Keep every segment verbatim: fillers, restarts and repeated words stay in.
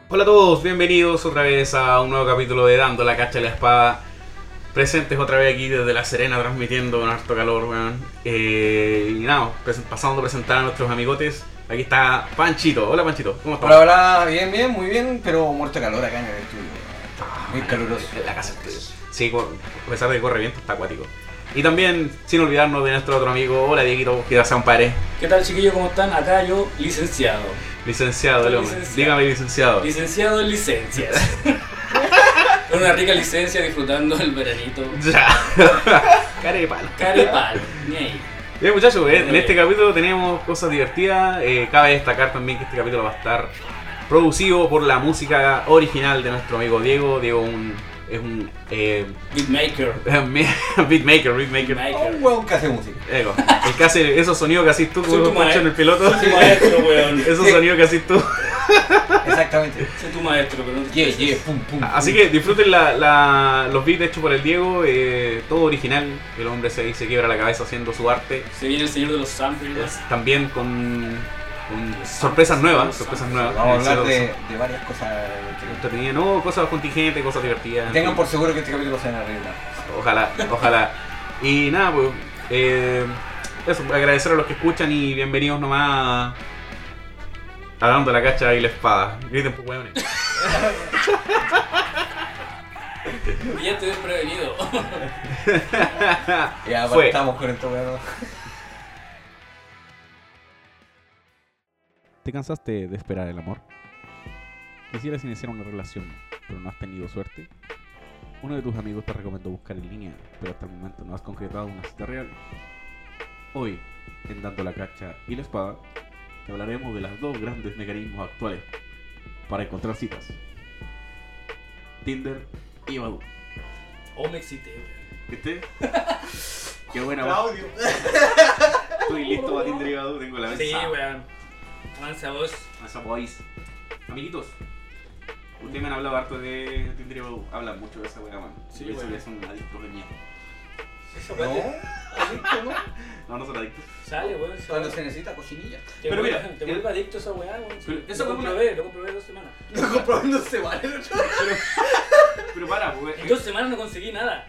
Hola a todos, bienvenidos otra vez a un nuevo capítulo de Dando la Cacha a la Espada. Presentes otra vez aquí desde La Serena, transmitiendo con harto calor, weón. Eh, y nada, pasando a presentar a nuestros amigotes. Aquí está Panchito. Hola Panchito, ¿cómo estás? Hola, hola, bien, bien, muy bien, pero muerto de calor acá en el estudio. Muy caluroso. En la casa estudio. Sí, a pesar de que corre viento, está acuático. Y también, sin olvidarnos de nuestro otro amigo, hola Dieguito, que sea un padre. ¿Qué tal, chiquillos? ¿Cómo están? Acá yo, licenciado. Licenciado, el hombre. Licenciado. Dígame licenciado. Licenciado en licencias. Con una rica licencia, disfrutando el veranito. Ya. Care de palo. Care palo. Ni ahí. Bien muchachos, eh, en Bien. este capítulo tenemos cosas divertidas. Eh, cabe destacar también que este capítulo va a estar producido por la música original de nuestro amigo Diego. Diego un, es un eh, Beatmaker. beatmaker, beatmaker. Beatmaker. Un huevón que hace música. Ego, el que hace esos sonidos que haces tú, Soy como tu Pancho maestro. en el piloto. Soy tu maestro, weón. Esos Sí. sonidos que haces tú. Exactamente. Soy tu maestro, pero no te Yeah, estreses. yeah, pum, pum. Así que disfruten la, la, los beats hechos por el Diego, eh, todo original. El hombre se, se quiebra la cabeza haciendo su arte. Se viene el señor de los samples. Es- también con, con sorpresas nuevas, sorpresas nuevas. Vamos a hablar Eh, de, de varias cosas. que- entretenidas, no, cosas contingentes, cosas divertidas. en Tengan fin. por seguro que este capítulo se van a arreglar. Ojalá, ojalá. Y nada, pues, eh, eso, agradecer a los que escuchan y bienvenidos nomás a, a Dando la Cacha y la Espada. Griten, pues, hueones. Y ya estoy desprevenido. Ya Fue. estamos con esto, weón. ¿Te cansaste de esperar el amor? ¿Quisieras iniciar una relación, pero no has tenido suerte? Uno de tus amigos te recomendó buscar en línea, pero hasta el momento no has concretado una cita real. Hoy, en Dando la Cacha y la Espada, te hablaremos de los dos grandes mecanismos actuales para encontrar citas: Tinder y Badoo. Oh, me excité, weón. ¿Viste? Qué buena voz. Estoy listo para Tinder y Badoo, tengo la Sí, mesa. weón. Avanza vos. Esa boys. Amiguitos, ustedes me han hablado harto de Tinder y Badoo. Hablan mucho de esa buena mano. Sí, Pienso bueno. que son adictos de mierda. Esa No, weón adicto, ¿no? No, no son adictos. sale, weón. esa Cuando weá. se necesita cochinilla. Te Pero vuelve- mira, te el- vuelve adicto esa weá, weón. Pero Sí. esa Lo weá- comprobé, lo comprobé dos semanas. Lo comprobando se vale el otro. Pero para, pues. En dos semanas no conseguí nada.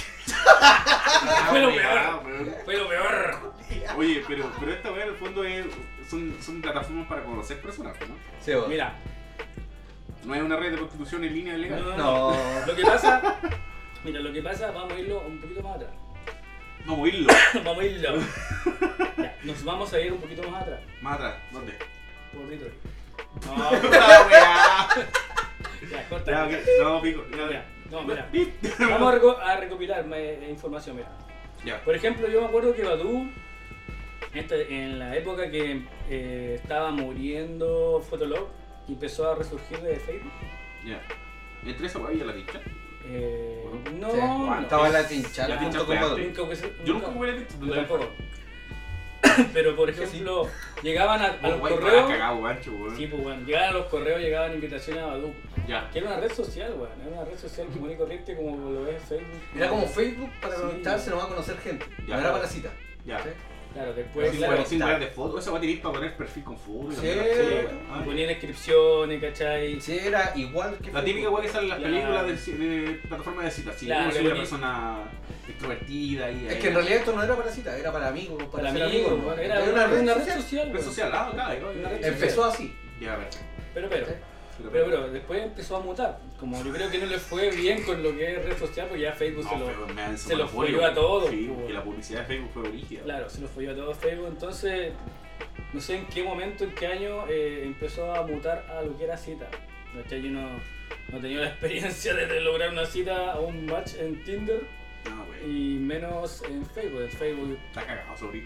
Ah, fue lo weón, peor. weón. Fue lo peor. Oye, pero, pero esta weá en el fondo es, son, son plataformas para conocer personas, ¿no? Sí, weón. Mira, No es una red de prostitución en línea legal. no, no, No. no. Lo que pasa, mira, lo que pasa, vamos a irlo un poquito más atrás. Vamos a irlo. Vamos a irlo. Ya, nos vamos a ir un poquito más atrás. Más atrás, ¿dónde? Por Detroit. No, ¡La weá! ya, corta. Ya, ok, no, pico. Ya, Ya, no, mira. Pip. Vamos a, reco- a recopilar eh, información, mira. Ya. Por ejemplo, yo me acuerdo que Badoo, este, en la época que eh, estaba muriendo Fotolog, y empezó a resurgir de Facebook. Ya. Entre esa weá y la dicha. Eh, no, Sí. no. Estaba la tincha, La la tincha junto fue con antes. Badoo. Nunca hubiese- Yo nunca jugué la dicha. Yo tampoco. Pero por ejemplo, llegaban a, a los Guay, correos. cagado, guancho, weón. Sí, pues bueno, llegaban a los correos, llegaban invitaciones a Badoo. Ya. Que era una red social, weón. Era una red social común y corriente como lo ves en Facebook. Era como Facebook para Sí. conectarse, no va a conocer gente. Ya. No era para cita. Ya. ¿Sí? Claro, después, Sin claro, weá- sin weá de fotos. Esa weá tenéis para poner perfil con fotos. y Sí. la sí, mierda. weón. Ah, Y ponían descripciones, ¿cachai? Sí, era igual que La típica weá que sale en las La- películas de, de plataformas de citas. Si Claro, uno soy le una ponía- persona extrovertida y. Es que en realidad esto no era para cita, era para amigos, para, Para ser amigos, amigos. weón. ¿no? Era Era una, una red social. social, Red weón. social, ah, claro. Una red Empezó así. Ya, a ver. Pero, pero. ¿Sí? Pero, pero, después empezó a mutar. Como yo creo que no le fue bien con lo que es red social, porque ya Facebook se No, lo. pero me dan se lo monopolio, folló a todos, Sí, pues. porque la publicidad de Facebook fue brígida. Claro, se lo folló a todo Facebook. Entonces, no sé en qué momento, en qué año eh, empezó a mutar a lo que era cita. ¿Cachai? Yo no, no he tenido la experiencia de, de lograr una cita o un match en Tinder No, güey. y menos en Facebook. En Facebook. Está cagado, sobrino.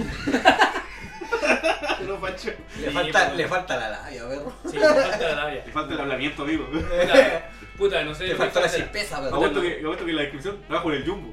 No, Pancho. Le, Sí, falta, pues. le falta la labia, perro. Sí, me falta la labia. Le falta el hablamiento, amigo. Puta, puta, no sé. Le falta la falta- chispeza, perro. Aguanto que, aguanto que en la descripción trabajo en el Jumbo.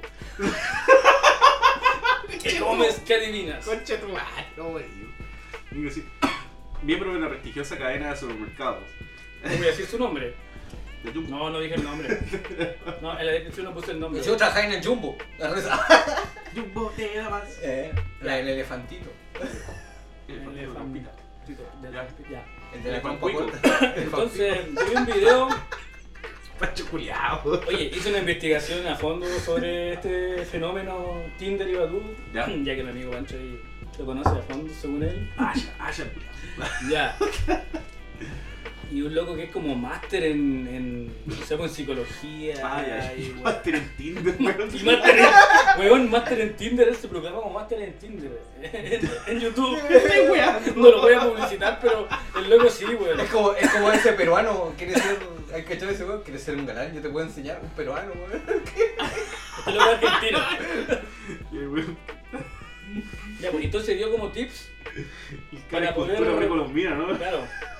¿Qué comes? ¿Qué adivinas? Concha tu madre, no, güey. Digo, sí. Miembro de una prestigiosa cadena de supermercados. No voy a decir su nombre. De Jumbo. No, no dije el nombre. No, en la descripción no puse el nombre. Yo trabajaba en el Jumbo. La reza. Jumbo te da más. Eh, la, el elefantito. El El elefante de la elefante. campita. Tito, de Ya. la- ya. El de la El trompa Juancuico. corta. Entonces, vi un video. Pacho culiao. Oye, hice una investigación a fondo sobre este fenómeno Tinder y Badoo. Ya. Ya que mi amigo Pancho ahí lo conoce a fondo, según él. Aya, aya, culiao. Ya. Y un loco que es como máster en, en, o sea, en psicología. Vaya, y, weón. máster en Tinder, weón. Y máster en, weón, máster en Tinder, él se proclama como máster en Tinder en, en YouTube. No lo voy a publicitar, pero el loco sí, weón. Es como, es como ese peruano, quiere ser, hay que echar ese weón, quiere ser un galán, yo te puedo enseñar, un peruano, weón. Este loco es argentino. Y el weón, Ya, pues entonces dio como tips, el Para cara poder- cultura precolombina, ¿no? claro,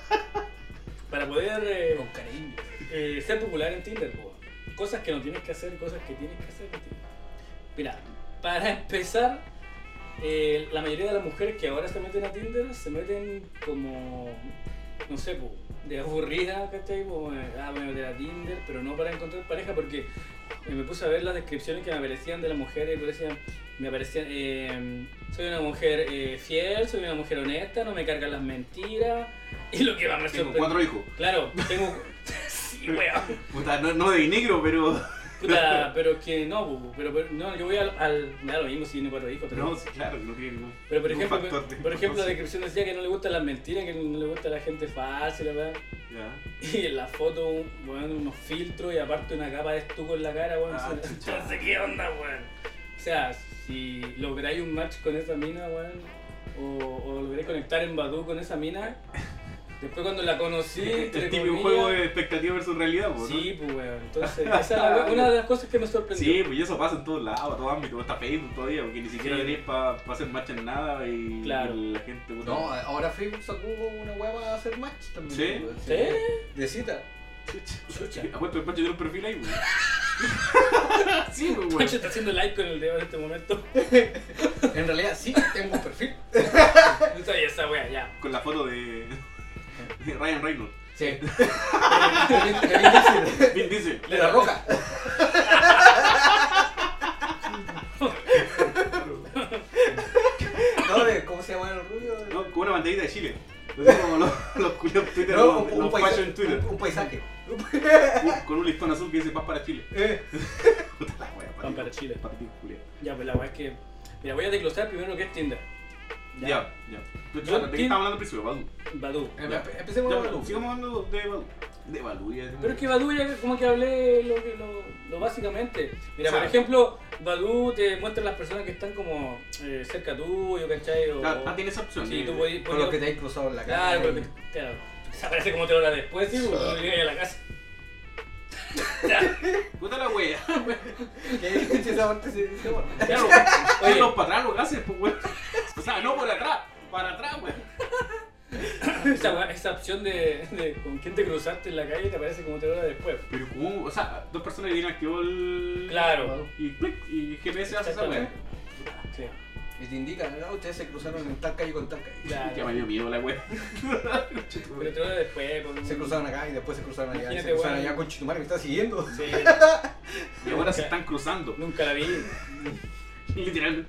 para poder eh, Con cariño. eh, ser popular en Tinder, po. Cosas que no tienes que hacer, cosas que tienes que hacer en Tinder. Mira, para empezar, eh, la mayoría de las mujeres que ahora se meten a Tinder se meten como, no sé, po, de aburrida, ¿cachai? Como, eh, ah, voy a meter a Tinder, pero no para encontrar pareja, porque eh, me puse a ver las descripciones que me aparecían de las mujeres y me aparecían, me aparecían eh, soy una mujer eh, fiel, soy una mujer honesta, no me cargan las mentiras. Y lo que más me Tengo sorprendió. cuatro hijos. Claro, tengo. Sí, weón. Puta, no, no de negro, pero. Puta, pero es que no, bu, pero, pero no, yo voy al, al. Me da lo mismo si tiene cuatro hijos, pero. No, sí, claro, que no tiene ningún. pero por ningún ejemplo, factor de por ejemplo, la importancia. descripción decía que no le gustan las mentiras, que no le gusta la gente falsa y la verdad. Ya. Y en la foto, weón, unos filtros y aparte una capa de estuco en la cara, weón. Ah, no sé- chucha. no sé qué onda, weón. O sea, si lográis un match con esa mina, weón, o, o lográis conectar en Badoo con esa mina, después cuando la conocí, entre El típico comillas, juego de expectativa versus realidad, po, ¿no? sí, pues weón. Entonces, esa es la- una de las cosas que me sorprendió. Sí, pues y eso pasa en todos lados, a todo ámbito, hasta Facebook todavía, porque ni siquiera Sí. tenéis para pa hacer match en nada y, Claro. y la gente. puta, No, ahora Facebook sacó una weá para hacer match también. ¿Sí? weón. ¿Sí? De cita. Chucha. Apuesto el Pancho tiene un perfil ahí, güey. Sí, pues, güey. Pancho está haciendo like con el dedo en este momento. En realidad sí, tengo un perfil. No sabía esa wea, ya. Con la foto de, de Ryan Reynolds. Sí. De Vin- de Vin Diesel. Vin Diesel. De la roca. No, de, ¿cómo se llama el rubio? No, con una banderita de Chile. Así como los, los culiados Twitter, No, los, un, un los paisa- fashion Twitter. un- un paisaje. Un- Con un listón azul que dice paz para Chile. Eh, Puta la wea, Paz para Chile. Para ti, culiao. Ya, pues la wea es que. Mira, voy a desglosar primero lo que es Tinder. Ya, ya. ¿De Yo qué ti- estábamos hablando al principio? Badu. Badoo. empe- empecemos Ya, a pero hablar. sigamos hablando de Badu. De Badu, ya. Pero es que Badoo ya como que hablé lo, que- lo, lo básicamente. Mira, O sea, por ejemplo, Badoo te muestra las personas que están como eh, cerca tuyo, ¿cachai? O, Ah, ah, tiene esa opción. Sí, de- tú podías. Con los que te hay cruzado en la Claro, calle. porque, claro. Desaparece como tres horas después, sí, porque cuando llegas a la casa. Ya. Puta la wea. ¿Qué? Si esa parte se dice, bueno. Claro, Oye. oye, para atrás lo que haces, pues, weón. O sea, no por atrás, para atrás, weón. Esa, wea- esa opción de, de con quién te cruzaste en la calle te aparece como tres horas después. Pero como, o sea, dos personas que tienen activado el. Claro. Y clic, y G P S hace esa wea. Exactamente. Sí. Y te indican, no, ustedes se cruzaron en tal calle con tal calle. Claro. Ya me dio miedo la wea. Pero tres horas después, pues, Se cruzaron acá y después se cruzaron allá. y Imagínate, Se cruzaron weón. allá con Chitumare, me está siguiendo. Sí, Y ahora se están cruzando. nunca la vi. Literalmente.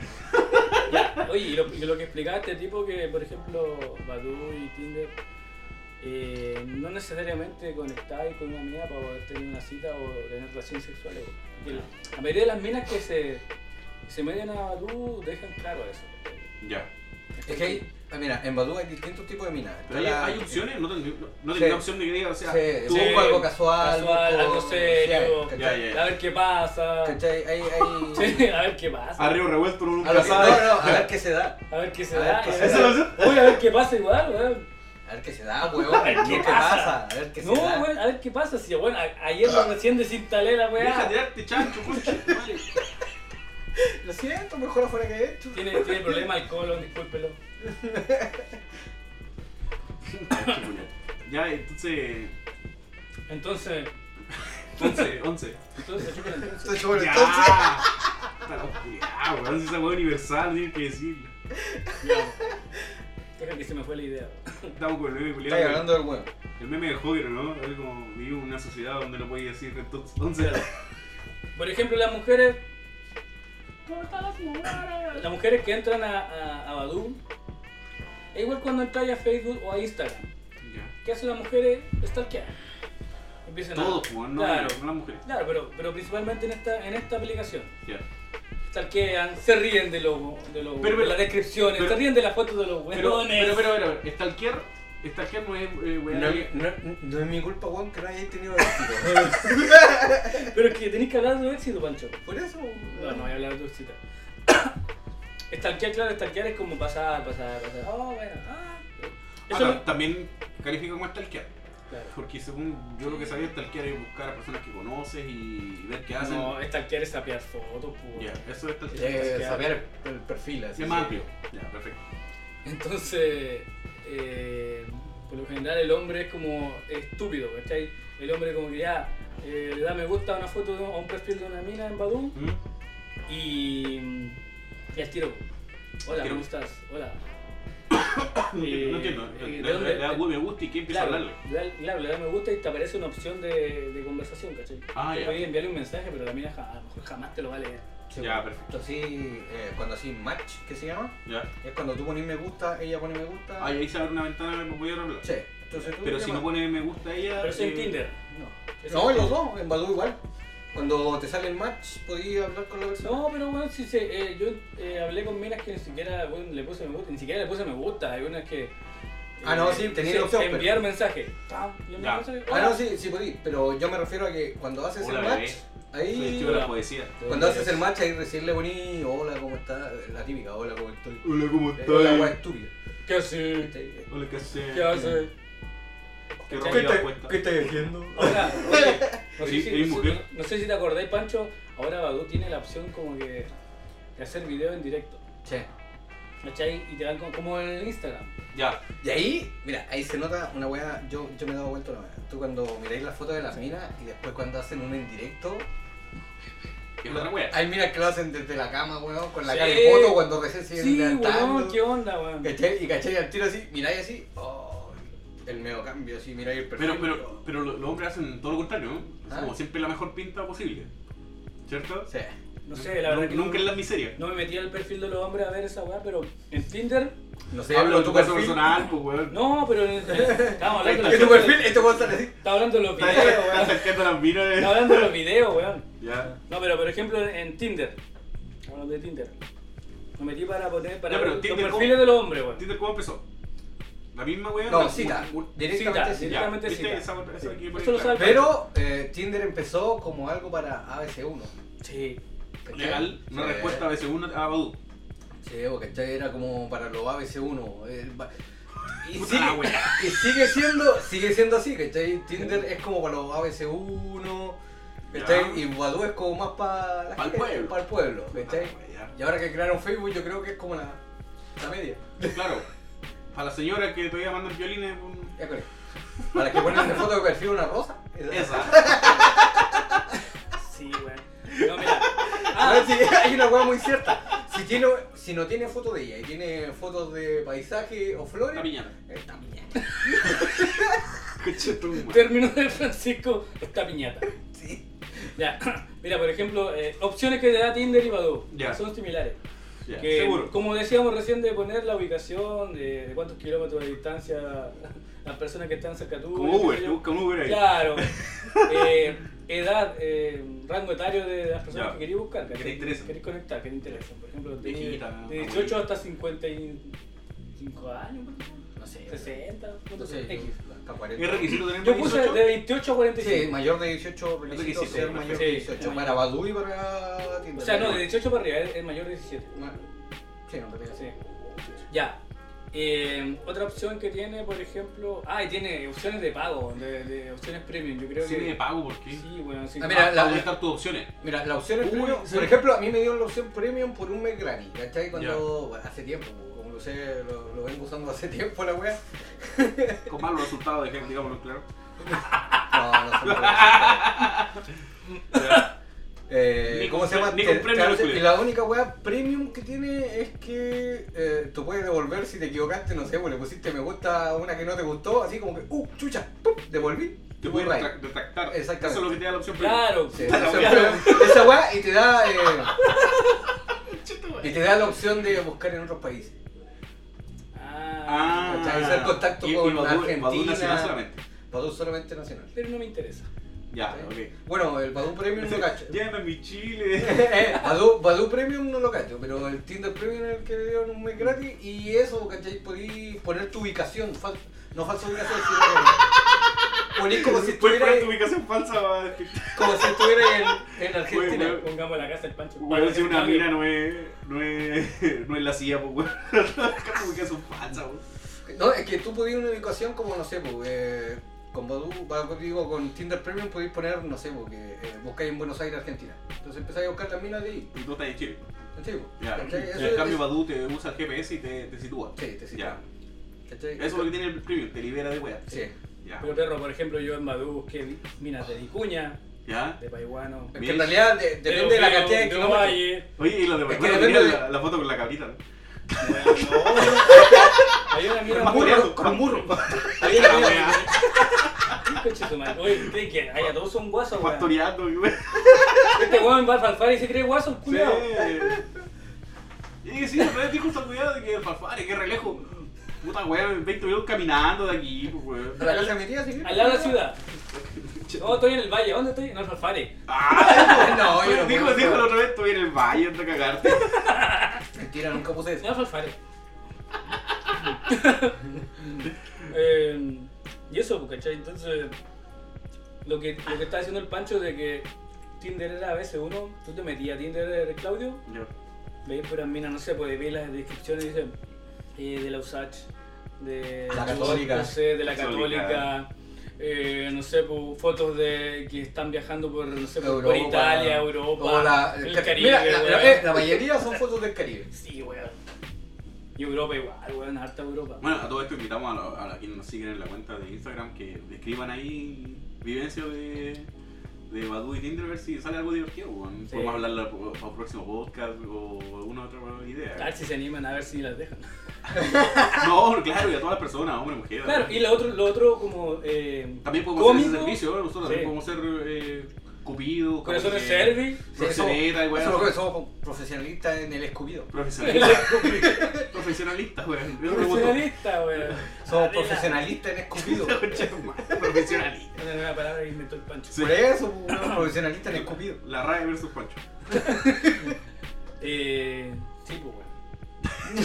Ya, oye, y lo, y lo que explicaba este tipo que, por ejemplo, Badoo y Tinder, eh, no necesariamente conectáis con una mina para poder tener una cita o tener relaciones sexuales. Porque la la mayoría de las minas que se, que se meten a Badoo dejan claro eso. Ya. Es que hay, ah, mira, en Badoo hay distintos tipos de minas. Pero hay, Está la- hay opciones, no tengo no, no Sí. tengo opción de que diga, o sea, Sí, tú. busco Sí. algo casual, Casual, busco- algo serio. sí, ¿cachai? Ya, ya, ya. A ver qué pasa. ¿Cachai? Hay, hay... Sí, a ver qué pasa. A río revuelto uno A nunca lo que- no, sabe. no, a ver qué se da. A ver qué se A ver da. qué a se ver- ¿Esa es la opción? Oye, a ver qué pasa igual, weón. A ver qué se da, weón. A ver No, qué ¿qué pasa. pasa? A ver qué No, se da. weón, a ver qué pasa. Si, bueno, a- ayer recién desinstalé la Deja de weá. tirarte chancho, concha. Vale. Lo siento, mejor afuera que esto. Tiene, tiene problema el colon, discúlpelo. Ya, entonces. Entonces, once, once. entonces, chúpala entonces. Entonces, bueno, Ya. entonces. Está la cuidado, weón. Si esa weá universal, tienes que decirlo. Ya. Deja que se me fue la idea. Estamos con el meme culiao. Estáis hablando del weón. El meme de Joder, ¿no? Es como vivimos en una sociedad donde no podéis decir entonces. Entonces, Por ejemplo, las mujeres. ¿Cómo están las mujeres? Las mujeres que entran a, a, a Badoo Es igual cuando entras a Facebook o a Instagram. Ya. ¿Qué hacen las mujeres? Stalkear. Empiezan Todos, a... pues, no, Claro. no las mujeres. Claro, pero, pero principalmente en esta, en esta aplicación. Ya. Stalkean, se ríen de, lo, de, lo, Pero, de pero- las descripciones, pero- se ríen de las fotos de los Pero, huevones. pero, pero, pero, pero, stalkear, stalkear no es, eh, weá, No, que- no, no es mi culpa, weón, que no hayáis tenido éxito. Pero es que tenéis que hablar de tu éxito, Pancho. Por eso. No, no voy a hablar de tu éxito. Stalkear, claro, stalkear es como pasar, pasar, pasar. Oh, bueno, ah. Eso Ah, lo- también califica como stalkear. Claro. Porque según yo lo que sabía, stalkear es buscar a personas que conoces y ver qué hacen. No, stalkear es sapear fotos, pues. Ya, eso es stalkear. Eh, saber el perfil, así. Es más amplio. Ya, perfecto. Entonces, eh, por lo general el hombre es como estúpido, ¿cachai? El hombre como que ya eh, le da me gusta a una foto de un- a un perfil de una mina en Badoo ¿Mm? y, y al tiro. Hola, Al tiro. ¿cómo estás? Hola. No Eh, entiendo. eh, Le, ¿de le- dónde- le da me gusta y que empieza Claro, a hablarle. le da, claro, le da me gusta y te aparece una opción de, de conversación, ¿cachai? Ah, Te ya. puedes enviarle un mensaje, pero la mina ja- a lo mejor jamás te lo va a leer. Sí, Ya, bueno. perfecto. Así, eh, cuando así match, ¿qué se llama? Ya. Es cuando tú pones me gusta, ella pone me gusta. Ah, y ahí se abre una ventana que voy a hablar. Sí. Entonces tú Pero si no llamas- pone me gusta ella. Pero eso en eh, Tinder. No, Eso no en en los Tinder. dos, en Badoo igual. Cuando te sale el match, podías hablar con la persona. No, pero bueno, si se, eh, yo eh, hablé con minas que ni siquiera bueno, le puse me gusta, ni siquiera le puse me gusta, hay unas que... Ah, no, sí, tenía la opción, pero- enviar mensaje. Pam, le envío Ya. mensaje, Ah, hola. no, sí, sí podí, pero yo me refiero a que cuando haces Hola, el match, bebé. Soy el ahí... chico de la poesía. Cuando haces el match, ahí recién le poní hola, ¿cómo estás? La típica, hola, ¿cómo estoy? Hola, ¿cómo Hola, guay, estúpida. ¿Qué haces? ¿Qué Hola, ¿qué haces? ¿Qué haces? ¿Qué ¿Qué ropa te- llevas puesta? estás haciendo? Ahora, oye, no sé, ¿Eres- si, eres no sé- mujer? no sé si te acordáis, Pancho, ahora Badoo tiene la opción como que de hacer video en directo. Che. ¿Cachai? Y te dan como, como en el Instagram. Ya. Y ahí, mira, ahí se nota una weá, yo, yo me he dado vuelta una weá. Tú cuando miráis las fotos de las minas y después cuando hacen un en directo, Es otra wea. hay minas que lo hacen desde la cama, weón, con la Sí. cara de foto cuando recién se Sí, vienen levantando. weón, ¿qué onda, weón? ¿Cachai? Y cachai al tiro así, miráis así, oh, el medio cambio así, miráis el perfil. Pero, pero, pero lo- los hombres hacen todo lo contrario, ¿no? Es Ah. como siempre la mejor pinta posible. ¿Cierto? Sí. No sé, la verdad Nunca, que nunca no, en la miseria. no me metí al perfil de los hombres a ver esa weá, pero en Tinder... No sé, Habla de con tu tu caso perfil. personal, pues, weón. No, pero en, estamos hablando de En tu los perfil, este puede estar así. Estaba hablando de los Estás videos, estás weón. sacando las minas de... Estaba hablando de los videos, weón. Ya. No, pero por ejemplo en Tinder. Hablando de Tinder. Me metí para poner para Ya, pero ver los Tinder, perfiles ¿cómo? de los hombres, weón. ¿Tinder cómo empezó? ¿La misma weá? No, Una- cita. un- un- Directamente Cita, cita. directamente ¿viste? cita. Esa- esa Sí. que pone Eso lo claro. sabe. Pero eh, Tinder empezó como algo para A B C uno. Sí. ¿cachai? Legal, una Sí. respuesta a veces uno a Badoo. Sí, ¿cachai? Era como para los A B C uno. el ba- Y Puta sigue, la wea. y sigue siendo, sigue siendo así, ¿cachai? Tinder es como para los A B C uno, ¿cachai? Ya. Y Badoo es como más para la Pa'l gente, pueblo. para el pueblo, ¿cachai? Ah, Y ahora que crearon Facebook yo creo que es como la, la media. ya. Claro. Para la señora que todavía mandan violines. un- Ya, creo. Para las que ponen de foto de perfil una rosa. Esa. Sí, weón. No, mira. A Ah, ver si hay una hueá muy cierta. Si, tiene, si no tiene foto de ella y tiene fotos de paisaje o flores, Está piñata. está piñata. Coche tu madre. término de Francisco está piñata. Sí. Ya. Mira, por ejemplo, eh, opciones que te da Tinder y Badoo. Ya. Son similares. Ya, Que, seguro. como decíamos recién, de poner la ubicación, de, de cuántos kilómetros de distancia las personas que están cerca tuyo. Como qué Uber, sé te yo. busca un Uber ahí. Claro. Eh, edad, eh, rango etario de las personas Ya. que queréis buscar. Que te ¿cachai? interesan. Queréis conectar, que te interesan. Por ejemplo, de, Viejita, de dieciocho hasta cincuenta y cinco años, No sé. sesenta, No sé. X. Hasta cuarenta. ¿Es requisito tener Yo más puse dieciocho? de veintiocho a cuarenta y cinco. Sí, mayor de dieciocho requisito requisito, ser mayor sí, de dieciocho. sí. Para Badoo y para Tinder. O sea, no, de dieciocho para arriba, es, es mayor de diecisiete. Bueno, sí, en realidad sí. Sí. Ya. Eh, otra opción que tiene, por ejemplo. Ah, y tiene opciones de pago, de, de opciones premium. Yo creo Sí, que. de pago, ¿por qué? Sí, bueno, sí. Ah, mira, Para la- aumentar tus opciones. Mira, la opción es Uy, premium. sí. Por ejemplo, a mí me dieron la opción premium por un mes gratis, ¿cachai? Cuando, bueno, hace tiempo, como lo sé, lo, lo vengo usando hace tiempo la wea. Con malos resultados, de gente, digámoslo claro. No, no son malos. Eh, Ni ¿Cómo con se llama? pre- ni Te- con premio te- lo culé. y la única weá premium que tiene es que eh, tú puedes devolver si te equivocaste, no sé, pues le pusiste me gusta a una que no te gustó, así como que, uh, chucha, ¡pum! Devolví. Te y puedes borráis. retrac- retractar. Exactamente. Eso es lo que te da la opción premium. Claro. Sí, Claro, esa, claro. esa weá y te da eh, y te da la opción de buscar en otros países. Ah, Ah, hacer contacto y, con y Badoo, Badoo Argentina. nacional solamente. Badoo solamente nacional. Pero no me interesa. Ya, ¿Sí? ok. Bueno, el Badoo Premium no cacho. Llévame a mi Chile. Badoo, Badoo Premium no lo cacho, pero el Tinder Premium es el que me dieron un mes gratis y eso, ¿cachai? Podí poner tu ubicación, fal- no falsa ubicación, sino que ponís como si Puedes estuvieras poner tu ubicación falsa. va. como si estuvieras en, en Argentina. Bueno, Pongamos la casa del Pancho. Bueno, si una mina no es, no es, no es la silla, pues weón. Como que son falsas, weón. No, es que tú podías una ubicación como, no sé, pues, eh, con Badoo, va- digo, con Tinder Premium podéis poner, no sé, porque eh, buscáis en Buenos Aires, Argentina. Entonces empezáis a buscar las minas de ahí. Y tú estás en Chile. ¿Cachai? pues? Ya. ¿Cachai? Eso En es- cambio, Badoo te usa el G P S y te, te sitúa. Sí, te sitúa. Ya. ¿Cachai? Eso es lo que tiene el premium, te libera de weas. Sí. Ya. Pero perro, por ejemplo, yo en Badoo busqué vi- minas de Vicuña, ¿Ya? de Paihuano. Es que en realidad de- depende de la cantidad de kilómetros. Valle. Oye, y lo de Es que bueno, depende tenía de- la, la foto con la cabrita, ¿no? Bueno, no. Hay una mina Más muy coreano. Con burro. Hay una Ah, mina. wea. Conche tu madre. Oye, ¿creen que haya todos son guasos, weón? Pastoreando, weón. Este weón va al Falfare y se cree guaso, el Sí. culiao. Y sí, otra vez dijo esta cuidado de que el Falfare, que re lejos. Puta weón, veinte minutos caminando de aquí, pues weón. A la casa de mi tía, sí. Al lado de la ciudad. No, estoy en el valle. ¿Dónde estoy? No, el Falfare. Ah, No, yo no dijo, puedo. dijo la otra vez, estoy en el valle, anda a cagarte. Mentira, nunca puse eso. No, el Falfare. eh, y eso, pues, ¿cachai? Entonces, lo que, lo que está haciendo el Pancho de que Tinder era a veces uno, tú te metías a Tinder de Claudio, Yo. veis puras minas, no sé, pues veis las descripciones y dicen eh, de la U S A C H, de La Católica. no sé, de la Católica. Católica, eh, no sé, pues, fotos de que están viajando por, no sé, por, por Europa. Italia, Europa, O la, el Ca- Caribe, Mira, la, weón. la- eh, la mayoría son fotos del Caribe. Sí, weón. Y Europa igual, weón, harta Europa. Bueno, a todo esto invitamos a, lo- a, la- quienes nos siguen en la cuenta de Instagram que escriban ahí vivencias de, de Badoo y Tinder a ver si sale algo divertido. weón. Sí. Podemos hablarla para un próximo podcast o alguna otra idea. A ver si se animan a ver si las dejan. No, claro, y a todas las personas, hombre, mujer. Claro, y lo otro, lo otro como eh, También podemos hacer ese cómico, servicio, ¿no? Nosotros sí. también podemos ser eh, Cupido, Corazones eh, Servi. Sí, Profesioneta y somos, weón. somos, somos profesionalistas en el escubido. Profesionalistas. Profesionalistas, weón. Yo pregunto. Profesionalista, weón. Somos Adela. profesionalistas en escupido. Profesionalista. Una nueva palabra que inventó el Pancho. Sí. Por eso, pues, somos profesionalistas en escupido. La R A E versus Pancho. Eh, sí, pues, weón.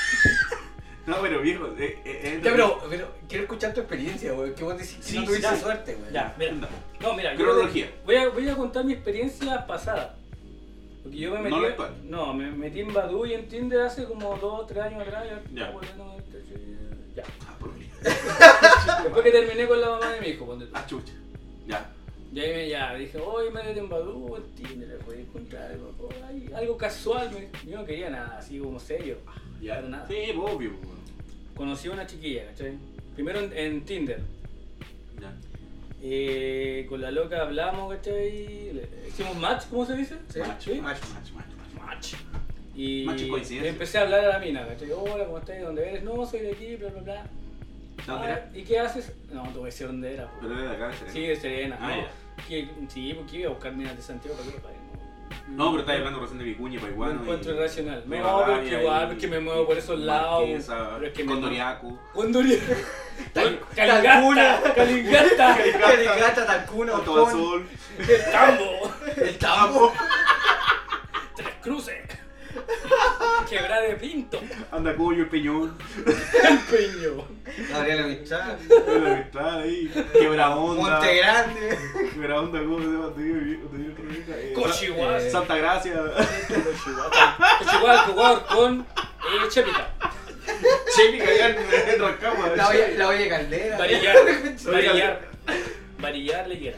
No, pero viejo, eh, eh, eh, Ya, pero, pero quiero escuchar tu experiencia, güey. Que vos decís que Sí, no tuviste ya. suerte, güey. Ya, mira. Anda. No, mira, yo Cronología. voy a, voy a contar mi experiencia pasada. Porque yo me No metí, la actual. no, me metí en Badoo y en Tinder hace como dos, tres años atrás. Ya. Bueno, ya. Ah, por mí. Después que terminé con la mamá de mi hijo, ponte tú. Ah, chucha. Ya. Y ahí me ya, dije, oye, métete en Badoo, en Tinder, le voy a encontrar algo, por ahí, algo casual. Me- yo no quería nada así como serio. Ya. Pero nada. Sí, pues, obvio. pues. Conocí a una chiquilla, ¿cachai? Primero en, en Tinder. Ya. Eh, con la loca hablamos, ¿cachai? Le- Hicimos match, ¿cómo se dice? Sí. Match, ¿Sí? match, match, match, match. Match. Y Match y coincidencia. le empecé a hablar a la mina, ¿cachai? Hola, ¿cómo estás? ¿Dónde eres? No, soy de aquí, bla, bla, bla. ¿Dónde Ah, era? ¿y qué haces? No, te voy a decir dónde era. po. Pero era de acá, de Serena. Sí, de Serena. Ah, no, ya. que, sí, porque iba a buscar minas de Santiago para qué, para qué, No, pero estás hablando recién de Vicuña, No Paihuano. encuentro y- irracional. Me y va, pero es Arabia que igual, y- porque me muevo por esos lados. Marquesa, Pero es que me- Condoriaco. Honduras. Tal- Caligata. Caligata. Calicata, Talcuna, Auto Ocón, al Sol. El tambo. el Tambo. Tres cruces. Quebrada de Pinto. Andacoyo, el Peñón. El Peño. Gabriela Mistral, La mezclada ahí. Quebra onda. Monte Grande. Quebra onda, ¿cómo se llama? Te digo, te digo otra vez. Eh, Cochihuas. eh, Santa Gracia. Cochihual, jugador con eh, Chepita. Chepica, ya en Rancagua. La olla, la olla Caldera. Varillar. Varillar. Varillar Leyera.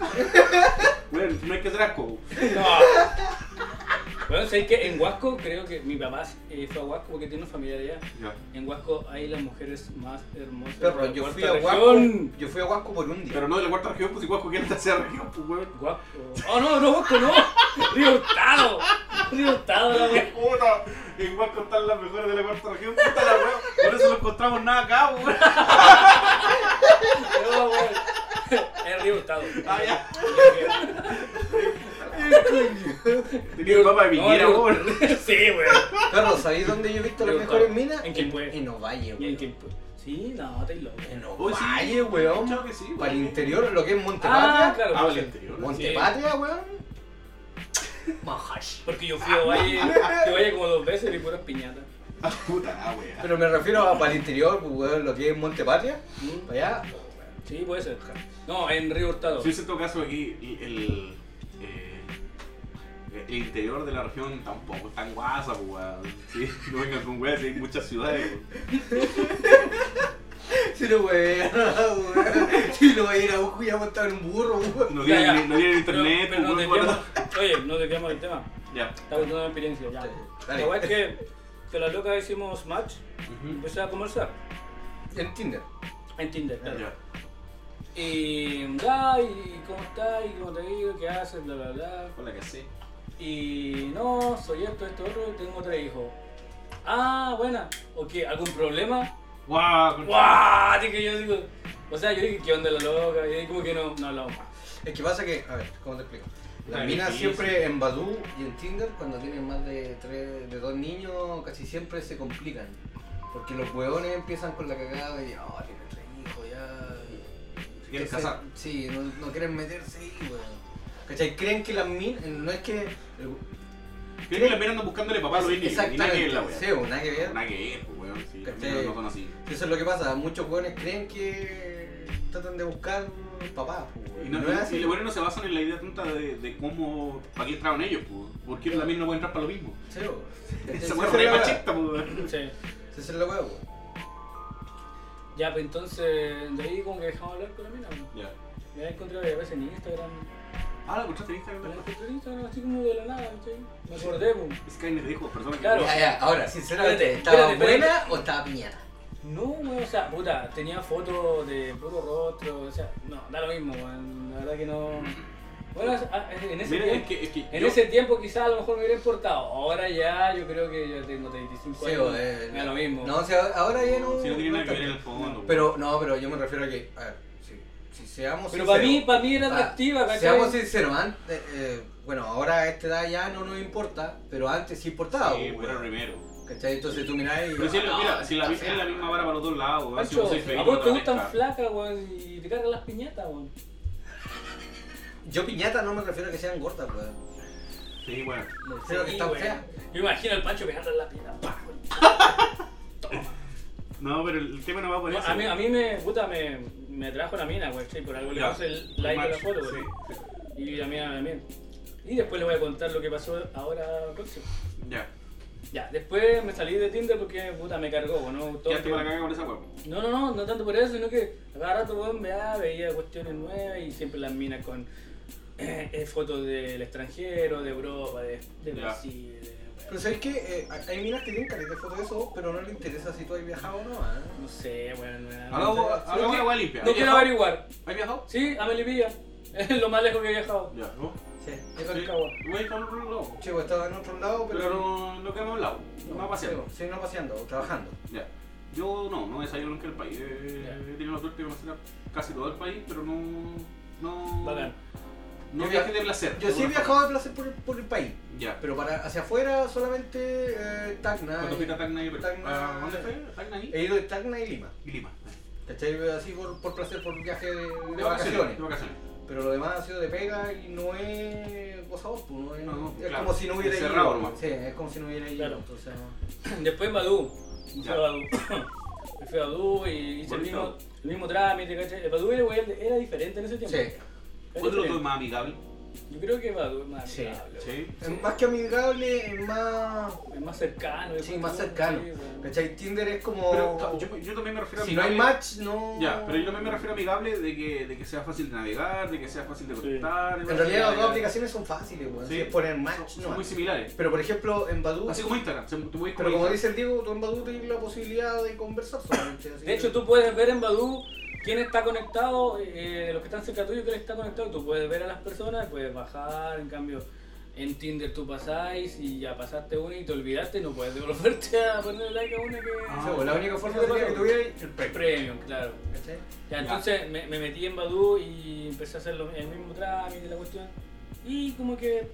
Bueno, no hay que ser asco. No. Bueno, ¿sabes qué? En Huasco, creo que mi papá eh, fue a Huasco porque tiene una familia allá. Ya. En Huasco hay las mujeres más hermosas. Perro, de la yo fui cuarta a Huasco. región. Yo fui a Huasco por un día. Pero no de la cuarta región, pues igual que la tercera región, pues weón. Huasco. Oh, no, no, Huasco no. Río Hurtado. Río Hurtado, la wea. Puta, en Huasco están las mejores de la cuarta región, puta la weón. Por eso no encontramos nada acá, weón. No, wea. Es Río Hurtado. Ah, ya. Tenía el mapa de Piñera, No, weón. Sí, weón. Carlos, ¿sabéis dónde yo he visto las Pero, mejores minas? ¿en Quilpué? En Ovalle, ¿Y en weón. qué? Sí, no, estáis loco. En Uy, sí. Ovalle, weón. Creo que sí, weón. Para el interior, lo que es Monte Ah, Patria. claro, Ah, pues, el interior. Monte Sí. Patria, weón. Majash. Porque yo fui a Valle, fui a Valle como dos veces y vi puras piñatas. Ah, puta, ah, weón. Pero me refiero a para el interior, pues, weón, lo que es Monte Patria. Mm. Para allá. Sí, puede ser. No, en Río Hurtado. Si en todo caso aquí el, el, eh, el interior de la región tampoco es tan guasa, pues, weón. Sí, no vengan con weas, hay muchas ciudades, weón. Si no, weón. Si no voy a ir a un cuya montado en un burro, weón. No Ya, tienen, ya. no tienen internet, Pero, pero no pues, desviamos, weón. oye, no desviamos del tema. Ya. Está contando una experiencia, ya. Sí, La dale. verdad es que, que la loca hicimos match y Ujú. empecé a conversar En Tinder. en Tinder, claro. Ya. Y ya, y cómo estás, y cómo te digo, qué haces, bla bla bla. Hola, ¿qué sé? Y no, soy esto, esto, otro, y tengo tres hijos. Ah, buena. ¿O qué? ¿Algún problema? Guau, con- ¡Guau! Dije yo, digo. O sea, yo dije, ¿qué onda la loca? Y ahí como que no, no hablamos más. Es que pasa que, a ver, ¿cómo te explico? Las Ay, minas difícil. siempre en Badoo y en Tinder, cuando tienen más de tres, de dos niños, casi siempre se complican. Porque los hueones empiezan con la cagada de, oh, tiene tres hijos, ya. Se quieren Que se- casar. Sí, no, no quieren meterse ahí, weón. ¿Cachai? Creen que las minas, no es que. Creo que la pena andan buscándole papá a los niños. Y nada que ver Exactamente, la wea. sí, o nada que ver. Nada que ver, pues, weón. Sí, las ¿Cachai? minas no son así. Eso es lo que pasa, muchos hueones creen que tratan de buscar papás, pues, Y, weón. no, No es y- así. y los buenos no se basan en la idea tonta de, de cómo, para qué entraron ellos, pues. ¿Por qué la mina no puede entrar para lo mismo? Sí, weón. Esa Esa fue es re la wea. machista, pues, weón. Sí. Esa es la wea, weón. Ya, pues entonces, de ahí como que dejamos hablar con la mina. pues. Ya. Me la encontré varias veces en Instagram. Ah, la encontraste en Instagram, Me la ¿verdad? encontré en Instagram así como de la nada, ¿cachai? Me acordé, pues. Skynet dijo, persona que... Claro. Ya, ya, ahora, sinceramente, Espérate, ¿estaba espérate, buena espérate. o estaba piñata? No, weón, o sea, puta, tenía fotos de puro rostro, o sea, no, da lo mismo, weón, la verdad que no... Bueno, ah, en ese Mira, es tiempo, que, es que en yo- ese tiempo quizás a lo mejor me hubiera importado, ahora ya yo creo que ya tengo treinta y cinco Sí, años, o, eh, me da lo mismo. No, o sea, ahora ya no. Si no tiene nada que tanto. ver en el fondo. Pero, no, pero yo me refiero a que, a ver, si, si seamos Pero para mí, sinceros, para mí era ah, atractiva, ¿cachai? Seamos sinceros, antes, eh, bueno, ahora a esta edad ya no nos importa, pero antes sí importaba. Sí, pues, era weón. primero. ¿Cachai? Entonces tú mirás y. Pero si, ah, mira, no, si la está es la misma vara para los dos lados, weón. Si Pancho, vos sois feliz, a vos te no gustan pesca. flacas, weón, y te cargan las piñatas, weón. Yo piñata no me refiero a que sean gordas, weón. Sí, bueno. Me refiero a que Sí, están weón. feas. Yo imagino al Pancho pegando en la piñata, pa, weón. Toma. No, pero el tema no va por No, eso. a mí, a mí me, puta, me, me trajo la mina, güey, sí, por algo le Ya. puse el like a la Match, foto, güey. sí, sí. Y la mina también. Y después les voy a contar lo que pasó ahora próximo. Ya. Ya, después me salí de Tinder porque, puta, me cargó, güey, ¿no? Todo Quédate que- para la caga con esa huevo. No, no, no, no tanto por eso, sino que a cada rato, weón, veía, veía cuestiones nuevas y siempre las minas con eh, eh, fotos del extranjero, de Europa, de, de Ya. Brasil, de... Pero ¿sabes qué? Eh, hay minas que tienen caleta de fotos de eso, pero no les interesa si tú has viajado o no, ¿eh? No sé, weón. No, Hagamos no, hagamos una hueá limpia. no ¿Has quiero viajado? averiguar. ¿Has viajado? Sí, a Melipilla. Es lo más lejos que he viajado. Ya, ¿no? Sí. Es Rancagua. Voy a ir a otro lado. Sí, pues estaba en otro lado, pero. Pero no, no quedamos al lado. No va paseando. Sí, no paseando, trabajando. Ya. Yo no, no he salido nunca del país. Eh, Ya. He tenido la suerte de conocer a casi todo el país, pero no. No. Bacán. No Yo viaje via- de placer. Yo de sí he alguna viajado de placer por, por el país, forma. Ya. pero para hacia afuera solamente eh, Tacna. ¿Cuándo fuiste a Tacna y Tacna- ¿A dónde fue? ¿Tacna y? He ido de Tacna y Lima. Y Lima. ¿Cachai? Así por, por placer, por viaje de, de De vacaciones. De vacaciones. Pero lo demás ha sido de pega y no es gozador, pues no es, No, no, es claro. como si no hubiera Encerrado ido. nomás. Sí, es como si no hubiera ido. Claro. Entonces, Después en Badoo. Me fui Ya. a Badoo. Me fui a Badoo y hice el Bonito. mismo, el mismo trámite, ¿cachai? El Badoo era, güey, era diferente en ese tiempo. sí. Era ¿Cuál de los dos es diferente. más amigable? Yo creo que Badoo es más Sí. amigable, Sí. Es más que amigable, es más. güey. Es más cercano. Sí, es más cercano. sí, güey. ¿Cachai? Tinder es como. Pero ta- yo, yo también me refiero a si no hay amigable- match, no. Ya, pero yo también me refiero a amigable de que, de que sea fácil de navegar, de que sea fácil de Sí. conectar. En realidad las dos aplicaciones son fáciles, weón. Sí. Si es poner match, son, no. son muy similares. Pero por ejemplo, en Badoo. Así como Instagram. se- tú puedes Pero como conectar. dice el Diego, tú en Badoo tienes la posibilidad de conversar solamente. así De hecho, que- tú puedes ver en Badoo quién está conectado, eh, de los que están cerca tuyo, quién está conectado. Tú puedes ver a las personas, puedes bajar, en cambio. En Tinder tú pasáis y ya pasaste una y te olvidaste, no puedes devolverte a ponerle like a una que... Ah, Sí, pues, la única forma ¿qué te sería que pasó? tuviera el premio. Premium, claro. ¿Cachai? Ya, entonces me, me metí en Badoo y empecé a hacer lo- el mismo trámite, la cuestión. Y como que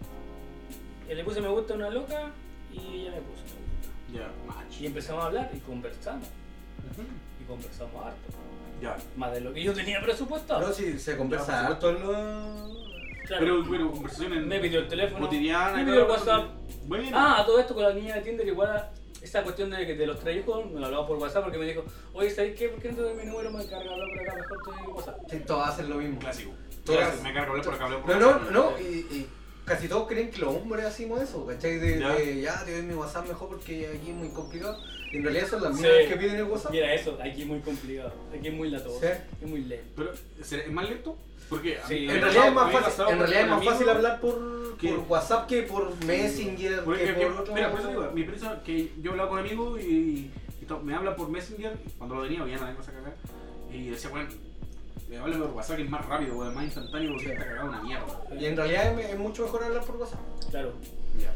eh, le puse me gusta a una loca y ella me puso me gusta. Ya, match. Y empezamos a hablar y conversamos. Ujú. Y conversamos harto. Ya. Más de lo que yo tenía presupuestado. No, si se conversa Ya, harto en los... Claro. Pero, pero conversaciones Me pidió el teléfono. cotidianas. Me pidió el claro, WhatsApp. Bueno. Ah, a todo esto con la niña de Tinder, igual esa cuestión de, de los tres hijos, me lo hablaba por WhatsApp porque me dijo, oye, ¿sabes qué? ¿Por qué no te doy mi número? Me encarga hablar por acá, mejor te doy WhatsApp. Sí, todos hacen lo mismo. Clásico. Todas- Me cargo hablar por acá, hablar por No, no, WhatsApp. no, y, y casi todos creen que los hombres hacemos eso, ¿cachai? De, Ya. de, ya te doy mi WhatsApp mejor porque aquí es muy complicado. Y en realidad son las Sí. mismas que piden el WhatsApp. Y era eso, aquí es muy complicado, aquí es muy latoso, Sí. es muy lento. Pero, ¿será- ¿es más lento? Porque a Sí. mí- En a mí realidad es me ha más fácil, pasado en con realidad es más amigos fácil hablar por, que- por WhatsApp que por Messenger, Porque, que que- por otro... mira, por eso digo, mi experiencia es que yo hablaba con amigos y, y to- me habla por Messenger, cuando lo tenía, había una cosa cagada, y decía, bueno, me habla por WhatsApp que es más rápido, weón, más instantáneo porque Sí. está cagado una mierda. Y en realidad es, es mucho mejor hablar por WhatsApp. Claro. Ya.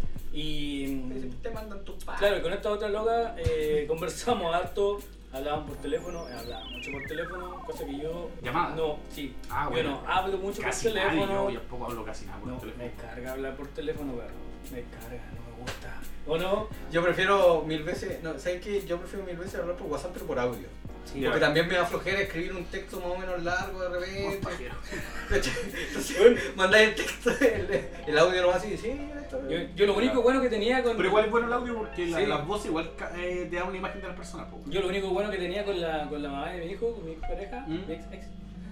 Y mm, Te mandan tu pa. claro, y con esta otra loca eh, conversamos harto, hablaban por teléfono, eh, hablaban mucho por teléfono, cosa que yo ¿Llamada? no, sí, Ah, yo bueno. no hablo mucho Casi por nadie, teléfono. yo, yo poco hablo casi nada por No, teléfono. me carga hablar por teléfono, perro. Me carga, no me gusta. ¿O no? Yo prefiero mil veces, no, ¿sabes qué? Yo prefiero mil veces hablar por WhatsApp pero por audio. Sí, Ya. Porque también me da flojera escribir un texto más o menos largo de Más repente. pajero. Entonces, bueno, mandáis el texto, el, el audio nomás así, sí, esto. Yo, yo lo único bueno que tenía con. Pero igual es bueno el audio porque la- Sí. las voces igual ca- eh, te dan una imagen de las personas. Po. Yo lo único bueno que tenía con la, con la mamá de mi hijo, con mi pareja, ¿Mm? mi ex ex,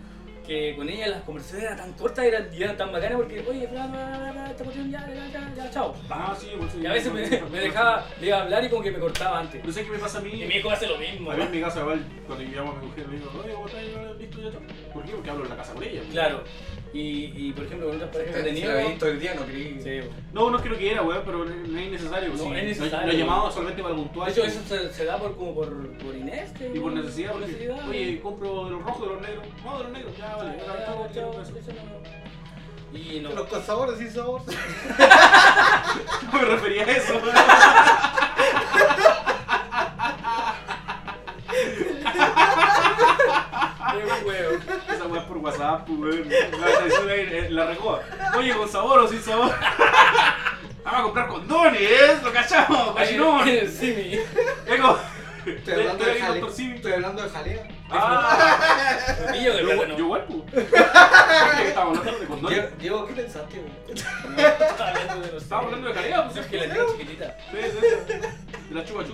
que con ella las conversaciones eran tan cortas y eran, y eran tan bacanas porque, oye, bla, bla, bla, bla, esta cuestión, ya, ya, ya, ya, chao. Ah, sí, igual sí. Y a veces me, me dejaba, le iba a hablar y como que me cortaba antes. No sé qué me pasa a mí. Y mi hijo hace lo mismo. A mí en mi casa, igual, cuando yo llamo a mi mujer, le digo, oye, ¿cómo estás? ¿Listo ya? ¿Por qué? Porque hablo en la casa con ella. po. Claro. Y, y por ejemplo, con otras parejas que he Si tenido. la veis todo el día, no queréis. Sí, No, no es que lo quiera, weón, pero no es necesario. No, sí. es necesario. Lo he llamado solamente para puntual. de hecho, eso se, se da por, como por, por Inés. que- Y por necesidad, por porque, necesidad. oye, compro de los rojos, de los negros. No, de los negros, ya, vale. Ya, Ya, ya, chao, chao, chao, eso. eso no- Y no. Pero con sabor, sin sabor. No me refería a eso. Qué huevo. Esa weá es por WhatsApp, pues, weón. La tradición ahí en la recoba. Oye, con sabor o sin sabor. Vamos a comprar condones, lo cachamos, cachinón. Sí, mi. Es como. Estoy hablando de Estoy ahí, jalea. doctor Simi. Estoy hablando de jalea. Ah, Pillo de yo, plátano. yo igual, pues. ¿Qué estábamos hablando de condones? Diego, Diego, ¿qué pensaste, güey? No, estaba hablando de los. Estábamos hablando de calidad, pues. Es que la tengo chiquitita. Sí, sí, sí. De la chupa chup.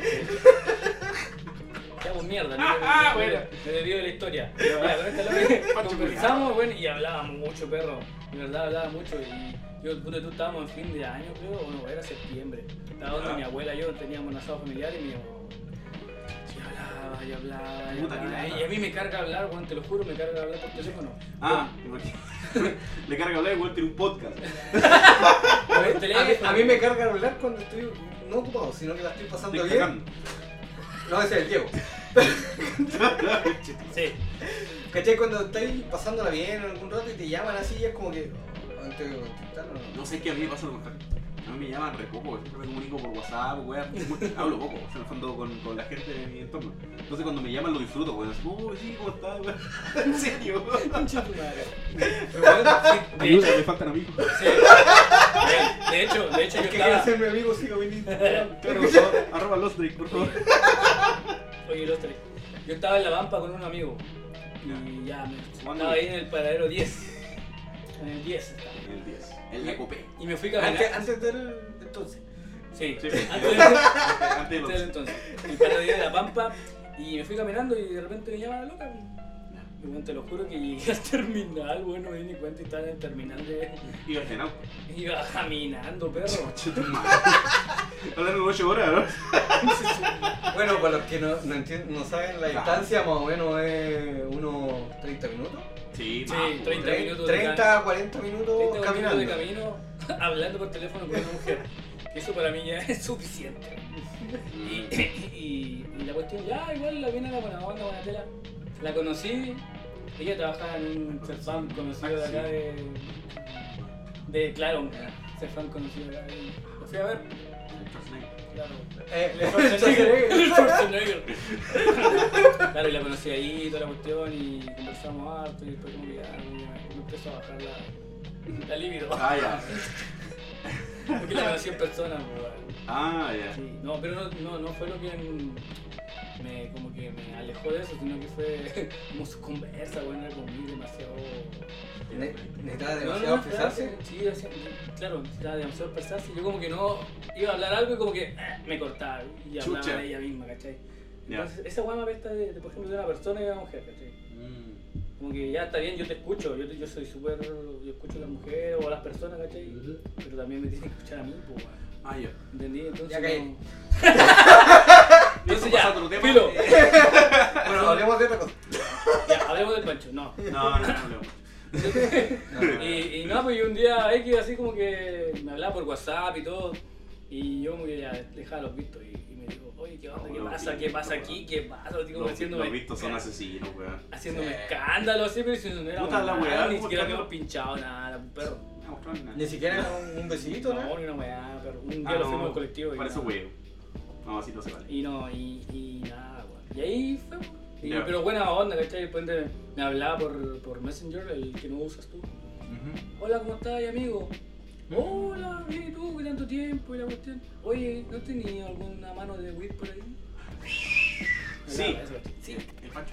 Quedamos mierda, ¿no? Ah, Me- me- bueno. Me desvío de la historia. Ya, con esta loca Pacho conversamos, bueno, y hablábamos mucho, perro. De verdad, hablaba mucho. Y yo, puta, tú estábamos en fin de año, creo, o no, era septiembre. Estaba donde Ya. mi abuela y yo teníamos un asado familiar y mi y hablaba, y hablaba, y Puta, hablaba. qué lata. Y a mí me carga hablar, bueno, te lo juro, me carga hablar por teléfono. Ah, porque le carga hablar y igual tiene un podcast. A ver, A mí, teléfono. a mí me carga hablar cuando estoy no ocupado, sino que la estoy pasando Estoy bien. cagando. No, ese es el Diego. Sí. ¿Cachai? Cuando estáis pasándola bien en algún rato y te llaman así, y es como que. oh, antes de contestar, no. No sé qué a mí me pasa lo contrario. A mí me llaman re poco, siempre me comunico por WhatsApp, weón. Hablo poco, o sea, en el fondo con, con la gente de mi entorno. Entonces cuando me llaman lo disfruto, weón. Así, oh, sí, ¿cómo estás, weón? En serio. Concha tu madre. Pero bueno, sí, de Ayuda, hecho, me faltan amigos. sí. De hecho, de hecho yo Es que estaba. quiero ser mi amigo, sigo mi Instagram. Claro, por favor, arroba Lost Drake, por favor. Oye, los tres. Yo estaba en la Pampa con un amigo. Y ya, me, estaba ahí en el paradero diez. En el diez estaba. En el diez. En la copé. Y me fui caminando. Antes, antes del entonces. Sí, Sí. antes de, Antes de antes los. del entonces. El paradero de la Pampa. Y me fui caminando y de repente me llama la loca. Y bueno, te lo juro que llegué al terminal, bueno, me di ni cuenta y estaba en el terminal de. Ibas en auto. Iba caminando, perro. Che, tu madre. Hablando de ocho horas, ¿no? Bueno, para los que no, no, entienden, no saben, la Claro. distancia más o menos es unos treinta minutos. Sí, Sí, más, treinta weón. minutos de treinta, cuarenta minutos treinta caminando. minutos de camino hablando por teléfono con una mujer. Eso para mí ya es suficiente. Y, y, y la cuestión, ya, igual la viene la buena onda, buena tela. La conocí, ella trabajaba en un Cefam conocido de acá de. de claro, un Cefam conocido de acá. Y lo fui a ver, claro. Eh, El Schwarzenegger. El Schwarzenegger. Claro, y la conocí ahí, toda la cuestión, y conversamos harto, y después como que ya me, me empezó a bajar la, La libido. Ah, ya. Porque la conocí en persona, pues, weón. Ah, ya. Sí, no, pero no, no, no fue lo que me, como que me alejó de eso, sino que fue como su conversa, bueno, era como muy demasiado... Ne- Necesitaba No, demasiado no, expresarse. Sí, hacía- claro, necesitaba demasiado expresarse. Yo como que no iba a hablar algo y como que eh, me cortaba y hablaba Chucha. de ella misma, ¿cachai? Ya. Entonces, esa weá me apesta de, de, por ejemplo, de una persona y de una mujer, ¿cachai? Mm. Como que ya está bien, yo te escucho, yo, te- yo soy súper, yo escucho a las mujeres o a las personas, ¿cachai? Pero también me tienen que escuchar a mí, pues, weón. Ah, ya. ¿Entendí? Entonces, Ya caí. no- Listo, Entonces pasa ya, otro tema. filo. Bueno, hablemos de otra cosa. Ya, hablemos del Pancho, no. No, no, no, no. y, y no, pues yo un día X así como que me hablaba por WhatsApp y todo. Y yo como que ya dejaba los vistos y, y me dijo, oye, ¿qué onda? ¿Qué Los pasa? ¿Qué vistos, pasa aquí? ¿Qué pasa? Así como Los, haciéndome, los vistos son asesinos, weón. haciéndome Sí. escándalo así, pero si no era Puta la nada, weá, ni ¿cómo siquiera está? me hemos pinchado nada, era un perro. No, mostró nada. Ni siquiera un, un besito, No, ¿no? ni una weá, pero un día Ah, lo no, fuimos al colectivo y Parece nada. huevo. No, así no se vale. Y no, y, y nada, weón. Y ahí fue, weón. Y- Ya. Pero buena onda, ¿cachai? Después de- me hablaba por, por Messenger, el que no usas tú. Ujú. Hola, ¿cómo estás, amigo? Hola, bien, ¿y tú? ¿Qué tanto tiempo? Y la cuestión. Oye, ¿no tenías alguna mano de weed por ahí? Sí. Hablaba eso, sí. El Pancho.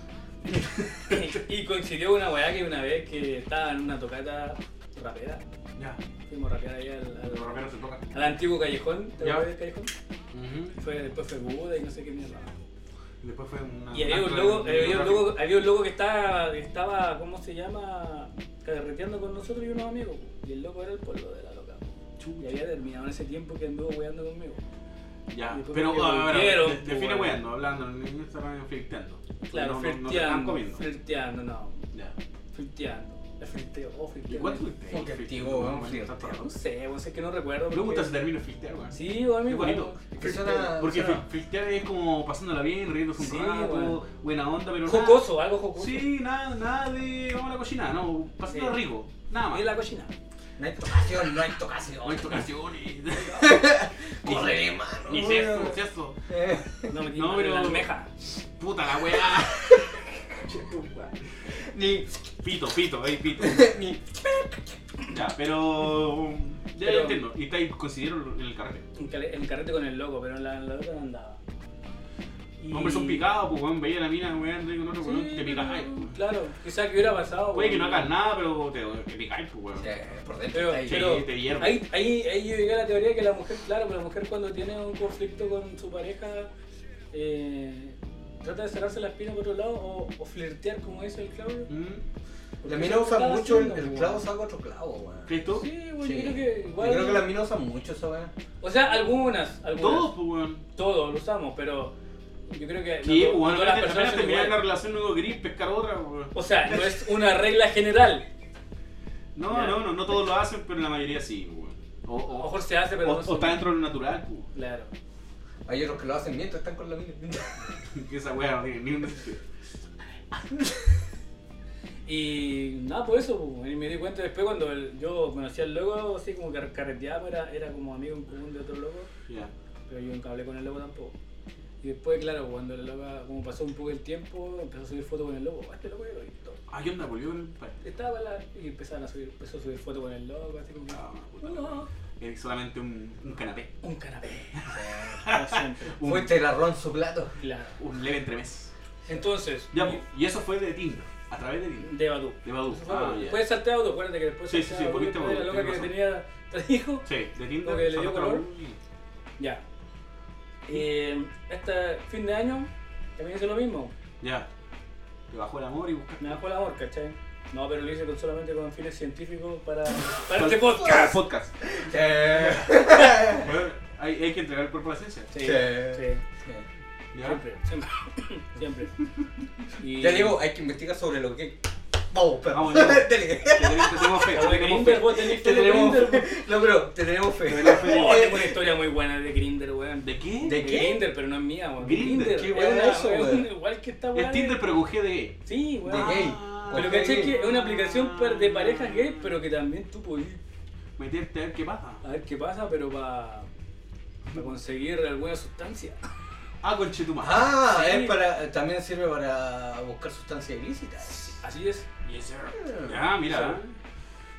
Y coincidió una weá que una vez que estaba en una tocata rapera. Ya. Fuimos a rapear ahí al, Los al, raperos se tocan. al antiguo callejón. ¿Te Ya. acuerdas del callejón? Ujú. Fue, después fue Buda y no sé qué mierda. Después fue una. Y había un una- loco, una- había un una- loco, había un loco que estaba, que estaba, ¿cómo se llama? Carreteando con nosotros y unos amigos. Y el loco era el pueblo de la loca. Y había terminado en ese tiempo que anduvo weando conmigo. Ya, Y después pero me a ver, volvieron, de- define pues, weando, hablando, en Instagram flirteando. Claro, no, no, no te están flirteando, comiendo. flirteando, no, Ya. flirteando. El flirteo, oh, ¿Y flirteando. cuánto flirteo? Como que activo, weón, flirteo. No sé, pues es que no recuerdo. Me porque- gusta ese término flirtear, weón. Sí, bueno, a mí Qué bonito. igual, Que flirteo. suena- Porque suena- fil- flirtear es como pasándola bien, riéndose un Sí, rato, weón. buena onda, pero Jocoso, algo jocoso. nada. Sí, nada, nada de vamos a la cocina, no, pasándola Sí. rico, nada más. Y la cocina. No hay tocación, no hay tocación. No hay tocaciones. Corre, mano. Ni sexo, sexo. Eh, No me No, no, pero- la almeja. Puta la weá. Ni, Pito, pito, ey, pito. ni. Ya, pero. Ya Pero- entiendo. Y está ahí coincidieron en el carrete. En cal- en el carrete con el loco, pero en la, en la otra no andaba. Y- Hombres son picados, pues weón, veía a la mina, weón, con otro, weón, Sí, te picas pero- ahí. pues. Claro, quizás que hubiera pasado. Puede que no porque- hagas nada, pero te, te picáis, pues weón. Eh, Por dentro Pero, está ahí. pero te hierve. ahí, ahí, ahí yo llegué a la teoría de que la mujer, claro, pero la mujer cuando tiene un conflicto con su pareja, eh, trata de cerrarse la espina por otro lado o, o flirtear, como dice el Claudio. ¿Mm? Las minas usan Estaba mucho el, haciendo, el weón. clavo saca otro clavo, weón. ¿Crees tú? Sí, bueno, Sí. yo creo que igual. Yo creo que las minas usan mucho esa weón. O sea, algunas, algunas. Todos, pues weón. Todos lo usamos, pero yo creo que. Sí, no, pues weón, no todas las apenas personas son terminar una iguales. relación luego querís pescar otra, weón. O sea, no es una regla general. No, Ya. no, no, no todos lo hacen, pero la mayoría sí, weón. O, A lo o, mejor se hace, pero o- no o son- está dentro de lo natural, pues. Claro. Hay otros que lo hacen mientras están con la mina. Que esa weá no tiene ni un sentido. Y nada, por eso, pues, y me di cuenta después cuando el- yo conocí al loco, así como que carreteaba, era, era como amigo en común de otro loco, Ya. pero yo nunca hablé con el loco tampoco. Y después, claro, cuando el loco, como pasó un poco el tiempo, empezó a subir fotos con el loco, "Ah, este loco yo lo he visto. Ah, ¿qué onda? Volvió con el padre. Estaba la, y empezaron a subir, empezó a subir fotos con el loco, así como que, Ah, puta. "No, Es solamente un, un canapé. un canapé. Como siempre. Un, Fuiste el arroz en su plato. Claro. un leve entremés. Entonces, Ya, pues, y eso fue de Tinder. A través de Tinder. de Badoo. De Badoo. Eso fue Ah, Badoo. ya. Después salté a Badoo, acuérdate que después Sí, salté sí, sí, a Badoo, volviste a después Badoo, la loca tienes que razón. tenía tres hijos. Sí, de Tinder. Lo que le dio sacaste a color. Badoo y- Ya. Eh, este fin de año también hice lo mismo. Ya. Te bajó el amor y buscaste. Me bajó el amor, ¿cachai? No, pero lo hice con, solamente con fines científicos para, para Para- este podcast. Podcast. Eh, Bueno, hay, hay que entregar el cuerpo a la ciencia. Sí, Sí. sí. ¿Ya? Siempre, siempre. Siempre. Y... Ya digo, hay que investigar sobre lo que. Vamos, pero. Vamos, Diego. Dele. Te tenemos- te tenemos fe. La Te de tenemos Grindr, fe. vos tenés Te fe de tenemos Grindr. fe. No, pero te tenemos fe. Te tenemos fe. Oh, tengo una historia muy buena de Grindr, weón. ¿De qué? ¿De qué? Grindr, pero no es mía, weón. Grindr, ¿qué es weón una- es eso, es weón? un- Igual que esta weón. Es Tinder, pero con G de gay. Sí, De weón. gay. Ah, Pero ¿Por caché qué? que es una aplicación per- de parejas gay, pero que también tú podés Meterte a ver qué pasa. a ver qué pasa, pero para conseguir alguna sustancia. Ah, conchetumá. Ah, Sí. es para. También sirve para buscar sustancias ilícitas. Así es. Yes, sir. Ya, mira.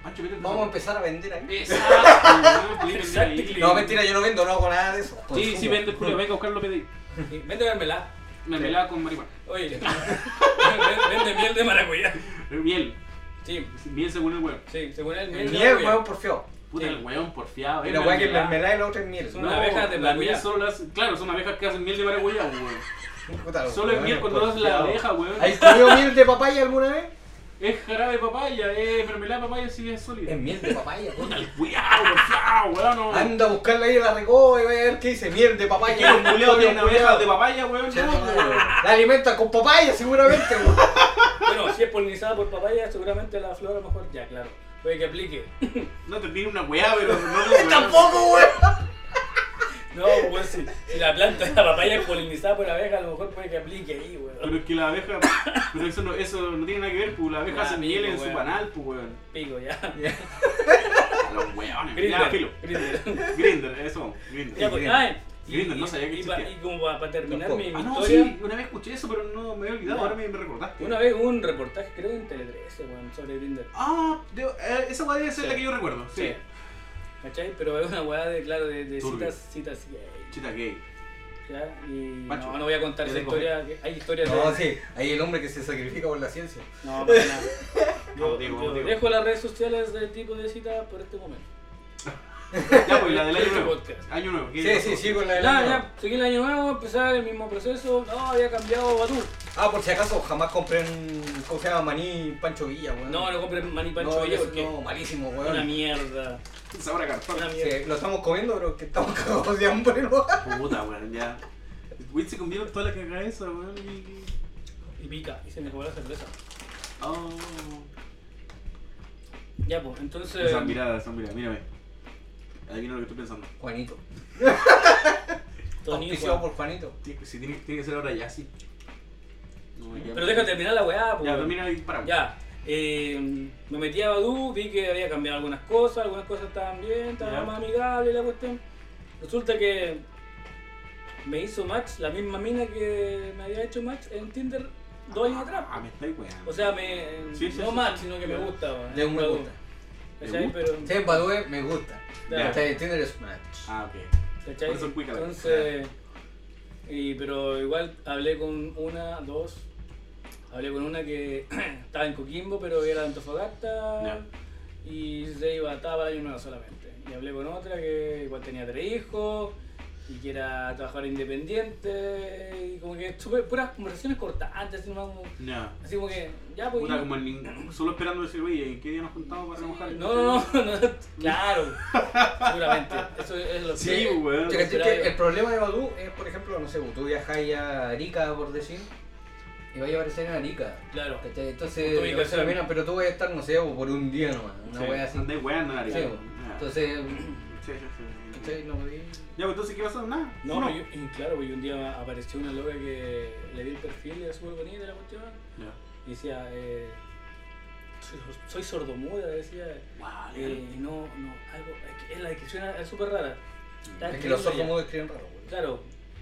Pancho, métete. Vamos a empezar a vender ahí. Exacto, weón, podés vender Exacto. ahí. No, mentira, yo no vendo, no hago nada de eso. Sí, Consumo. sí, vende, Julio, venga a buscarlo, pedí. Y vende mermelada. Mermelada con marihuana. Oye, vende vende miel de maracuyá. Eh, Miel. Sí, Miel según el weón. sí, según él, miel El de miel, maracuyá. weón, porfiado. Puta, Sí. el weón porfiado. Y es la weá que es mermelada. mermelada y la otra es miel. Son No, una abeja de la maracuyá. miel solo las. Claro, son abejas que hacen miel de maracuyá, weón. Puta, los Solo es miel weones cuando lo hace la porfiados. abeja, weón. ¿Has comido miel de papaya alguna vez? Es jarabe de papaya, es mermelada de papaya, sí es sólida. Es miel de papaya, Puta, weón. el cuidado, porfiado, weón. No. Anda a buscarla ahí en la recoba y va a ver qué dice miel de papaya. Que los culiados tienen Culiao. abejas de papaya, weón. Sí, No, no, weón. la alimentan con papaya seguramente, weón. Bueno, si es polinizada por papaya, seguramente la flor a lo mejor, ya, claro, puede que aplique. No te tiene una weá, pero no, weón. Tampoco, weón. No, pues si, si la planta de la papaya es polinizada por abeja, a lo mejor puede que aplique ahí, weón. Pero es que la abeja. Pero eso no, eso no tiene nada que ver, pues la abeja Ya, hace miel amigo, en su weón. panal, pues weón. Pico, ya. A los weones, ya, filo. Grindr. Grinder, eso, Grinder. Ya, pues, ay, y, Grindr, no sabía que y, pa- existía. y como para terminar mi, mi Ah, no, historia, sí, una vez escuché eso, pero no me había olvidado, No. ahora me, me recordaste. una vez hubo un reportaje, creo en Tele trece, weón, sobre Grindr. Ah, de- eh, esa weá debe ser Sí. la que yo recuerdo, sí. ¿Cachai? Pero es una weá de, claro, de, de Turbio. citas, citas gay. Chita gay. ¿Ya? Y Macho, no, no voy a contar ¿qué esa te historia, que hay historias No, de... sí, ahí el hombre que se sacrifica por la ciencia. No, para nada. Yo, Vamos, Diego, yo vamos, Diego. dejo las redes sociales del tipo de cita por este momento. Ya, pues la del año Este nuevo. podcast. Año nuevo. ¿qué Sí, pasó? sí, sí, con la del Ya, año. ya, seguí el año nuevo, empezar el mismo proceso. No, había cambiado Badoo. Ah, por si acaso, jamás compren, ¿cómo se llama? Maní Pancho Villa, weón. No, no compré Mani Pancho no, Villa eso porque no, malísimo, una weón. mierda. Sabor a cartón. Una mierda. Sí, lo estamos comiendo, pero que estamos cagados de hambre, ¿no? Puta, weón, ya. Weón, se comieron toda la cagada esa, weón. y- Y pica, y se me acabó la cerveza. Oh. Ya, pues, entonces. Esas miradas, esas miradas, mírame. Adivina lo que estoy pensando. Juanito. Tony, Auspiciado weón. por Juanito. Tiene que, sí, tiene, tiene que ser ahora ya, sí. No me queda- Pero déjate terminar la weá, pues. Ya, weón. termina y paramos. Ya, eh, me metí a Badoo, vi que había cambiado algunas cosas, algunas cosas estaban bien, estaban Ya. más amigables la cuestión. Resulta que me hizo match la misma mina que me había hecho match en Tinder dos años atrás. Ah, me estáis weando. O sea, me, Sí, sí, no sí, match, sí. sino que me gusta. weón, De un en me Badoo. gusta. ¿Cachai? gusta? Pero, Sí, en Badoo me gusta. Ya. Está en Tinder es match. Ah, ok. ¿cachai? Por eso es cuica, la Entonces, y, pero igual hablé con una, dos, hablé con una que estaba en Coquimbo, pero era de Antofagasta Ya. y se iba, estaba para el año nuevo solamente. Y hablé con otra que igual tenía tres hijos y que era trabajadora independiente y como que super, puras conversaciones cortantes, así, nomás como, Ya. así como que ya pues. Puta, y- como el nin- solo esperando decir, oye, ¿en qué día nos juntamos para remojar? no, no, no, no, claro, seguramente. Eso es lo que Sí, weón. Yo caché Pero- que el problema de Badoo es, por ejemplo, no sé, tú viajas a Arica, por decir, y vas a aparecer en Arica. Claro. ¿Cachai? Entonces, Tu ubicación. se la miran, pero tú vas a estar, no sé, por un día nomás, una Sí, wea así. Andáis weando en la Sí, área. bo. Ya. Entonces, Sí, sí, sí. ¿cachai? No podí. Ya, pues entonces, ¿qué pasó? Nada. No, Uno. pues yo- y claro, pues un día apareció una loca que le vi el perfil y era súper bonita la cuestión. Ya. Y decía, eh, soy, soy sordomuda, decía. Guau, Eh, y no, no, algo, es que la descripción era es súper rara. Estaba Es que los escribiendo sordos ya. mudos escriben raro, weón. Claro.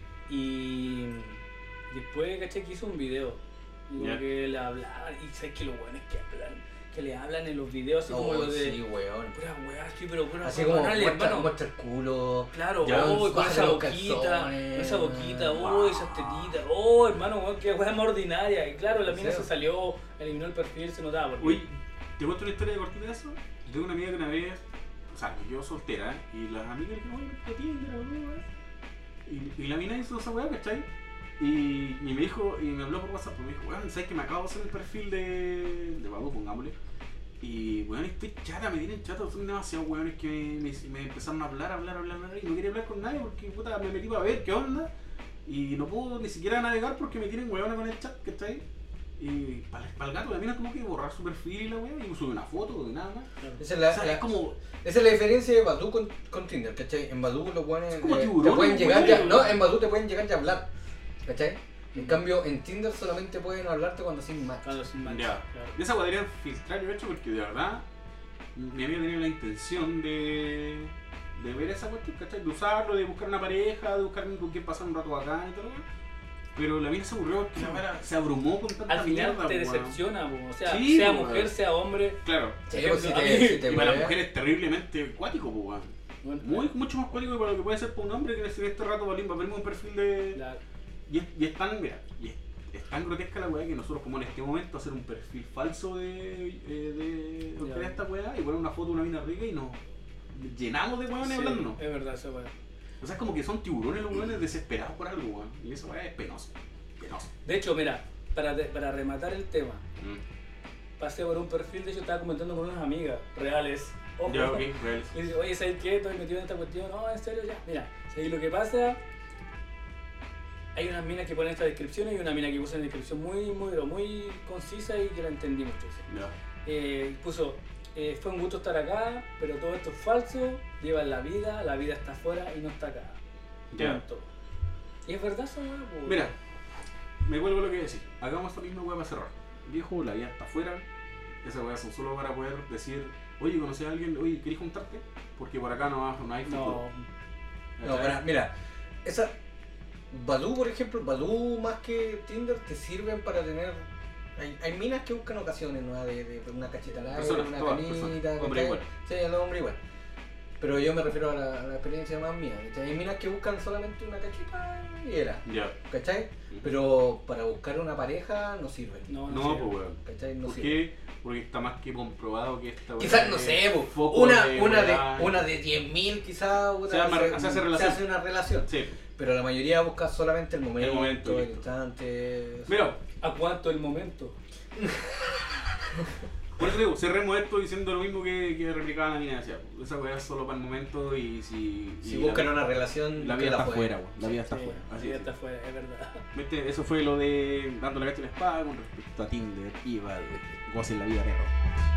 Y después, caché, que hizo un video. Y como Ya. que le hablaban, y sabes que los buenos que hablan, que le hablan en los videos así como Oh, los de. sí, weón. Pura weá, sí, pero pura Así como banales, muestra, hermano. muestra el culo. Claro, Ya, oh, con baja esa los boquita, calzones. con esa boquita, oh, Wow. esas tetitas, oh, hermano, weón, qué weá más ordinaria. Y claro, la ¿En mina se serio? salió, eliminó el perfil, se notaba. Porque, Uy, te cuento una historia de cortita de eso. Yo tengo una amiga que una vez, o sea, que yo soltera, y las amigas le dijeron, oye, ¿qué tiene? La weá. Y, y la mina hizo esa weá, ¿cachai? Y, y me dijo, y me habló por WhatsApp, pues me dijo, weón, ¿sabes que me acabo de hacer el perfil de, de Badoo, pongámosle? Y weón, estoy chata, me tienen chata, son demasiados weones que me, me, me empezaron a hablar, hablar, hablar, hablar, y no quería hablar con nadie porque puta, me metí para ver qué onda. Y no puedo ni siquiera navegar porque me tienen weones con el chat, ¿cachai? Y para el gato, la mina tuvo que borrar su perfil y la wea, y sube una foto y nada más. claro. Esa es la, O sea, la- es como. esa es la diferencia de Badoo con, con Tinder, ¿cachai? En Badoo los buenos Es como eh, te tiburones, pueden llegar weón. ya, no, en Badoo te pueden llegar ya a hablar, ¿cachai? En cambio, en Tinder solamente pueden hablarte cuando sin match. Claro, sin mancha, Ya. claro. De esa podrían filtrar yo hecho porque de verdad mi amigo tenía la intención de, de ver esa cuestión, ¿cachai? De usarlo, de buscar una pareja, de buscar con quién pasar un rato bacán y todo. pero la mina se aburrió porque la mina se abrumó con tanta Al final mierda, te weón. decepciona, po. O sea, Sí, sea po, mujer, weón. sea hombre. Claro. Sí, Por pues, si ejemplo, te, a mí- si te Y para la hueveas. mujer es terriblemente cuático, pues, weón. Bueno, Muy, mucho más cuático que para lo que puede ser para un hombre que en este rato va a ver un perfil de... la- Y es, y es tan, mira, y es, es tan grotesca la weá que nosotros como en este momento hacer un perfil falso de, eh, de, Ya. de esta weá y poner una foto de una mina rica y nos llenamos de weones sí, hablándonos. es verdad, eso weón. O sea, es como que son tiburones los weones desesperados por algo, weón. Y esa weá es penoso. Penoso. De hecho, mira, para, de- para rematar el tema, Mm. pasé por un perfil, de hecho estaba comentando con unas amigas reales. Ojo, Ya, ok, real. y dice, oye, ¿sabes qué? Estoy metido en esta cuestión. No, en serio, ya. Mira, ¿sabes lo que pasa? Hay unas minas que ponen esta descripción y una mina que puso una descripción muy, muy, pero muy concisa y que la entendí mucho. Dice, Ya. eh, puso, eh, fue un gusto estar acá, pero todo esto es falso, llevan la vida, la vida está afuera y no está acá. Ya. Punto. Y es verdad eso, weón, po. Mira, me vuelvo a lo que decir. Hagamos esta misma weá para cerrar. Viejo, la vida está afuera. Esas weas son solo para poder decir, oye, ¿conoces a alguien? Oye, ¿querés juntarte? Porque por acá no, va- no hay futuro. No, No, pero mira, esa. Badoo, por ejemplo, Badoo más que Tinder te sirven para tener. Hay, hay minas que buscan ocasiones, ¿no? De, de una cacheta al aire, Personas, una todas canita. personas, hombre ¿cachai? igual. Sí, el hombre igual. Pero yo me refiero a la, a la experiencia más mía. ¿cachai? Hay minas que buscan solamente una cacheta y era. Ya. ¿Cachai? Pero para buscar una pareja no sirve. no, no, No, sé. pues weón. ¿Cachai? No ¿Por sirve. qué? Porque está más que comprobado que esta weá Quizás, no es sé, po, foco una, de una, weá. de, una de diez mil quizás Se llama- se hace relación. hace una relación. Sí. Pero la mayoría busca solamente el momento, El el, momento, listo. instante. Mira, ¿A cuánto el momento? por eso digo, cerremos esto diciendo lo mismo que, que replicaba la mina decía. Esa weá es solo para el momento y si... Si y buscan la, una relación, La que vida está jueguen. afuera, weón. La vida está Sí, afuera. la Así vida es. está afuera, es verdad. ¿Viste? Eso fue lo de dándole gato a la espada con respecto. Respecto a Tinder, Iva, gocen la vida, perro.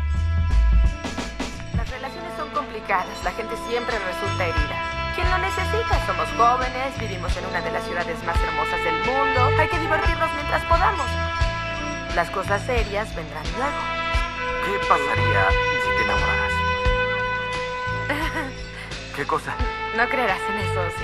Las relaciones son complicadas, la gente siempre resulta herida. Quien lo necesita, somos jóvenes, vivimos en una de las ciudades más hermosas del mundo, hay que divertirnos mientras podamos. Las cosas serias vendrán luego. ¿Qué pasaría si te enamoraras? ¿Qué cosa? No creerás en eso, sí.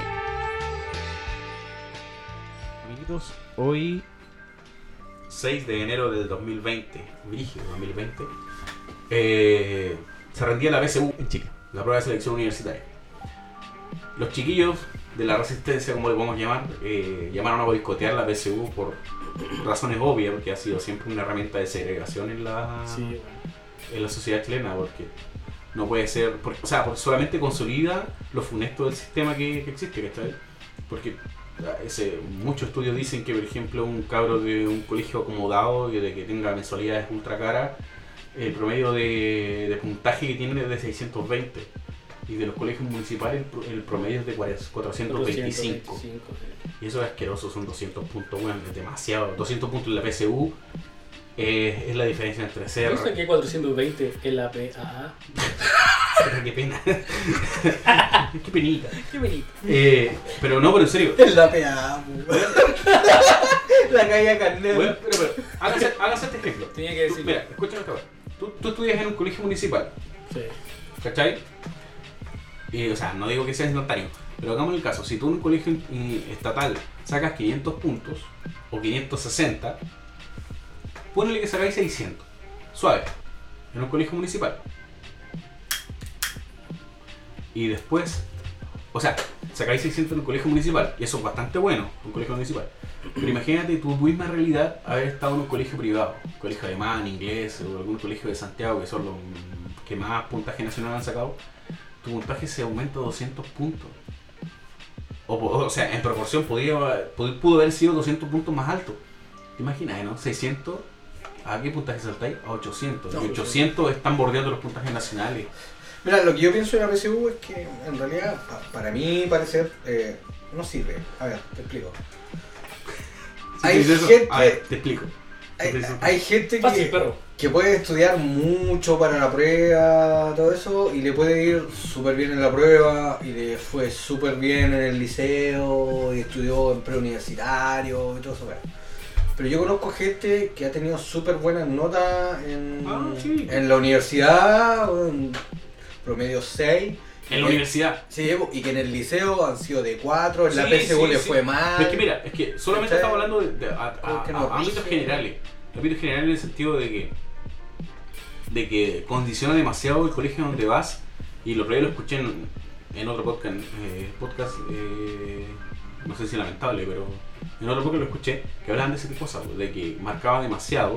Amiguitos, hoy seis de enero del dos mil veinte, brígido dos mil veinte, eh, se rendía la B C U en Chile, la prueba de selección universitaria. Los chiquillos de la resistencia, como le podemos llamar, eh, llamaron a boicotear la B C U por razones obvias, porque ha sido siempre una herramienta de segregación en la, Sí, bueno. en la sociedad chilena, porque no puede ser, porque, o sea, porque solamente consolida lo funesto del sistema que, que existe, ¿cachai? Porque ese, muchos estudios dicen que, por ejemplo, un cabro de un colegio acomodado y de que tenga mensualidades ultra caras, el promedio de, de puntaje que tiene es de seiscientos veinte. Y de los colegios municipales el, pro- el promedio es de cuatrocientos veinticinco. sí. Y eso es asqueroso, son doscientos puntos, bueno, es demasiado. doscientos puntos en la P S U eh, es la diferencia entre Yo ser... saqué cuatrocientos veinte en la P A A. Qué pena. Qué penita. Qué bonito. Eh, pero no, pero en serio. En la P A, la calle Carnet. Bueno, pero, pero, hágase, hágase este ejemplo. Tenía que Tú- decirlo. Mira, escúchame esta cosa. Tú, tú estudias en un colegio municipal, Sí. ¿cachai? Y, o sea, no digo que seas notario, pero hagamos el caso. Si tú en un colegio eh, estatal sacas quinientos puntos o quinientos sesenta, ponele que sacáis seiscientos. Suave. En un colegio municipal. Y después, o sea, sacáis seiscientos en un colegio municipal, y eso es bastante bueno, un colegio municipal. Pero imagínate tu misma realidad haber estado en un colegio privado, un colegio alemán, inglés, o algún colegio de Santiago, que son los que más puntaje nacional han sacado. Tu puntaje se aumenta a doscientos puntos. O, o sea, en proporción podía, pod- pudo haber sido doscientos puntos más alto. ¿Te imaginas, no? seiscientos, ¿a qué puntaje saltáis? A ochocientos. Y ochocientos están bordeando los puntajes nacionales. Mira, lo que yo pienso de la P S U es que en realidad, pa- para mí parecer, eh, no sirve. A ver, te explico. Si Hay te dices eso, gente- a ver, te explico. Hay, Te dices- hay gente Fácil, que, perro. que puede estudiar mucho para la prueba, todo eso, y le puede ir súper bien en la prueba, y le fue súper bien en el liceo, y estudió en preuniversitario y todo eso. Pero yo conozco gente que ha tenido súper buenas notas en, Ah, sí. en la universidad, en promedio seis, En la Eh, universidad. Sí, y que en el liceo han sido de cuatro, en la Sí, P S U sí, le sí. fue mal. Pero es que mira, es que solamente ¿Cachai? estamos hablando de, de- a, a- Porque a- nos a ámbitos rige. generales. Ámbitos generales en el sentido de que de que condiciona demasiado el colegio donde vas. Y lo otro día lo escuché en, en otro podcast, eh, podcast eh, no sé si lamentable, pero en otro podcast lo escuché, que hablaban de ese tipo de cosas, de que marcaba demasiado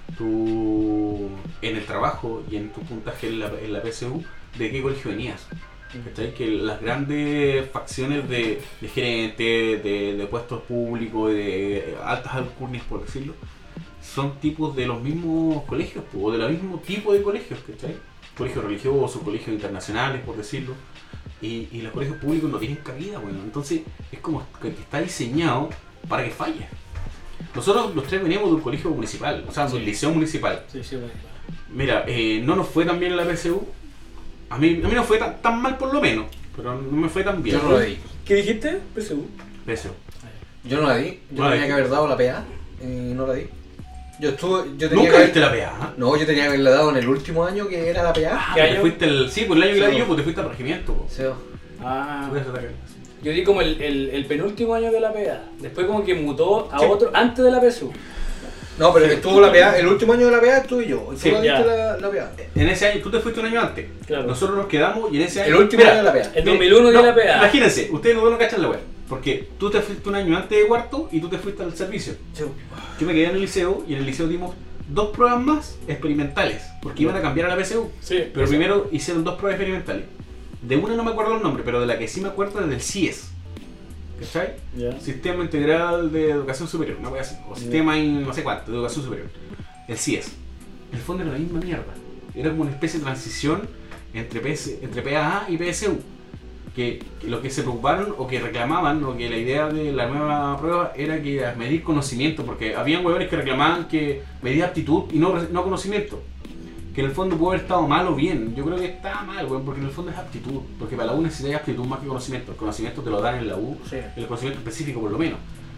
tu, en el trabajo y en tu puntaje en la, en la P S U de qué colegio venías. ¿Cachai? Que las grandes facciones de, de gerentes, de, de puestos públicos, de altas alcurnias, por decirlo, son tipos de los mismos colegios, pues, o de los mismos tipos de colegios, ¿cachai? Colegios religiosos, colegios internacionales, por decirlo, y, y los colegios públicos no tienen cabida, bueno, entonces es como que está diseñado para que falle. Nosotros los tres veníamos de un colegio municipal, o sea, de un Sí. liceo municipal. Sí, sí, bueno. Mira, eh, no nos fue tan bien en la P S U, a mí, a mí no fue tan, tan mal por lo menos, pero no me fue tan bien. Yo no la di. ¿Qué dijiste? P S U. P S U. Yo no la di. Yo No la tenía di. que haber dado la P A y no la di. Yo estuve. Yo tenía ¿Nunca que viste haber, la P A? ¿eh? No, yo tenía que haberla dado en el último año que era la P A. Ah, ¿Qué te año? fuiste el, sí, pues el año que la Sí. di yo, pues te fuiste al regimiento. Pues. Sí. Ah. Tú eres ataque. Yo di como el, el, el penúltimo año de la P A. Después como que mutó a Sí. otro antes de la P S U. No, pero Sí. estuvo la P A, el último año de la P A estuve yo. Y tú Sí, la diste ya. la, la P A. En ese año, tú te fuiste un año antes. Claro. Nosotros nos quedamos y en ese año. El último Mira, año de la P A. El mira, dos mil uno di no, la P A. Imagínense, ustedes no, no cachan la web. Porque tú te fuiste un año antes de cuarto y tú te fuiste al servicio. Sí. Yo me quedé en el liceo y en el liceo dimos dos pruebas más experimentales. Porque iban a cambiar a la P S U. Sí. Pero primero hicieron dos pruebas experimentales. De una no me acuerdo el nombre, pero de la que sí me acuerdo es del C I E S. ¿Cachai? Ya. Sistema Integral de Educación Superior, una wea así. O Sistema in- no sé cuánto, de Educación Superior. El C I E S. En el fondo era la misma mierda. Era como una especie de transición entre, P S, entre P A A y P S U. Que, que lo que se preocuparon o que reclamaban, o que la idea de la nueva prueba era que era medir conocimiento, porque habían huevones que reclamaban que medía aptitud y no, no conocimiento. Que en el fondo puede haber estado mal o bien. Yo creo que está mal, weón, porque en el fondo es aptitud. Porque para la U necesitas aptitud más que conocimiento. El conocimiento te lo dan en la U, Sí. el conocimiento específico por lo menos.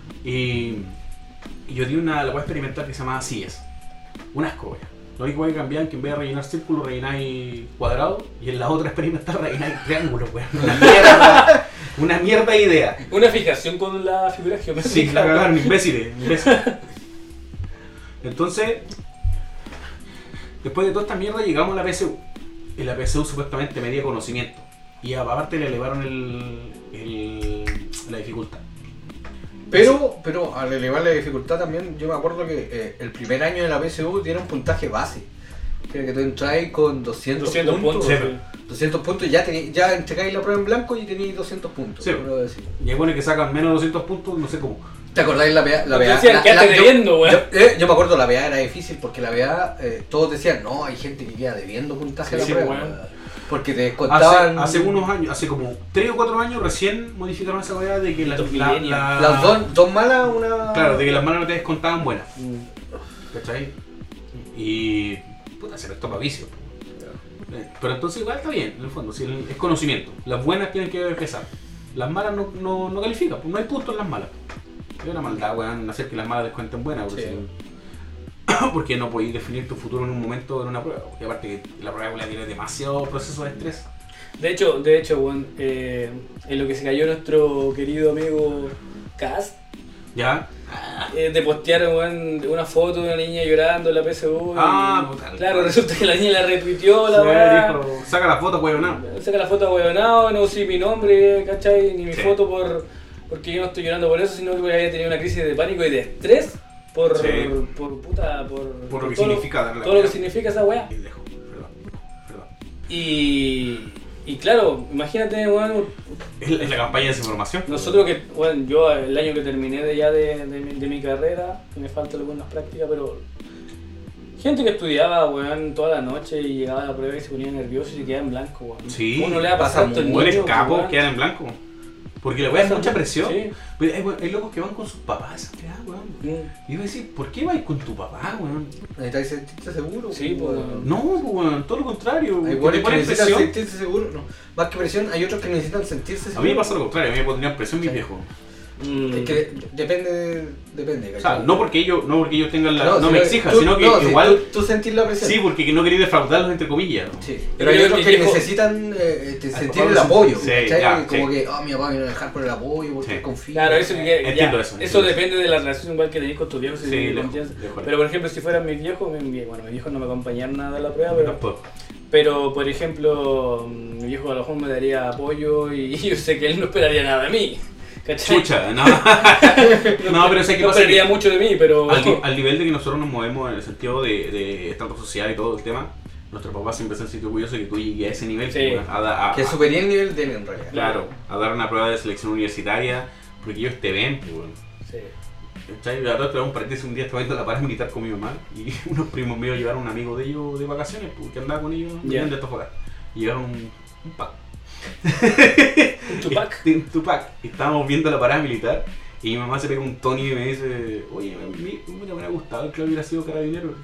Y, y yo di una la voy a experimentar que se llamaba C I E S. Un asco, weón. Lo único que cambiar es que en vez de rellenar círculo, rellenáis cuadrado. Y en la otra experimental rellenáis triángulo, weón. Una mierda. Una mierda de idea. Una fijación con la figura geométrica. Sí, la cagaron, imbéciles, imbéciles. Entonces, después de toda esta mierda llegamos a la P S U. Y la P S U supuestamente medía conocimiento. Y aparte le elevaron el, el, la dificultad. Pero, pero al elevar la dificultad también, yo me acuerdo que eh, el primer año de la P S U tiene un puntaje base. Que era que tú entráis con doscientos, doscientos puntos. Sí. Sí. doscientos puntos y ya, tení, ya entregáis la prueba en blanco y tenéis doscientos puntos. Sí. quiero decir. Y hay buenos que sacan menos de doscientos puntos, no sé cómo. ¿Te acordáis la P A? La Te P A decían, la- quédate la- yo- debiendo, weón. yo, eh, yo me acuerdo, la P A era difícil porque la P A, eh, todos decían, no, hay gente que queda debiendo puntaje a la Sí, prueba. weón. Porque te Hace, contaban... hace unos años, hace como tres o cuatro años recién modificaron esa idea de que la, Estos la, millennials. la- Las dos, dos malas, una... Claro, de que las malas no te descontaban buenas. Mm. ¿Cachai? Y. Puta, se prestó para vicio. Eh, Pero entonces igual está bien, en el fondo, si el- es conocimiento. Las buenas tienen que pesar. Las malas no, no, no califican, pues no hay puntos en las malas. Es una maldad, weón, hacer que las malas descuenten buenas. Porque, Sí. si- porque no podéis definir tu futuro en un momento en una prueba. Y aparte que la prueba weón, tiene demasiado proceso de estrés. De hecho, de hecho, weón, eh, en lo que se cayó nuestro querido amigo Cast, ¿Ya? eh, de postear, weón, una foto de una niña llorando en la P S U. y- Ah, puta. claro, resulta que la niña la retuiteó, la Sí, weá. dijo, saca la foto, weón, no. Saca la foto huevonado, no usé mi nombre, ¿cachai? Ni mi Sí. foto por porque yo no estoy llorando por eso, sino que había tenido una crisis de pánico y de estrés por, Sí. por puta, por, Por lo que todo significa darle la todo lo que weá. significa esa weá. Y dejo, perdón, perdón. Y, y claro, imagínate, weón, Es la, es la campaña de desinformación. nosotros que, bueno, yo el año que terminé de ya de, de, mi, de mi carrera, que me faltan algunas prácticas, pero gente que estudiaba, weón, toda la noche y llegaba a la prueba y se ponía nervioso y se quedaba en blanco, weón. Sí, ¿Cómo no le va a pasa pasar a estos muy Buenos niños, capos weón? quedan en blanco. Porque le voy a hacer mucha presión. Sí. Pero hay, we- hay locos que van con sus papás, ¿qué da, weón? Mm. Y yo voy a decir, ¿por qué vais con tu papá, weón? ¿Necesitáis sentirte seguro? Sí, pues, weón. No, pues, weón, todo lo contrario. Hay que buenos te que ponen necesitan presión. sentirse seguro, no. Más que presión, hay otros que necesitan sentirse A seguro. mí me pasa lo contrario, a mí me pondrían presión mis Sí. viejos. Mm. Es que de- depende, depende, O sea, ¿cachai? no porque ellos, no porque ellos tengan la, no, sino me que exijan, tú- sino que no, sí, igual, tú, tú sentís la presión. sí, porque no queréis defraudarlos entre comillas. ¿no? Sí, Pero pero hay yo- otros mi que viejo- necesitan eh, te- Al sentir papá el lo apoyo, siente. Sí, ¿cachai? ya, Como sí. que, oh, mi papá me va a dejar por el apoyo, porque Sí. confía. Claro, eso, que, ya, Entiendo eso, eso entiendo. depende de la relación igual que tenéis con tus viejos. Si Sí, de lejos, confianza. lejos. Pero por ejemplo, si fueran mis viejos, mi, mi- bueno, mis viejos no me acompañaron nada a la prueba, pero, Tampoco. pero por ejemplo, mi viejo a lo mejor me daría apoyo y yo sé que él no esperaría nada de mí. ¿Cachai? Chucha, no. No, pero sé que no pasa esperaría que mucho de mí, pero... al, ni- al nivel de que nosotros nos movemos en el sentido de, de estrato social y todo el tema, nuestros papás siempre se han sentido orgullosos de que tú llegues a ese nivel. Sí. pues, a, da- a- Que a- superé el nivel de él en realidad. Claro, a dar una prueba de selección universitaria, porque ellos te ven, pues. Sí. ¿Cachai? Ahora te un paréntesis, un día estaba viendo la parada militar con mi mamá y unos primos míos llevaron a un amigo de ellos de vacaciones, pues, que andaba con ellos, Ya. venían de Antofagasta. Y llevaron un, un pack. Un Tupac. Un Tupac. Y estábamos viendo la parada militar y mi mamá se pega un Tony y me dice, oye, a mí me hubiera gustado que hubiera sido carabinero.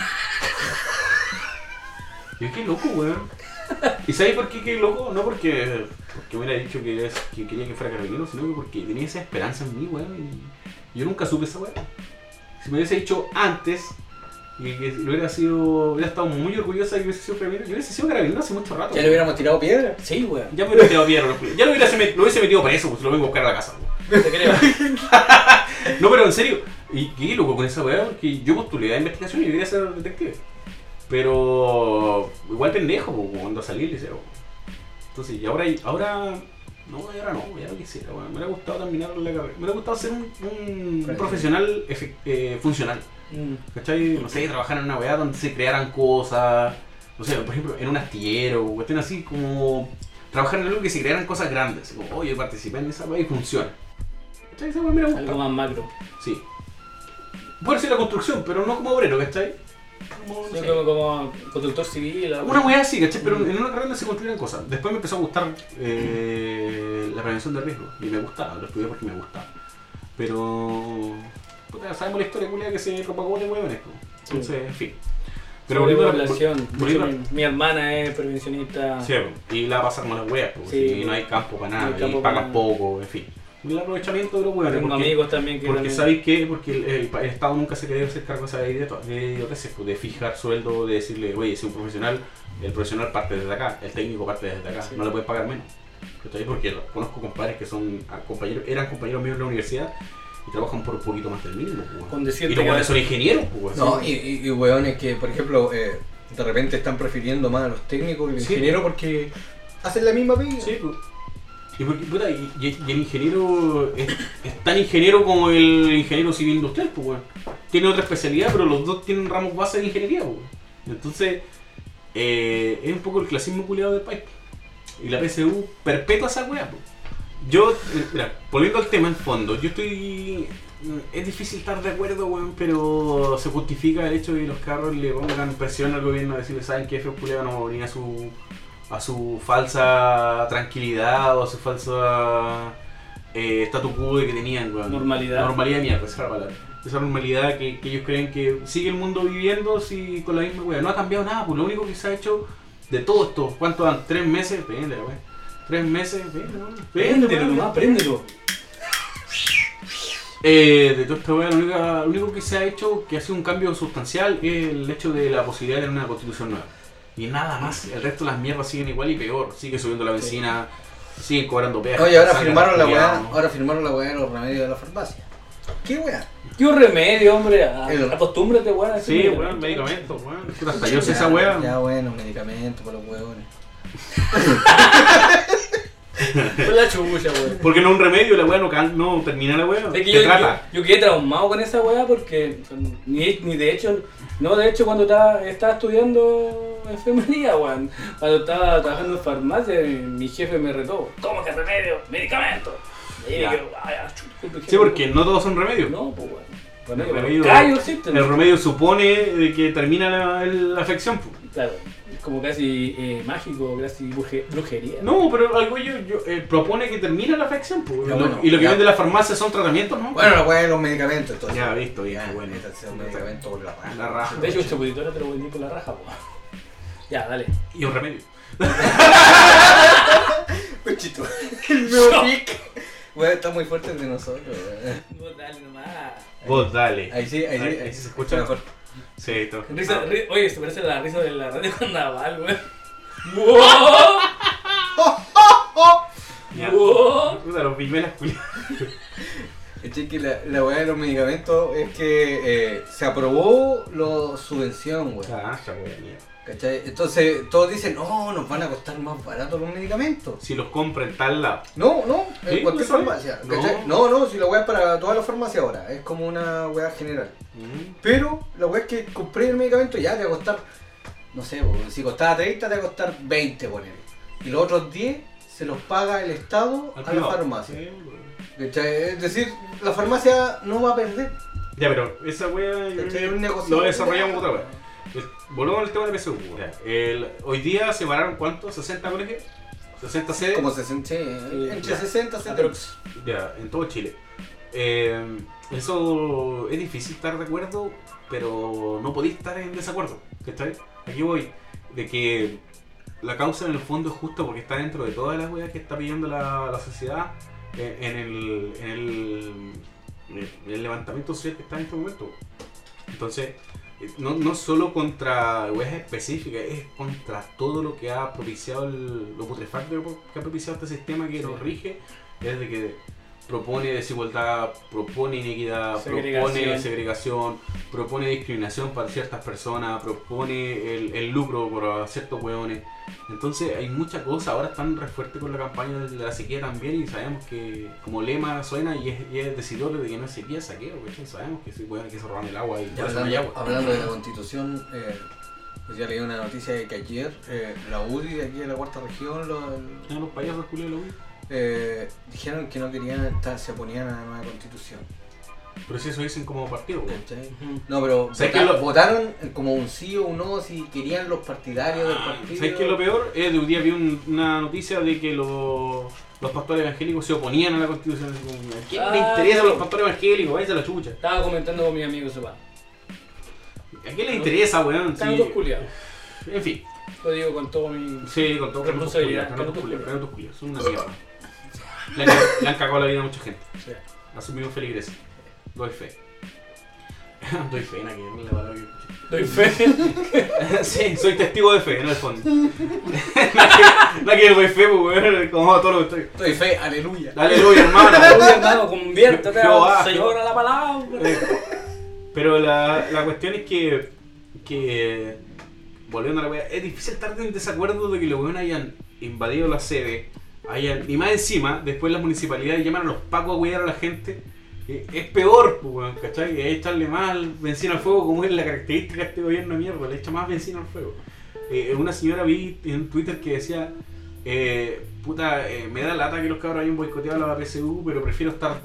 Y yo, qué loco, weón. ¿Y sabes por qué qué loco? No porque, porque me hubiera dicho que, es, que quería que fuera carabinero, sino que porque tenía esa esperanza en mí, weón. Y yo nunca supe esa weón. Si me hubiese dicho antes y que lo hubiera sido, hubiera estado muy orgullosa de que hubiese sido carabinero, yo hubiese sido carabinero hace mucho rato. ¿Ya le hubiéramos tirado piedra? Sí, weón. Ya me hubiera tirado piedra, no, ya lo hubiese, met- lo hubiese metido preso, pues lo vengo a buscar a la casa. weón. Te creo. No, pero en serio, y qué loco con esa weá, porque yo postulé a investigación y quería ser detective. Pero igual pendejo, pues, cuando salí del liceo. Entonces, y ahora, ahora, no, ahora no, ya lo quisiera, weón. Me hubiera gustado terminar la carrera. Me hubiera gustado ser un, un Right. profesional efec- eh, funcional. Mm. ¿Cachai? No sé, trabajar en una weá donde se crearan cosas. No sé, por ejemplo, en un astillero, cuestión así como. Trabajar en algo que se crearan cosas grandes. Como, oye, participé en esa weá y funciona. ¿Cachai? Esa weá me hubiera Algo gustado. más macro. Sí. Puede ser la construcción, pero no como obrero, ¿cachai? Como, no Sí, sé. como, como constructor civil. algo. Una weá así, ¿cachai? Pero en una carrera se construían cosas. Después me empezó a gustar eh, la prevención de riesgo. Y me gustaba, lo estudié porque me gustaba. Pero. Puta, sabemos la historia culia que se propagó de huevones. po. Entonces, en fin. Pero volviendo a la- Sobrepoblación. De volviendo hecho, a- mi, mi hermana es prevencionista. Sí, po, y la pasa como las weas, po, Sí. si no hay campo para No nada, hay campo y para pagan nada. poco, en fin. Y el aprovechamiento de los huevones. Tengo porque- amigos también que Porque también- ¿sabéis qué? Porque el, el- el Estado nunca se quería hacer cargo de esa idiote- de idioteces, pues, de fijar sueldo, de decirle, oye, si un profesional, el profesional parte desde acá, el técnico parte desde acá, Sí. no le puedes pagar menos. ¿Cachai? Porque lo- conozco compadres que son ah, compañeros, eran compañeros míos en la universidad y trabajan por un poquito más del mínimo. Pues, Con y decirte los que- buenos son ingenieros. Pues, No, así. y, y, y weones que, por ejemplo, eh, de repente están prefiriendo más a los técnicos que los Sí. ingenieros porque hacen la misma pega. Sí, pues. Y, porque, puta, y, y- y el ingeniero es, es tan ingeniero como el ingeniero civil industrial, pues, weón. Tiene otra especialidad, pero los dos tienen ramos base de ingeniería, pues. Entonces, eh, es un poco el clasismo culiado del país. Y la P S U perpetúa esa weá, pues. Yo, eh, mira, volviendo al tema en fondo, yo estoy. Es difícil estar de acuerdo, weón, pero se justifica el hecho de que los carros le pongan presión al gobierno a decirle, ¿saben qué? F culiado no venía a su. a su falsa tranquilidad o a su falsa eh, statu quo de que tenían, weón. Normalidad. Normalidad de mierda, esa es la palabra. Esa normalidad que, que ellos creen que sigue el mundo viviendo si con la misma weá. No ha cambiado nada, pues lo único que se ha hecho de todo esto, ¿cuánto dan? ¿Tres meses? Véndela, weón. ¿Tres meses? Véndela, weón. Préndelo weón. nomás, préndelo. Eh, de toda esta weá, lo, única- lo único que se ha hecho que ha sido un cambio sustancial es el hecho de la posibilidad de tener una constitución nueva. Y nada más, el resto de las mierdas siguen igual y peor. Sigue subiendo la benzina, siguen cobrando peajes. Oye, ahora salgan firmaron la culiados. weá, ahora firmaron la weá de los remedios de la farmacia. ¿Qué weá? ¿Qué un remedio, hombre? A- El- Acostúmbrate, weón. a Sí, ese weón, medicamentos, weón. Puta, hasta yo sé esa Ya, weá. Ya bueno, medicamentos para los weones. Fue la chucha, weón. Porque no un remedio, la weá no, can- no termina la weá. Es que Te yo, yo, trata. yo quedé traumado con esa weá porque ni, ni de hecho, no de hecho cuando estaba, estaba estudiando enfermería, weón, cuando estaba trabajando en farmacia, mi jefe me retó, toma que remedio, medicamento. Y ahí Ya. dije, ay, ah, chuta, disculpe, Sí, jefe. porque no todos son remedios. No, pues weón. El Remedio, remedio, callo existen. el remedio supone de que termina la, la afección. pues. Claro, es como casi eh, mágico, casi bruje- brujería. No, pero algo yo, yo eh, propone que termina la afección. pues. Ya, Lo- bueno, y lo que ya. vende la farmacia son tratamientos, ¿no? Bueno, la weá de los medicamentos, entonces. Ya, visto, bien, Ya, bueno. métanse un medicamento por la raja. La raja. De hecho, el suppositorio te lo vendí por la raja, pues. Ya, dale. Y un remedio. Cuchito. El nuevo pic. Weón, está muy fuerte el de nosotros, weón. Vos dale nomás. Vos dale. Ahí sí, ahí sí. Ahí, ahí sí se escucha mejor. Sí, todo. Risa, Ah. ri- oye, se parece a la risa de la radio con Naval, weón. Ya. ¡Wow! Puta, los pimelas culiados. Es que la, la weá de los medicamentos es que eh, se aprobó la subvención, weón. Ah, ya weá, mierda. ¿Cachai? Entonces todos dicen, no, nos van a costar más barato los medicamentos. Si los compra en tal lado. No, no, en ¿Sí? cualquier ¿No sabes? farmacia. No. ¿Cachai? No, no, si la weá es para toda la farmacia ahora, es como una weá general. Mm. Pero la weá es que compré el medicamento ya te va a costar, no sé, po, si costaba treinta te va a costar veinte, ponele. Y los otros diez se los paga el Estado Al a la privado. farmacia. Sí, weón. ¿Cachai? Es decir, la farmacia no va a perder. Ya, pero esa weá yo ¿Cachai? creo que Un negocio. lo desarrollamos otra vez. El- Volvemos al tema de P S U. Ya, el- hoy día se pararon ¿cuántos? ¿sesenta colegios? ¿sesenta sedes? Como sesenta, sí, entre ya. sesenta y setenta. Aprox. Ya, en todo Chile. Eh, eso es difícil estar de acuerdo, pero no podéis estar en desacuerdo. ¿Cachai? Aquí voy. De que la causa en el fondo es justa porque está dentro de todas las weas que está pidiendo la, la sociedad eh, en, el, en, el, en el- en el levantamiento social que está en este momento. Entonces, eh, no, no solo contra weas específicas, es contra todo lo que ha propiciado, el, lo putrefacto que ha propiciado este sistema que nos rige, desde que propone desigualdad, propone inequidad, Segregación. propone segregación, propone discriminación para ciertas personas, propone el, el lucro por ciertos hueones. Entonces hay muchas cosas, ahora están re fuerte con la campaña de la sequía también y sabemos que como lema suena y es, y es decidor de que no es sequía, es saqueo, ¿cachai? Sabemos que sí, hueones que se roban el agua y Y por eso no hay hablando, agua. hablando de la constitución, eh, pues ya leí una noticia de que ayer eh, la U D I de aquí de la cuarta región, los, Ah, los payasos culiados de la U. eh, dijeron que no querían estar, se oponían a la nueva constitución. Pero si eso dicen como partido, weón. ¿Cachai? Ujú. No, pero ¿Sabes vota- qué es lo- votaron como un sí o un no si querían los partidarios del partido. ¿Sabes qué es lo peor? Eh, de un día vi un- una noticia de que los, los pastores evangélicos se oponían a la constitución. ¿A quién le Ah, interesa a los claro. pastores evangélicos? Váyanse a la chucha. Estaba comentando con mis amigos eso, pa. ¿A quién le interesa, weón? Están Sí. todos culiados. En fin. Lo digo con todo mi. Sí, con todo Responsabilidad, canutos canutos culiados, culiados. canutos culiados, son una mierda. Le han, le han cagado la vida a mucha gente. Sí. Asumimos feligreses. Doy fe. Doy fe, nada que ver, la palabra que escuché. Doy fe. Sí, soy testigo de fe, en el fondo. Nada que, nada que doy fe, pues, weón, como todo lo que estoy. Estoy fe, aleluya. Aleluya, hermano. Oye, hermano, conviértete Jehová, al Señor a la palabra. Eh, Pero la, la cuestión es que, que, volviendo a la wea, es difícil estar en desacuerdo de que los weones hayan invadido la sede, hayan, y más encima, después las municipalidades llaman a los pacos a cuidar a la gente. Eh, es peor, pues, weón, ¿cachai? Es echarle más benzina al fuego, como es la característica de este gobierno de mierda, le echa más benzina al fuego. Eh, una señora vi en Twitter que decía, eh, puta, eh, me da lata que los cabros hayan boicoteado la P S U, pero prefiero estar...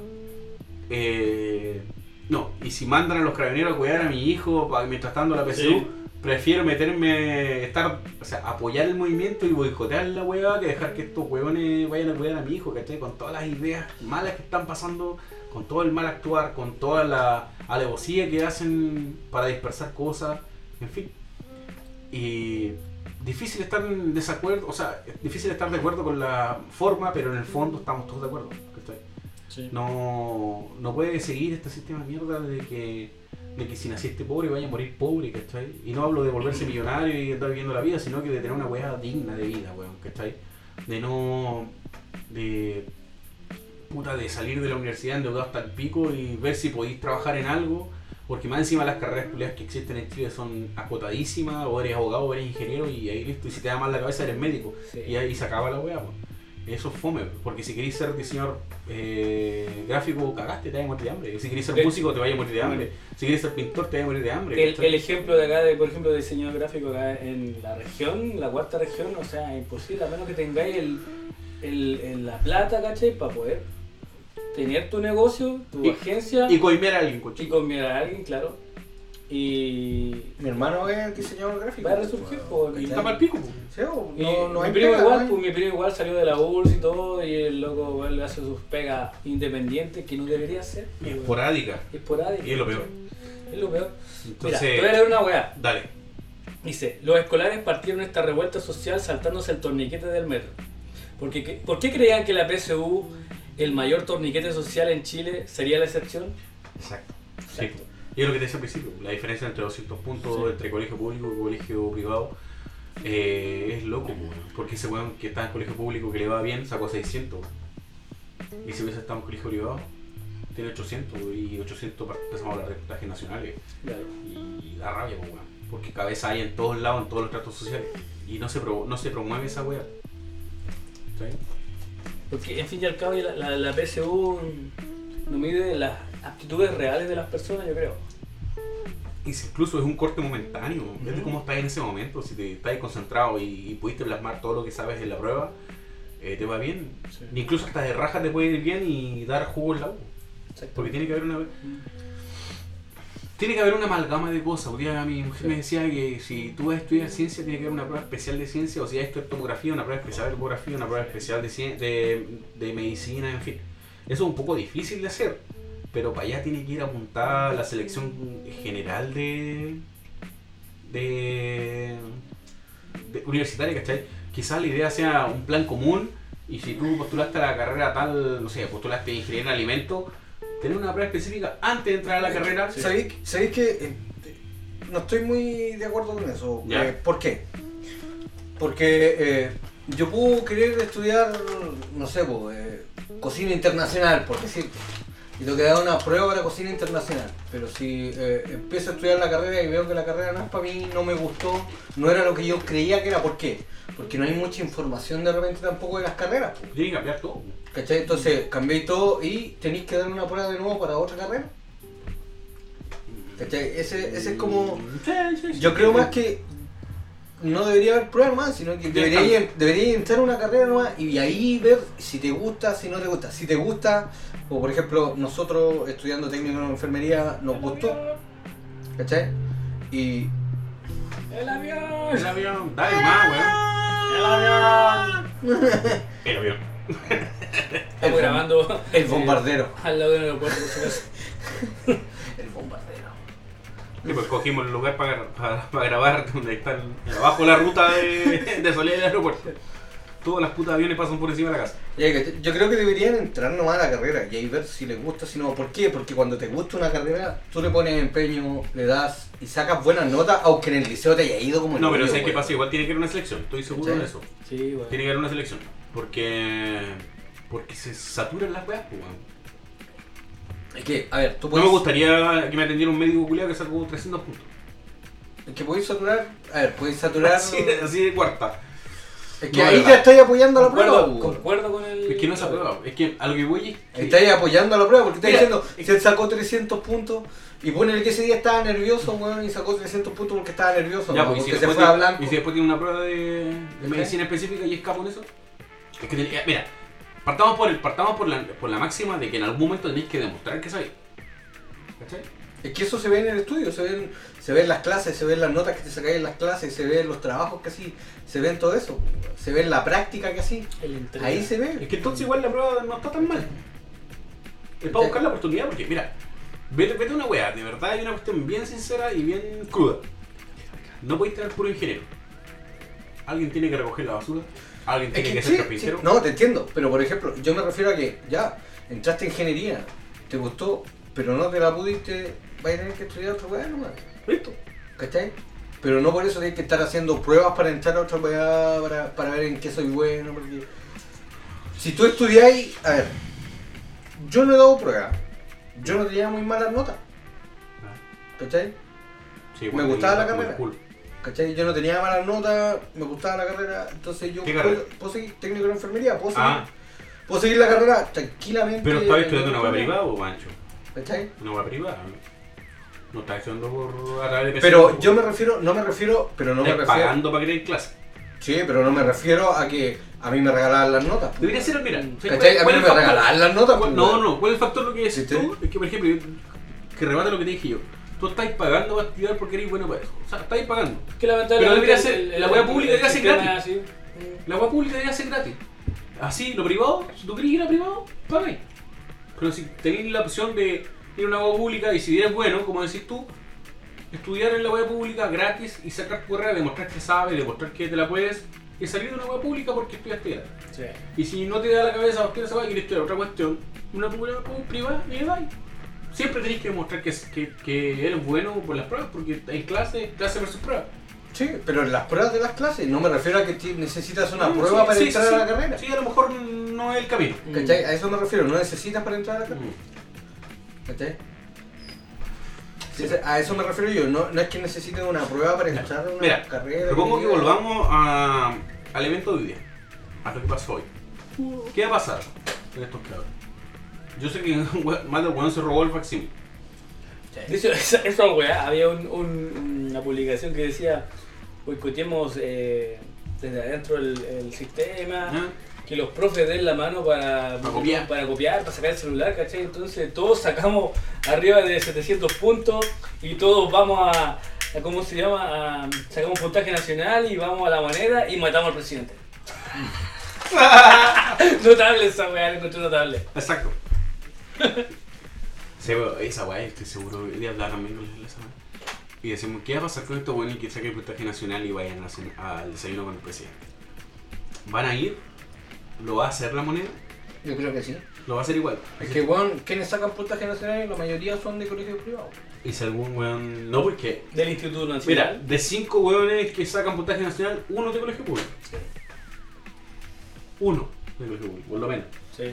Eh, no, y si mandan a los carabineros a cuidar a mi hijo pa- mientras está dando la P S U, Sí. prefiero meterme, estar, o sea, apoyar el movimiento y boicotear la hueá que dejar que estos hueones vayan a cuidar a mi hijo, ¿cachai? Con todas las ideas malas que están pasando, con todo el mal actuar, con toda la alevosía que hacen para dispersar cosas, en fin. Y difícil estar en desacuerdo, o sea, es difícil estar de acuerdo con la forma, pero en el fondo estamos todos de acuerdo, ¿cachai? Sí. No, no puede seguir este sistema de mierda de que, de que si naciste pobre vaya a morir pobre, ¿cachai? Y no hablo de volverse millonario y andar viviendo la vida, sino que de tener una weá digna de vida, weón, ¿cachai? De no... de... puta, de salir de la universidad endeudado hasta el pico y ver si podéis trabajar en algo, porque más encima las carreras culiadas que existen en Chile son acotadísimas, o eres abogado o eres ingeniero y ahí listo, y si te da mal la cabeza eres médico, Sí. y ahí se acaba la weá, pues. Eso es fome, porque si queréis ser diseñador eh, gráfico, cagaste, te vas a morir de hambre. Si queréis ser El- músico, te vas a morir de hambre. Si queréis ser pintor, te vas a morir de hambre. El, ¿cachai? el ejemplo de acá, de, por ejemplo, de diseño gráfico acá en la región, la cuarta región, o sea, imposible, a menos que tengáis el, el, el- la plata, ¿cachai? Para poder tener tu negocio, tu Y- agencia Y coimear a alguien, y coche. conviar a alguien, claro. Y Mi hermano es diseñador gráfico. va a resurgir, Bueno, pues, Y y- está para el pico, pues. Sí, o Y no, no mi hay primo pega, igual, ¿no? pues mi primo igual salió de la U R S S y todo, y el loco igual le hace sus pegas independientes que no debería hacer. pues, weón. Esporádica. Esporádico. Y es lo peor. Es lo peor. Mira, Entonces, te voy a leer una weá. dale. Dice, los escolares partieron esta revuelta social saltándose el torniquete del metro. Porque, ¿qué- ¿Por qué creían que la P S U el mayor torniquete social en Chile sería la excepción. Exacto. Sí. Y es lo que te decía al principio, la diferencia entre doscientos puntos Sí. entre colegio público y colegio privado eh, es loco, weón. Porque ese weón que está en colegio público que le va bien sacó seiscientos. Y si hubiese estado en colegio privado, tiene ochocientos. Y ochocientos para- empezamos a hablar de puntajes nacionales. Claro. Y da rabia, pues, weón. Porque cabeza hay en todos lados, en todos los tratos sociales. Y no se, pro, no se promueve esa weá. ¿Sí? Porque en fin y al cabo la, la, la P S U no mide las aptitudes reales de las personas, yo creo. Y si incluso es un corte momentáneo, es de Ujú. cómo estás en ese momento. Si te estás concentrado y, y pudiste plasmar todo lo que sabes en la prueba, eh, te va bien. Sí. Y incluso hasta de raja te puede ir bien y dar jugo en la U. Porque tiene que haber una tiene que haber una amalgama de cosas. Un día mi mujer Sí. me decía que si tú vas a estudiar ciencia tiene que haber una prueba especial de ciencia, o si vas a estudiar topografía, una prueba especial de topografía, una prueba especial de, cien- de, de medicina, en fin. Eso es un poco difícil de hacer, pero para allá tiene que ir apuntada la selección general de, de, de universitaria, ¿cachai? Quizás la idea sea un plan común y si tú postulaste a la carrera tal, no sé, postulaste ingeniería en alimentos, tener una prueba específica antes de entrar a la carrera. ¿Sabéis, ¿Sabéis que eh, no estoy muy de acuerdo con eso? Ya. Eh, ¿Por qué? Porque eh, yo puedo querer estudiar, no sé, pues, eh, cocina internacional, por decirte. Y tengo que dar una prueba de cocina internacional. Pero si eh, empiezo a estudiar la carrera y veo que la carrera no es para mí, no me gustó, no era lo que yo creía que era. ¿Por qué? Porque no hay mucha información de repente tampoco de las carreras. pues. Tiene que cambiar todo. ¿Cachai? Entonces cambié todo y tenéis que dar una prueba de nuevo para otra carrera. ¿Cachai? Ese, ese es como... Sí, sí, sí. Yo creo más que no debería haber pruebas más, sino que Ya debería, está. debería entrar a una carrera nueva y ahí ver si te gusta, si no te gusta. Si te gusta, o por ejemplo, nosotros estudiando técnico en enfermería nos gustó, ¿cachai? Y ¡El avión! El avión, dale más, weón. ¡El avión! El avión. Estamos grabando el eh, bombardero. al lado del aeropuerto, por si acaso. El bombardero. Sí, pues cogimos el lugar para, para, para grabar donde están abajo la ruta de, de salida del aeropuerto. Todas las putas aviones pasan por encima de la casa. Ya, ¿cachai? Yo creo que deberían entrar nomás a la carrera y ahí ver si les gusta, si no. ¿Por qué? Porque cuando te gusta una carrera, tú le pones empeño, le das y sacas buenas notas, aunque en el liceo te haya ido como el No, pero hoyo, ¿sabes qué weón. pasa? Igual tiene que haber una selección, estoy seguro ¿Sí? de eso. Sí, bueno. Tiene que haber una selección. Porque. Porque se saturan las weas, pues, weón. Es que, a ver, tú No puedes... me gustaría que me atendiera un médico culiado que sacó trescientos puntos. Es que podéis saturar... A ver, podéis saturar... Así, de- así de cuarta. Es que No, ahí verdad. ya estáis apoyando la prueba, Concuerdo, weón. concuerdo con el... Es que no se aprueba. Es que a lo que voy es que. Estáis apoyando la prueba porque estáis Mira, diciendo, si él sacó trescientos puntos y ponele que ese día estaba nervioso, weón, y sacó trescientos puntos porque estaba nervioso, Ya, ¿no? pues, y si, porque se después fue a tiene, blanco. y si después tiene una prueba de, de ¿De medicina específica y escapo en eso. Es que tenía- mira, partamos por el, partamos por la, por la máxima de que en algún momento tenéis que demostrar que sabéis. ¿Cachai? Es que eso se ve en el estudio, se ven, se ven las clases, se ven las notas que te sacáis en las clases, se ven los trabajos que así, se ven todo eso, se ve la práctica que así, El entrega. ahí se Es ve. que entonces igual la prueba no está tan mal. Es para buscar la oportunidad porque, mira, vete, vete a una weá, de verdad hay una cuestión bien sincera y bien cruda. No podéis tener puro ingeniero. Alguien tiene que recoger la basura, alguien Es tiene que, que ser sí, carpintero. sí, no, te entiendo, pero por ejemplo, yo me refiero a que ya entraste en ingeniería, te gustó, pero no te la pudiste, vas a tener que estudiar otra weá nomás. Listo. ¿Cachai? Pero no por eso tienes que estar haciendo pruebas para entrar a otra weá, para, para ver en qué soy bueno, porque... Si tú estudiáis, a ver, yo no he dado pruebas, yo no tenía muy malas notas, ¿cachai? Sí, Me bueno, gustaba y la está como carrera. el culo. ¿Cachai? Yo no tenía malas notas, me gustaba la carrera, entonces yo ¿Qué puedo, carrera? puedo seguir técnico en enfermería, puedo seguir, Ah, puedo seguir la carrera tranquilamente. pero estabas estudiando en una web enfermería, privada o mancho. ¿cachai? Una web privada. ¿no? No estás estudiando por a través de P C. Pero yo me refiero, no me refiero, pero no me Estás refiero... pagando para que te clase. Sí, pero no me refiero a que a mí me regalaban las notas. Debería ser, mira. ¿Cachai? A mí no me regalaban las notas. ¿Cuál- pues, No, weón. no, ¿cuál es el factor lo que decís ¿Viste? tú? Es que, por ejemplo, yo- que remata lo que te dije yo. Tú estás pagando para estudiar porque eres bueno para eso. O sea, estás pagando. Que lamentablemente Pero debería ser- el- el- la wea el- pública el debería ser sistema gratis. es así. La web pública debería ser gratis. Así, lo privado, si tú querés ir a privado, pagáis. Pero si tenéis la opción de ir a una web pública y si eres bueno, como decís tú, estudiar en la web pública gratis y sacar tu carrera, demostrar que sabes, demostrar que te la puedes, que salir de una web pública porque estudiaste arte. Sí. Y si no te da la cabeza para esa web, quieres estudiar otra cuestión, una pura privada, y va. Siempre tenés que demostrar que, que, que eres bueno por las pruebas, porque hay clase, clase versus prueba. Sí, pero en las pruebas de las clases, no me refiero a que ti- necesitas una Mm, prueba sí, para sí, entrar sí, a la sí. carrera. Sí, a lo mejor no es el camino. ¿Cachai? A eso me refiero, no necesitas para entrar a la carrera. ¿Cachai? Sí, a eso me refiero yo, no, no es que necesiten una prueba para entrar a una Mira, carrera. propongo que diga- volvamos a, al evento de hoy día, a lo que pasó hoy. ¿Qué va a pasar con estos cabros? Yo sé que más de uno se robó el facsímil. De hecho, esa, esa weá, había un, un- una publicación que decía boicoteemos eh, desde adentro el, el sistema, ¿Ah? que los profes den la mano para, Para copiar. para copiar, para sacar el celular, ¿cachai? Entonces todos sacamos arriba de setecientos puntos y todos vamos a, a ¿cómo se llama? A, sacamos puntaje nacional y vamos a la moneda y matamos al presidente. Notable esa weá, la encontré notable. Exacto. Sí, bueno, esa weá, estoy seguro de hablar también con esa weá. Y decimos, ¿qué va a pasar con estos buenos que saquen el puntaje nacional y vayan a hacer- al desayuno con el presidente? ¿Van a ir? ¿Lo va a hacer la moneda? Yo creo que sí. ¿Lo va a hacer igual? Es que, weón, quienes sacan puntaje nacional, la mayoría son de colegios privados. Y si algún weón... No, porque... Del Instituto Mira, Nacional. de cinco weones que sacan puntaje nacional, uno es de colegio público. Sí. Uno de colegio público, por lo menos. Sí.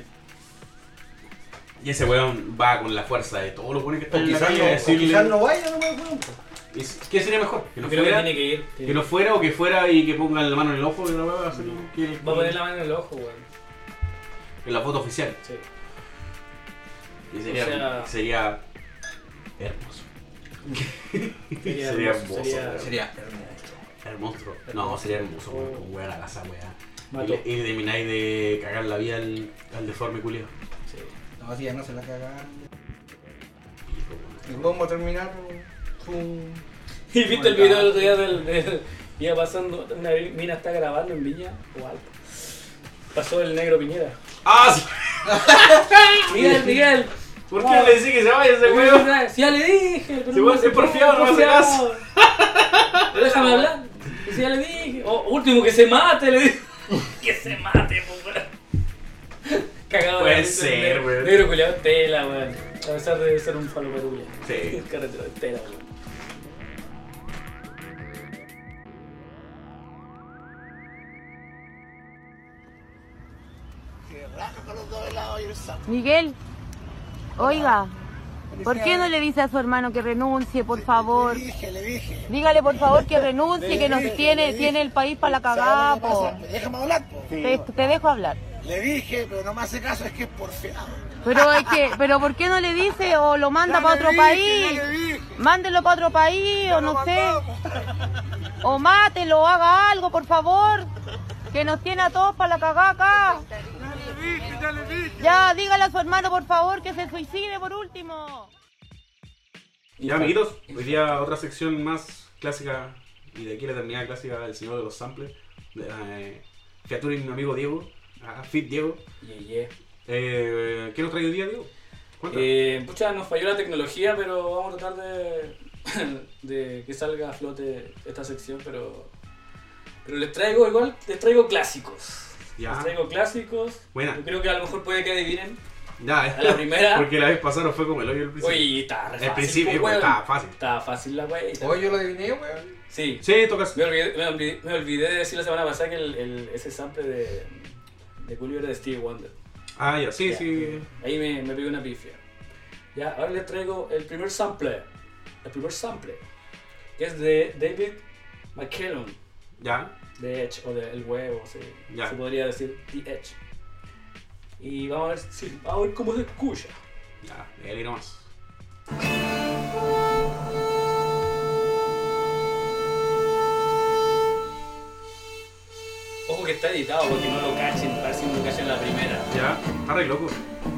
Y ese weón va con la fuerza de todos los buenos que O están en la quizás calle no, a o decirle... quizás no vaya, no me acuerdo. ¿Y ¿Qué sería mejor? ¿Que no Creo que fuera? tiene que ir. Que no fuera o que fuera y que pongan la mano en el ojo de la weá, hacer que Va a poner la mano en el ojo, weón. en la foto oficial. Sí. Y sería, O sea- sería hermoso. Sería Sería hermoso, hermoso. sería- weón. Sería hermoso. Hermoso. No, sería hermoso, weón. Un weón a la casa, weón. Y, Mató. le- y termináis de cagar la vida al, al deforme culiao. Sí. No, así ya no se la cagaron. Y vamos a terminar su... ¿Y viste el video del otro día del, del- iba pasando, una mina está grabando en Viña o algo? Pasó el negro Piñera. ¡Ah! sí! Miguel, Miguel. ¿Por qué le decís que se vaya ese weón? Si ya le dije, pero Si vos se es porfiado, puede, no hace porfiado. Pero déjame hablar. Si ya le dije. O último, que se mate, le dije. Que se mate, po, weón. Cagado de Puede la risa, ser, el negro- weón. Negro culiado tela, weón. A pesar de ser un falo perulia. Sí. Carretero de tela, weón. Miguel, oiga, ¿por qué no le dice a su hermano que renuncie, por favor? Le dije, le dije. Dígale, por favor, que renuncie, que nos tiene, tiene el país para la cagada, po. Déjame hablar, po. Te, te dejo hablar. Le dije, pero no me hace caso, es que es porfiado. Pero es que, pero ¿por qué no le dice o lo manda Ya para le otro dije, país? ya le dije. Mándelo para otro país o no sé. O mátelo, o haga algo, por favor. Que nos tiene a todos para la cagada acá. Ya le dije, ya le dije. Ya, dígale a su hermano, por favor, que se suicide por último. Ya, amiguitos, hoy día otra sección más clásica y de aquí la eternidad clásica del señor de los samples. De, eh, featuring mi amigo Diego, ah, Fit Diego. Yeah, yeah. Eh, ¿Qué nos trae hoy día, Diego? Cuéntanos. Eh, pucha, nos falló la tecnología, pero vamos a tratar de, de que salga a flote esta sección, pero, pero les traigo igual, les traigo clásicos. Ya. Les traigo clásicos. Buena. Yo creo que a lo mejor puede que adivinen. Ya, A la primera. Porque la vez pasada fue como el hoyo al principio. Uy, estaba re El fácil, principio, pues, pues, weón. estaba fácil. Estaba fácil la wey. Hoy yo lo adiviné, weón. Sí. Sí, tocas. Me olvidé, me, olvidé, me olvidé de decir la semana pasada que el, el, ese sample de, de Julio era de Stevie Wonder. Ah, ya, sí, Ya. sí. Ahí me, me pegué una pifia. Ya, ahora les traigo el primer sample. El primer sample. Que es de David McKellum. Ya. De Edge, o de El Huevo, se, Ya. se podría decir The Edge. Y vamos a ver, si, vamos a ver cómo se escucha. Ya, déjale nomás. Ojo que está editado porque no lo cachen, parece que no lo cachen la primera. Ya, está re loco.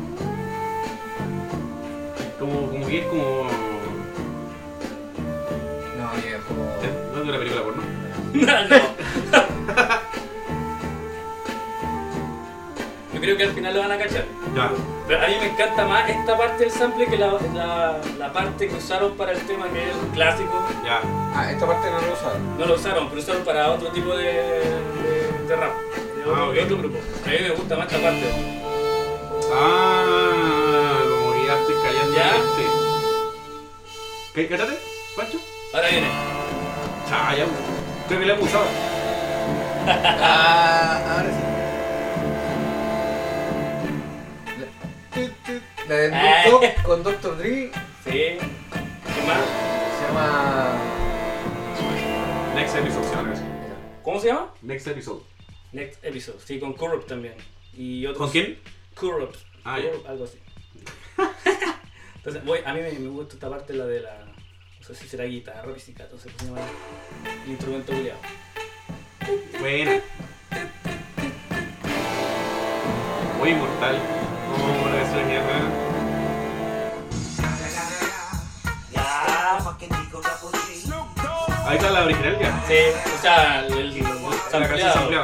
Como, como que es como. No, viejo. ¿No es de una película porno? No. Yo creo que al final lo van a cachar. Ya. Pero a mí me encanta más esta parte del sample que la, la, la parte que usaron para el tema que es un clásico. Ya. Ah, esta parte no lo usaron. No lo usaron, pero usaron para otro tipo de, de, de rap. De otro, Ah, ok. de otro grupo. A mí me gusta más esta parte. Ah, como que ya estoy callando. ¿Ya? Sí. ¿Qué? ¿Cállate? ¿Pancho? Ahora viene. Ah, ya. Creo que le hemos usado. Ah, ahora sí. La del Snoop Dogg con doctor Dre Sí. ¿Qué más? se llama. Next episode, se llama eso. ¿Cómo se llama? Next episode. Next Episode. Sí, con Kurupt también. Y otros. ¿Con quién? Kurupt. Ah, ya. Kurupt, algo así. Entonces, voy, a mí me, me gusta esta parte, la de la. No sé si será guitarra, pizzicato, no sé cómo se llama el instrumento culiado. Buena. Muy inmortal. Como la versión de mierda. Ahí está la original ya. Sí, o sea, el, el, el La canción sampleado. sampleada.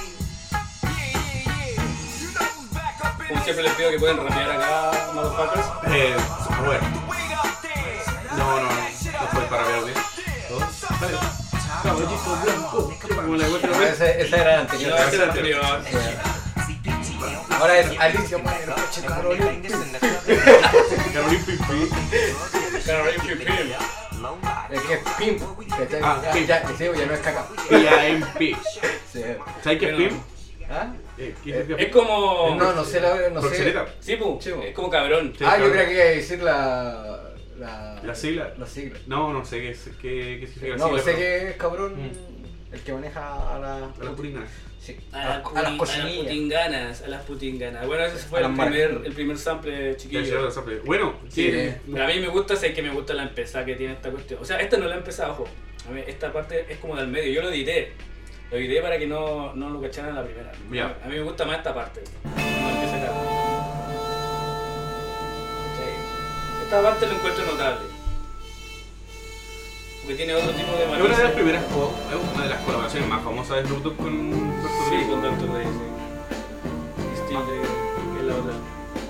Como siempre les pido que pueden rapear acá, motherfuckers. Eh, bueno. No, no, no. No fue para ver bien. Dos. Dale. Caballito blanco. Como la vuelta Ah, de esa, esa era la No, anterior. ese era anterior. Ahora es Alicia Montero. Carolín Pimpí. Carolyn Pipim. Es que es Pimp. ¿Cachai? Ah, Ya- Pimp. Ya, sí, ya no es caca. P I M P. Sí. ¿Sabes qué es Bueno. Pimp? ¿Ah? Eh, ¿qué es Es como. No, no sé la. No sé. Proxeneta. Sí, pu, Sí, pu. es como cabrón. Sí, Ah, yo cabrón. creía que iba a decir la. La, ¿La sigla? La sigla. No, no sé qué, es- qué, qué significa No, la pues sigla, sé que es cabrón Mm. el que maneja a la. pero- a la puringa. Sí, A, a, las las- a las putin- a las cocinillas. putinganas, a las putinganas. Bueno, ese fue A el las primer, marcas. el primer sample Ya, ya, chiquillo. ya, ya. Bueno, Sí, sí. eh. pero a mí me gusta, sé que me gusta la empezada que tiene esta cuestión. O sea, esta no la he empezado, ojo. A mí esta parte es como del medio. Yo lo edité. Lo edité para que no, no lo cacharan en la primera. Ya. A mí me gusta más esta parte. No empieza acá. ¿Cachai? Esta parte lo encuentro notable. Porque tiene otro tipo de Es una de las matices. primeras, co- es una de las colaboraciones más famosas de Snoop Dogg con doctor Sí, Dre. con doctor Dre, sí. Y Steel Dre, que es la otra.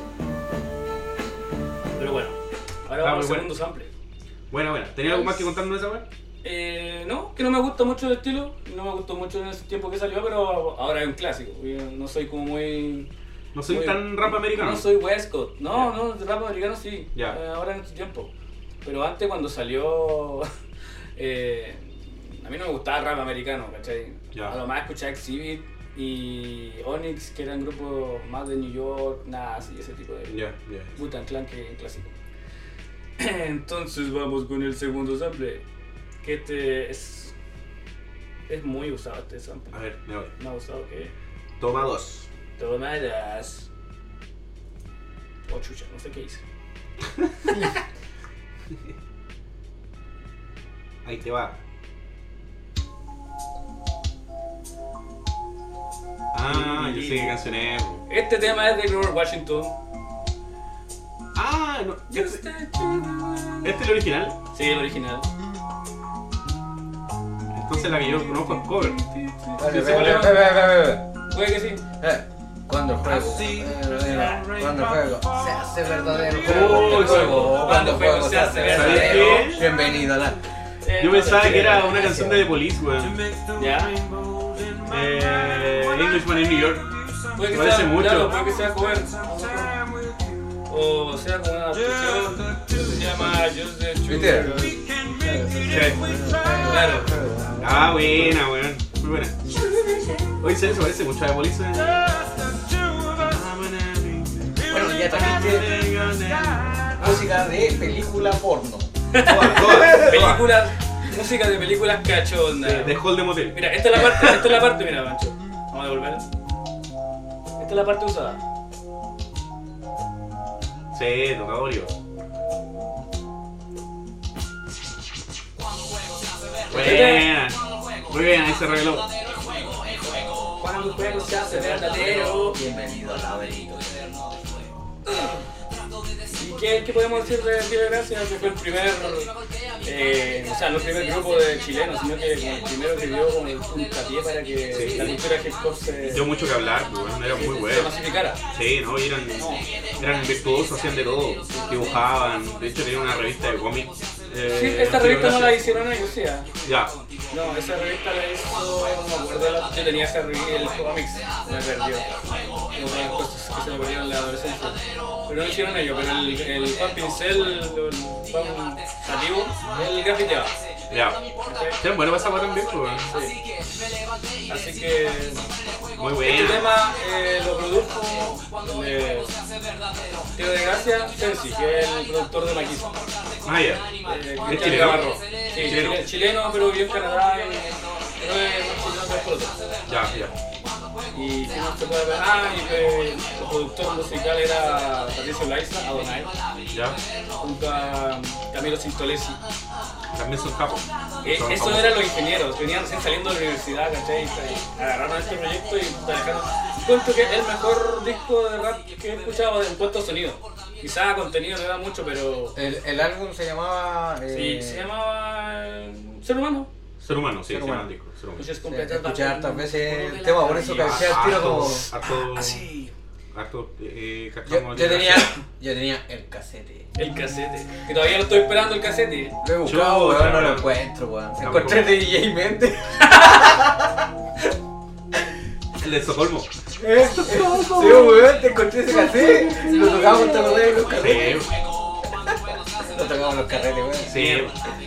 Pero bueno, ahora Ah, vamos muy al segundo sample. Buena, buena. ¿Tenía algo más que contarnos de esa weá? Eh, no, que no me gusta mucho el estilo, no me gustó mucho en ese tiempo que salió, pero ahora es un clásico. Yo no soy como muy... No soy muy- tan rap americano. No soy Westcott, no, Ya. no, de rap americano sí, Ya. eh, ahora en este tiempo. Pero antes cuando salió... eh, a mí no me gustaba el rap americano, ¿cachai? Ya. A lo más escuchaba Exhibit y Onyx, que eran grupos más de New York, Nas y ese tipo de... Ya, ya. Wu-Tang Clan, que es un clásico. Entonces vamos con el segundo sample. Que este es. Es muy usado este sample. A ver, me voy. Más usado que. Toma dos. Tomadas. Oh chucha, no sé qué hice. Ahí te va. Ah, yo sé qué canción es. bro. Este tema es de Grover Washington. Ah, no. Este, este es el original. Sí, el original. Entonces la que yo conozco es cover. Espera, se espera, volvió- espera, espera, espera. Puede que sí. Eh, Cuando el juego, Así. eh, cuando el juego se hace verdadero Oh, juego, el sí. juego, cuando el juego se hace ¿Sabes verdadero, qué? bienvenido a la... Eh, Yo pensaba sí. que era una canción de The Police, weón. Ya. Eh, Englishman in New York. Puede que Parece sea, mucho. claro, puede que sea cover. O sea como una adaptación. Se llama Just the Truth. ¿Viste? Claro. Ah, buena, weón. Muy buena. Oye, ¿sabes? Se parece mucho a The Police. weón. Bueno, ya trajiste música de película porno. Todas, todas, todas. Películas, música de películas cachondas. De, de Hall de Motel. Mira, esta es la parte, esta es la parte, mira, Pancho. Vamos a devolver. Esta es la parte usada. Sí, tocatorio. Buena. Muy bien, ahí se reveló. Cuando el juego se hace verdadero. Bienvenido al laberinto. ¿Y qué, qué podemos decir de Pie de Gracia? Que fue el primer, eh, o sea, no el primer grupo de chilenos, sino que como el primero que dio como el puntapié para que Sí. la cultura hip hop se, Dio mucho que hablar, weón. Era muy se bueno. masificara. Sí, no, y eran, eran virtuosos, hacían de todo. Dibujaban. De hecho, tenían una revista de cómics Eh, Sí, esta revista no la hicieron ellos, sí. ah. Ya. No, esa revista la hizo, no me acuerdo, la- yo tenía esa revista, el cómics, me perdió. Una de las cosas que se me perdieron en la adolescencia. Pero no lo hicieron ellos, pero el, el Juan Pincel, el Juan Nativo, él grafiteaba. Ya. Sí, bueno, vas a pasar también, pues. Sí. Así que Muy este bueno. tema eh, lo produjo eh, Tiro de Gracia Sensi, que es el productor de Maquis. Ah, ya. Eh, ¿Es Cristian chileno? Gavarro. Sí, Chileno. chileno. chileno, pero vivió en Canadá y no es chileno de Puerto. Ya, ya. Y ¿qué más se puede ver? Ah, y que el productor musical era Patricio Laiza, Adonai, Ya. junto a Camilo Sintolesi. También son capos. Eh, Son esos famosos. eran los ingenieros, venían recién saliendo de la universidad, ¿cachai? Y agarraron este proyecto y dejaron. Encuentro que es el mejor disco de rap que he escuchado en cuanto a sonido. Quizá contenido no era mucho, pero. El, el álbum se llamaba. Eh, Sí, se llamaba. eh, Ser humano. Ser humano, sí, Ser se llama humano. el disco. Ser humano. Muchas sí, completas. escuché hartas veces Uno el de tema, la por eso calle. que decía el tiro como. Harto. Ah, sí. Harto. Eh, Yo, cachamos yo el- tenía, yo tenía el casete. El casete. Que todavía lo estoy esperando el casete. Lo he buscado, Chuta, weón, no lo weón. encuentro, weón. Tampoco. Encontré de D J Mente. El de Estocolmo. ¿Eh? Sí, weón, te encontré ese casete. Lo tocábamos, te acordás de los carretes. Sí, Lo tocábamos los carretes, weón. sí.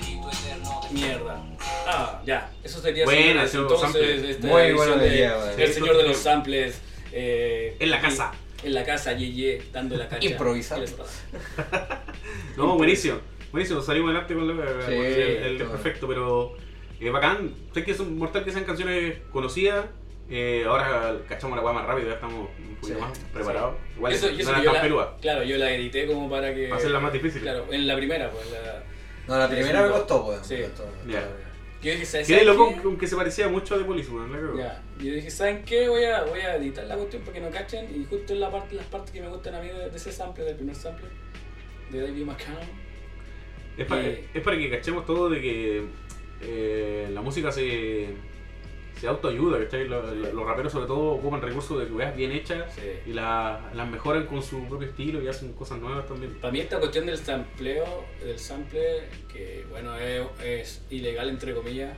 Mierda. Ah, ya. Eso sería Buena, así, sí, los entonces samples. esta Muy edición buena de idea, weón. El Sí, señor de sí. los samples. eh, En la casa. En la casa, Yeye, dando la cancha. Improvisando. ¿Qué les pasa? No, buenísimo. Buenísimo, salimos adelante con lo, Sí, el, el todo. perfecto, pero eh, bacán. Sé que es un mortal que sean canciones conocidas. Eh, ahora cachamos la weá más rápido, ya estamos un poquito Sí. más preparados. Igual Eso, no y eso eran que yo tan la, peludas. claro, yo la edité como para que. Para hacerla más difícil. Claro, en la primera, pues la. No, la primera me costó, weón. Sí. Me costó, me Ya. costó. Yo dije, ¿sabes Quedé loco qué? aunque se parecía mucho a The Police, weón, la cagó. Ya. Yo dije, ¿saben qué? Voy a, voy a editar la cuestión para que no cachen. Y justo en la parte, las partes que me gustan a mí de, de ese sample, del primer sample, de David McCann. Es, para, Eh. es para que cachemos todo de que eh, la música se, se autoayuda, ¿cachai? Los, los raperos sobre todo ocupan recursos de weas bien hechas Sí. y la- las mejoran con su propio estilo y hacen cosas nuevas también. Para mí esta cuestión del sampleo, del sample, que bueno, es, es ilegal entre comillas,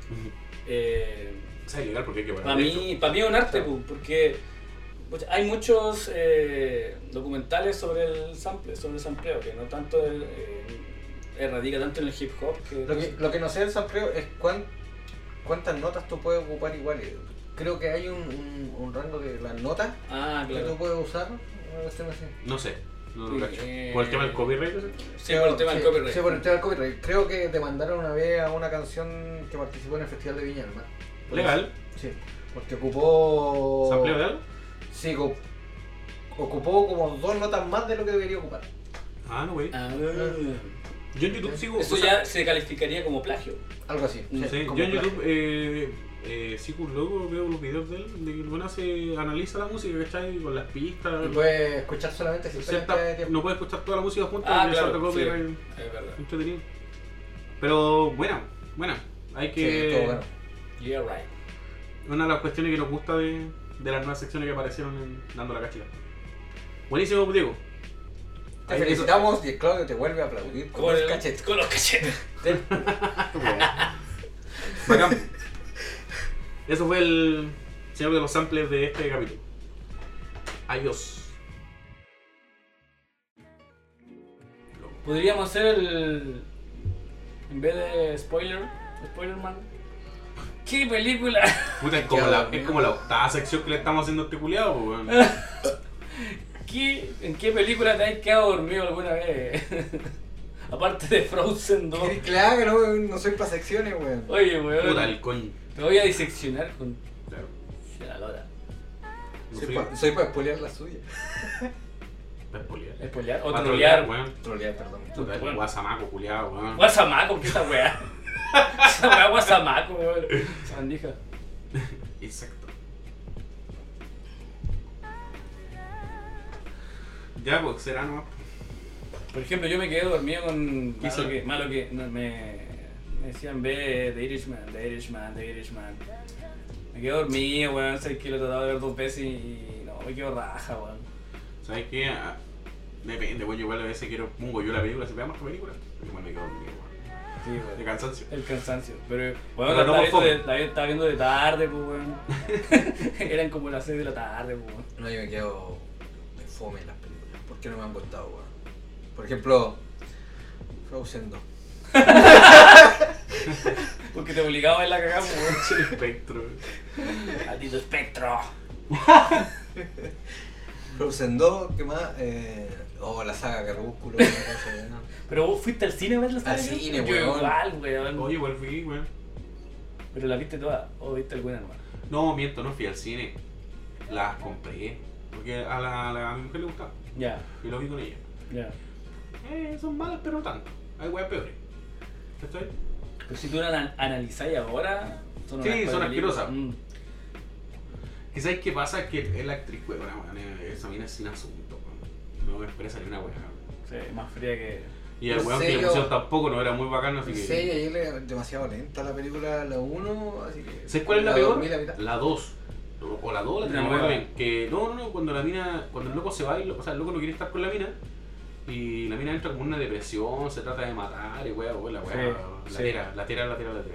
eh, O sea, es ilegal porque hay que pagar para derecho. mí, para mí es un arte, pu, porque pues, hay muchos eh, documentales sobre el sample, sobre el sampleo, que no tanto el, eh, radica tanto en el hip hop que... Lo que, lo que no sé del sampleo es cuán, cuántas notas tú puedes ocupar iguales. Creo que hay un, un, un rango de las notas Ah, que tú claro. puedes usar. Una cuestión así. No sé, no lo Sí, cacho. eh, ¿Por el tema del copyright? ese? Sí, por el tema del sí, copyright. Sí, por el tema del copyright. Creo que demandaron una vez a una canción que participó en el Festival de Viña del Mar. Por Legal. eso. Sí, porque ocupó... ¿Sampleo de algo? Sí, co- ocupó como dos notas más de lo que debería ocupar. Ah, no, güey. Ah, Yo en YouTube sigo. eso o sea, ya se calificaría como plagio. Algo así. No sí, como yo en plagio. YouTube eh, eh, sigo un loco, veo los videos de él, de que el bueno se analiza la música, ¿cachai? Con las pistas. Y puedes escuchar solamente si cierta- de tiempo. no puedes escuchar toda la música junta Ah, porque claro, salta sí, copyright. es verdad. Entretenido. Pero buena, buena. Hay Sí, que. todo bueno. Yeah, right. Una de las cuestiones que nos gusta de, de las nuevas secciones que aparecieron en Dando la Cachila. Buenísimo, Diego. Te Ahí- felicitamos y Claudio te vuelve a aplaudir con, Con, los el- cachetes. con los cachetes. Bacán. Eso fue el señor de los samples de este capítulo. Adiós. Podríamos hacer el. En vez de spoiler, spoiler man. ¿Qué película? Puta, es como, la, es como la octava sección que le estamos haciendo a este culiado, pues, weón. ¿Qué, ¿En qué película te has quedado dormido alguna vez? Aparte de Frozen dos. Claro que no, no soy para secciones, weón. Oye, weón. Puta, el coño. Te voy a diseccionar con. Claro. La lora. No Soy soy- para soy pa spoilear la suya. es poliar. ¿Spoilear? O Pa' trolear. weón. Trolear, perdón. Puta, el Bueno. guasamaco, culiado, weón. Guasamaco, ¿qué esa weá? Esa weá guasamaco, weón. Esa bandija. Exacto. Ya, pues será nomás. Por ejemplo, yo me quedé dormido con. ¿Qué hizo? Malo que. Malo que no, me, me decían ve The Irishman, The Irishman, The Irishman. Me quedé dormido, weón. Sé que lo he tratado de ver dos veces y. No, me quedo raja, weón. ¿Sabes qué? Ah, depende, weón. Yo igual a veces quiero pongo yo la película, si veamos tu película. Yo igual me quedo dormido, weón. Sí, weón. De cansancio. El cansancio. Pero, bueno, Pero la, no estaba por viendo de, fome. la estaba viendo de tarde, pues, weón. Eran como las seis de la tarde, pues, weón. No, yo me quedo de fome en las películas. ¿Por qué no me han gustado, weón? Por ejemplo, Frozen dos. Porque te obligaba a la cagada, pues, weón. El espectro. Maldito espectro. Frozen dos, ¿qué más? Eh, oh, la saga Crepúsculo. una cosa, ¿no? Pero vos fuiste al cine a verla, Al ¿sabes? cine, Yo weón. igual, weón. Oye, igual fui, weón. Pero la viste toda, o viste alguna nomás. No, miento, no fui al cine. Las compré. Porque a, la, a, la, a mi mujer le gustaba. Ya, Y lo vi con ella. ya. Eh, son malas, pero no tanto. Hay weas peores. ¿Cachai? Pero si tú la analizáis ahora, son Sí, unas son películas. asquerosas. Mm. ¿Y sabes qué pasa? Que es la actriz, weón. Esa mina es sin asunto, weón. No me expresa ni una wea. Sí, más fría que. Y el El weón que le sello- pusieron tampoco no era muy bacano, así En que. serio, ayer era demasiado lenta la película, la uno, así que... ¿Sabes cuál es la peor? dormí la mitad. La dos. O la dos, la La tres, no me nueva. acuerdo bien. Que no, no, no, cuando la mina, cuando el loco se va, y lo- o sea, el loco no quiere estar con la mina. Y la mina entra como en una depresión, se trata de matar y weá, weá, la weá. Sí, la sí. tira, la tira, la tira, la tira.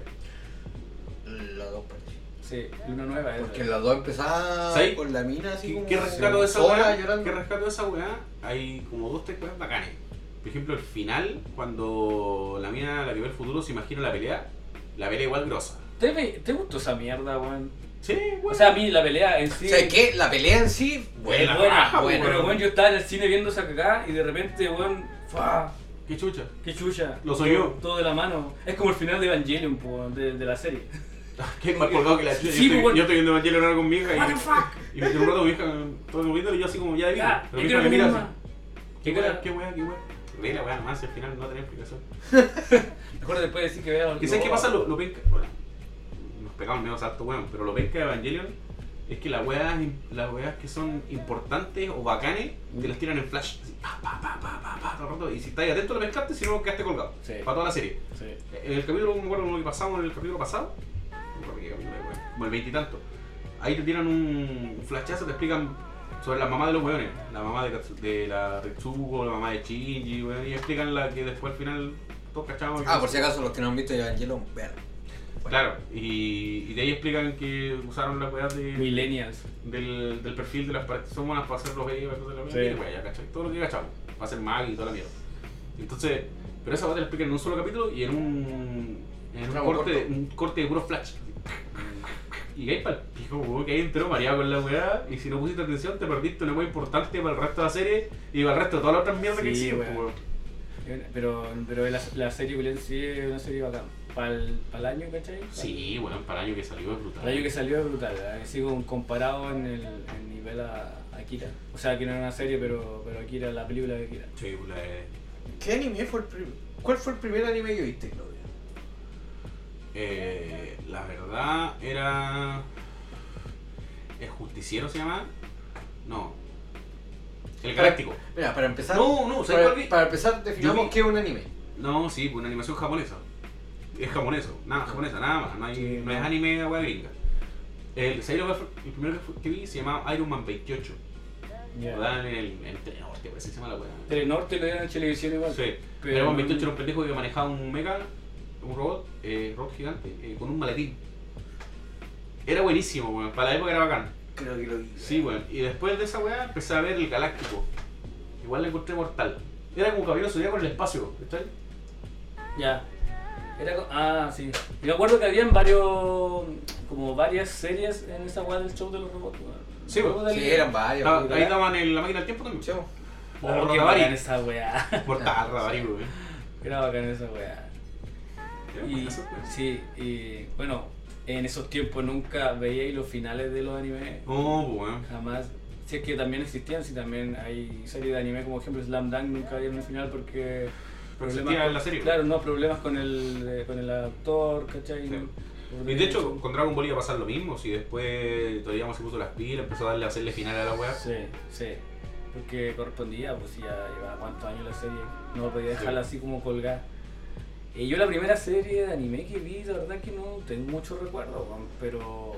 La dos parece. Sí, y una nueva es. Porque en la dos empezaba ¿Sabes? con la mina así ¿Qué, como... qué rescato de esa sola, weá? llorando. ¿Qué rescato de esa weá? Hay como dos, tres weas bacanes. Por ejemplo, el final, cuando la mina, la que ve el futuro, se imagina la pelea, la pelea igual grosa. ¿Te, ve- ¿Te gustó esa mierda, weón? Sí, weón. O sea, a mí la pelea en sí. ¿Sabes qué? La pelea en sí, Es buena, buena, raja, buena. weón. Pero, weón, yo estaba en el cine viendo esa cagada y de repente, weón, ¡fua! Qué chucha. ¡Qué chucha! Lo soñó. Todo, todo de la mano. Es como el final de Evangelion, po, weón, de, de la serie. Qué mal colgado que la chucha. Sí, yo, estoy, weón. yo estoy viendo Evangelion ahora con mi hija y, What the fuck? y me quedo un rato mi hija todo viendo y yo así como ya de vino. Ya, Pero yo mi hija creo me que mira no así. más. ¿Qué ¿Qué weá? cara? ¿Qué weá? ¿Qué weá? Ve la weá nomás, si al final no tiene explicación. Mejor después decir que vea. ¿Y sabes qué pasa? Lo, lo penca. Bueno, nos pegamos medio salto, weón, pero lo penca de Evangelion es que las weas, las weas que son importantes o bacanes te las tiran en flash. Así, pa, pa, pa, pa, pa, pa, todo el rato. Y si estás atento lo pescaste, si no quedaste colgado. Sí. Para toda la serie. Sí. En el capítulo, me acuerdo lo que pasamos en el capítulo pasado, no me acuerdo qué capítulo era, weón, como el veintitanto. Ahí te tiran un flashazo, te explican sobre la mamá de los weones, la mamá de, Katsu- de la Retsuko, la mamá de Shinji, weón, y explican la que después al final todos cachamos. Ah, por si acaso los que no han visto Evangelion, vean. Claro, y, y de ahí explican que usaron las weas de, Millennials. del, del perfil de las personas para hacer los bebés, cosas de la Sí. mierda, y wea, ya cachai, todo lo que cachamos, para hacer mag y toda la mierda. Entonces, pero esa wea te la explican en un solo capítulo y en un, en un, Tramo corte, corto. un corte de puro flash. Y ahí para el pico, weón, que ahí entero mareado con la weá, y si no pusiste atención te perdiste una weá importante para el resto de la serie y para el resto de todas las otras mierdas que Sí, existen, weón. weón. Pero, pero la, la serie William sí es una serie bacán. Para el, el año, ¿cachai? Sí, bueno, para el año que salió es brutal. El año que salió es brutal, ¿verdad? Que sigo comparado en el en nivel a Akira. O sea, que no era una serie, pero, pero Akira, la película de Akira. Sí, la de- ¿Qué anime fue el primer... ¿Cuál fue el primer anime que viste, Claudia? Eh, la verdad era. ¿El Justiciero se llama? No. El Galáctico. Mira, para empezar... No, no, ¿sabes para, cuál vi? para empezar, definamos Yo vi- qué es un anime. No, sí, pues una animación japonesa. Es japonesa, nada, japonesa, nada más. No, hay, no es anime de gringa. El, ¿sabes lo que fue? El primero que, fue- que vi se llamaba Iron Man veintiocho. Lo dan en el, en el Telenorte, parece que se llama la weá. Telenorte lo dieron en televisión igual. Sí, Pero Iron Man no- veintiocho era un pendejo que manejaba un mecha, un robot, eh, robot gigante, eh, con un maletín. Era buenísimo, weón. Para la época era bacán. Creo que lo vi. Sí, weón. Y después de esa weá empecé a ver el Galáctico. Igual la encontré mortal. Era como Caballero Zodíaco en el espacio, ¿está ahí? Ya. Era, co- ah, sí. Y me acuerdo que habían varios, como varias series en esa weá del show de los robots. weón. Sí, Juego de Sí, anime. eran varios. Ah, weón. ahí daban en la máquina del tiempo también. Sí, weón. O Oh, qué Rodabari. bacán esa weá. Mortal, Rodabari, weón. Era bacán esa weá. Era Y, buena esa weá. sí, y bueno, en esos tiempos nunca veíais los finales de los animes. Oh, weón. Jamás. Si es que también existían, si también hay series de anime como por ejemplo Slam Dunk, nunca dieron un final porque Pero problemas existía con- en la serie. Claro, no, problemas con el, eh, con el actor, ¿cachai? Sí. Por Y de hecho, derecho. con Dragon Ball iba a pasar lo mismo. Si después todavía se puso las pilas, empezó a darle a hacerle final a la weá. Sí, sí. Porque correspondía, pues ya llevaba cuántos años la serie. No podía dejarla así como colgada. Y yo la primera serie de anime que vi, la verdad que no tengo mucho recuerdo, weón, pero...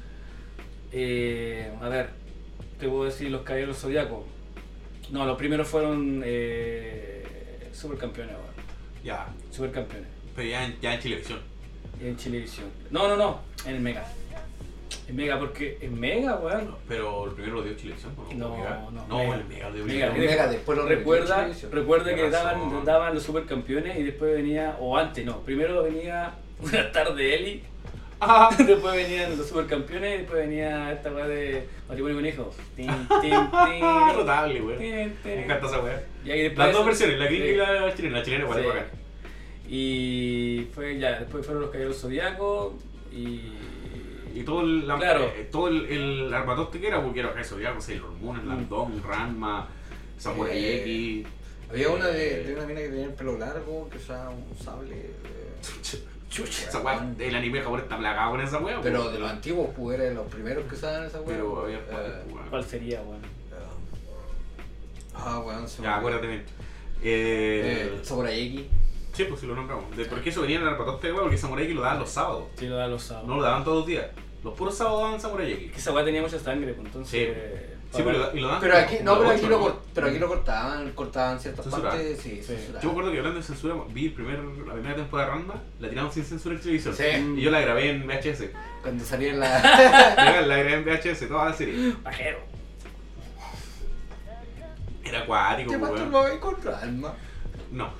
Eh, a ver, te puedo decir Los Caballeros Zodiacos. No, los primeros fueron eh, Supercampeones, weón. Ya. Supercampeones. Pero ya en, ya en Chilevisión. En Chilevisión. No, no, no, en el Mega. En Mega, porque en Mega, weón. Pero el primero lo dio Chilevisión, ¿no? No, Mega. no, No, Mega. el Mega lo dio Mega, Mega. Mega, después lo repitió en Recuerda, Chilevisión. recuerda que Tienes daban, razón. daban los supercampeones y después venía, o antes no, primero venía una tarde Eli, Ah, después venían los supercampeones y después venía esta weá de matrimonio con hijos. Tin, tin, tin, notable, weón. tin, tin. Me encanta esa weá. Y ahí después Las dos eso- versiones, la gringa sí. y la chilena. La chilena igual Sí. es bacán. Y fue ya, después fueron los Caballeros Zodíacos y. Y todo el, la- Claro. eh, todo el, el armatoste que era, porque era eso, ya, Sailor Moon, Mm. Landon, Ranma, Samurai Eh, X. Había una de, eh, de una mina que tenía el pelo largo, que usaba un sable. eh, Chucha, esa weá, el anime japonés está plagado con esa weá. Pero weón. de los antiguos, pues era de los primeros que usaban esa weá. Pero había Eh, weón. ¿Cuál sería, weón? eh, Ah, weón, se me Ya, olvidó. acuérdate bien. Eh, Eh, Samurai X. sí, pues si lo nombramos. De- Porque eso venía en el armatoste, weón, porque Samurai X lo daban los sábados. Sí, lo daban los sábados. No lo daban todos los días. Los puros sábados daban Samurai Es X. que esa weá tenía mucha sangre, pues entonces. Sí, pero lo- y lo daban Pero como- aquí, como no, a pero las aquí ocho, lo, ¿no? cort- pero aquí lo cortaban, cortaban ciertas Censuraban. partes, sí, Sí. censuraban. Yo me acuerdo que hablando de censura, vi el primer, la primera temporada de Ranma, la tiraron sin censura en televisión. Sí. Y yo la grabé en V H S. Cuando salía en la... la, la grabé en V H S, toda la serie. Pajero. Era acuático, ¿Te weón. masturbabas con Ranma? No.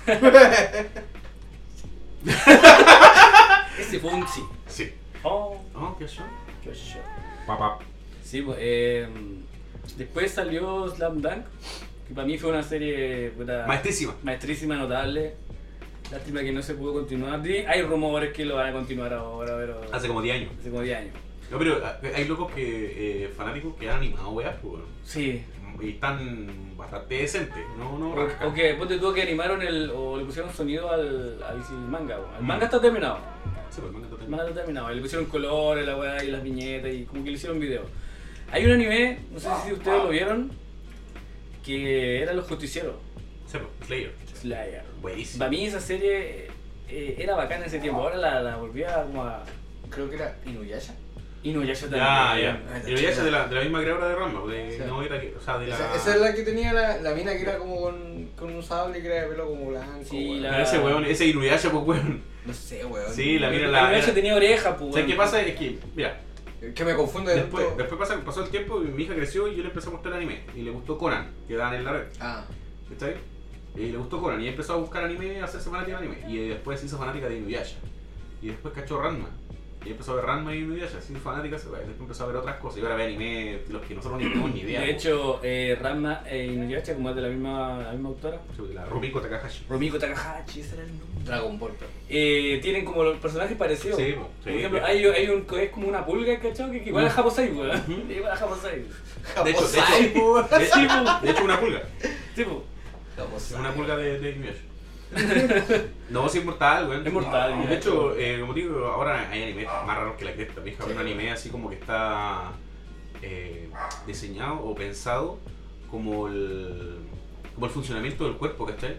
Ese fue un sí. Sí. Oh, Oh, qué show. qué show. Papá. Sí, pues. Eh, después salió Slam Dunk, que para mí fue una serie. Puta, Maestrísima. maestrísima, notable. Lástima que no se pudo continuar. Di- Hay rumores que lo van a continuar ahora, pero. Hace como diez años. hace como diez años. No, pero eh, hay locos que, eh, fanáticos que han animado weas, pues, weón. Sí. Y están bastante decentes, no, no. O, rascan. o que ponte tú que animaron el. O le pusieron sonido al, al manga, weón. El Mm. manga está terminado. Sí, pues, manga El total. manga está terminado. Le pusieron colores, la weá y las viñetas y como que le hicieron video. Hay un anime, no sé si ustedes lo vieron, que era Los Justicieros. Sí, pues, Slayer. Slayer. Buenísimo. Para mí esa serie eh, era bacana en ese tiempo. Ahora la, la volví a como a. Creo que era Inuyasha. Y no, ya se Ya, ya. Ah, Y lo de la, de la misma creadora de Ranma, de, Sí. no era que, o sea, de la... Esa, esa es la que tenía la, la mina que era como con, con un sable que era de pelo como blanco. Sí, weón. la- Pero ese weón, ese Inuyasha, pues weón. No sé, weón. Sí, la mina La la... Inuyasha era- tenía oreja, pues. ¿Sabes qué weón. pasa? Es que, mira, Que me confunde después, tanto. después pasa, pasó el tiempo y mi hija creció y yo le empecé a mostrar anime. Y le gustó Conan, que daban en la red. Ah, ¿Cachai? Y le gustó Conan y empezó a buscar anime, a hacerse fanática de anime. Y después se hizo fanática de Inuyasha. Y después cachó Ranma. Y empezó a ver Ranma y Inuyasha, así fanática, se va. Después empezó a ver otras cosas. Y ahora ve anime, los que nosotros ni tenemos ni idea. De hecho, eh, Ranma e Inuyasha, como es de la misma, la misma autora, po. La Rumiko Takahashi. Romiko Takahashi, ese era el nombre. Dragon Ball. pero- Eh, tienen como los personajes parecidos. Sí, po, sí, Por ejemplo, sí. hay, hay un es como una pulga, ¿cachai? Que, que igual a Japosai, weón. Igual a Japosai. De hecho, de Japosai, hecho, weón. de hecho, de hecho una pulga. Tipo, Es una pulga de, de Inuyasha. No, sí es mortal, güey. Es mortal, De hecho, eh, como digo, ahora hay animes más raros que la cresta. Mi hija ve un anime así como que está eh, diseñado o pensado como el, como el funcionamiento del cuerpo, ¿cachai?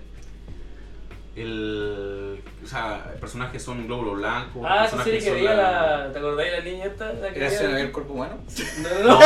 El, o sea, el personaje son glóbulos blancos. ah, esa personajes serie que son veía la. ¿Te acordáis de la niña esta? La que ¿Era veía- se ve el cuerpo humano? No, no, no.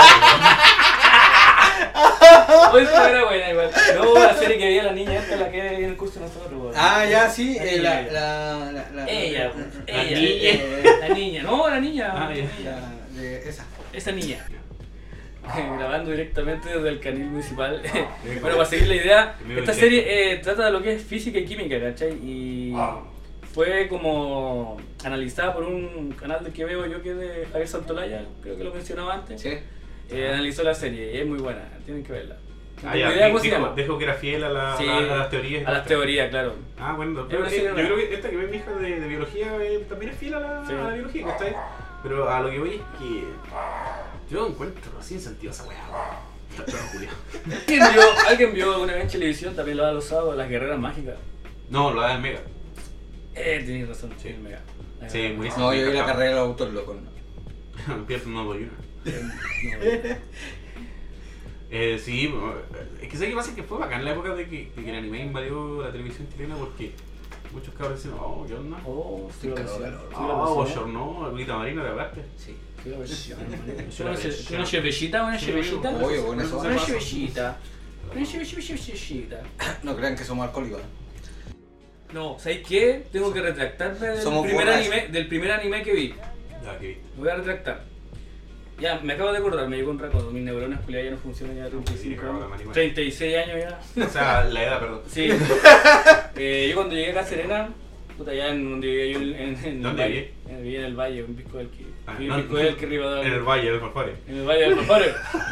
Oye, esa era buena igual. No, la serie que veía la niña esta, la que veía en el curso de nosotros, weón. Ah, ya, sí. La eh, la, niña. la, la, la- Ella, la- ella, niña. la niña, no, la niña, Ah, la ya. niña. La- de esa. Esa niña. Grabando directamente desde el canil municipal. Bueno, para seguir la idea, Amigo esta del serie eh, trata de lo que es física y química, ¿cachai? Y fue como analizada por un canal de que veo yo que es de Javier Santolaya, creo que lo mencionaba antes. Sí. Eh, analizó la serie y es muy buena, tienen que verla. No Ah, tengo ya, idea cómo se dijo, llama. dijo que era fiel a, la, Sí, a, la- a las teorías. y A las tal. teorías, claro. Ah, bueno, Es pero, una eh, serie yo rara. creo que esta que ve mi hija de, de biología eh, también es fiel a la, Sí. a la biología, ¿cachai? Pero a lo que voy es que yo encuentro sin sentido esa weá. Está chorro, culiao. ¿Alguien vio, ¿Alguien vio alguna vez en televisión, también lo da los sábados, Las Guerreras Mágicas? No, lo da el Mega. Eh, tenés razón, sí, el Mega. Las Sí, Guerreras buenísimo. No, yo vi la carrera del autor loco. ¿no? Pierdo no doy una. Mágicas. No, Eh, sí, bueno, es que sé que pasa que fue bacán la época de que, de que el anime invadió la televisión chilena porque muchos cabros decían, oh, ¿qué onda? Oh, sí, lo Calor, versión. calor. Sí, Ah, la oh, versión. Bochorno, Agüita Marina, ¿te hablaste? Sí. Sí, la versión. Sí, la Una ce- versión. una chevellita, una Sí, chevellita. amigo. Obvio, con eso. Una chevellita. Una chevellita. No crean que somos alcohólicos. ¿eh? No, ¿sabes qué? Tengo que retractarme del Somos primer, borrachos. anime, del primer anime que vi. Ya, que Me voy a retractar. Ya, me acabo de acordar, me llegó un recuerdo. Mis neuronas culiadas ya no funcionan ya treinta y cinco Sí, años. cabrón, animal. treinta y seis años ya. O sea, la edad, perdón. Sí. eh, yo cuando llegué acá a Serena, puta, allá en donde vivía yo en, en, en ¿Dónde el viví? valle. Eh, Vivía en el valle, en Pisco del que. Ah, en no, Pisco del que arriba En el valle del Farfare. En el valle del Papare.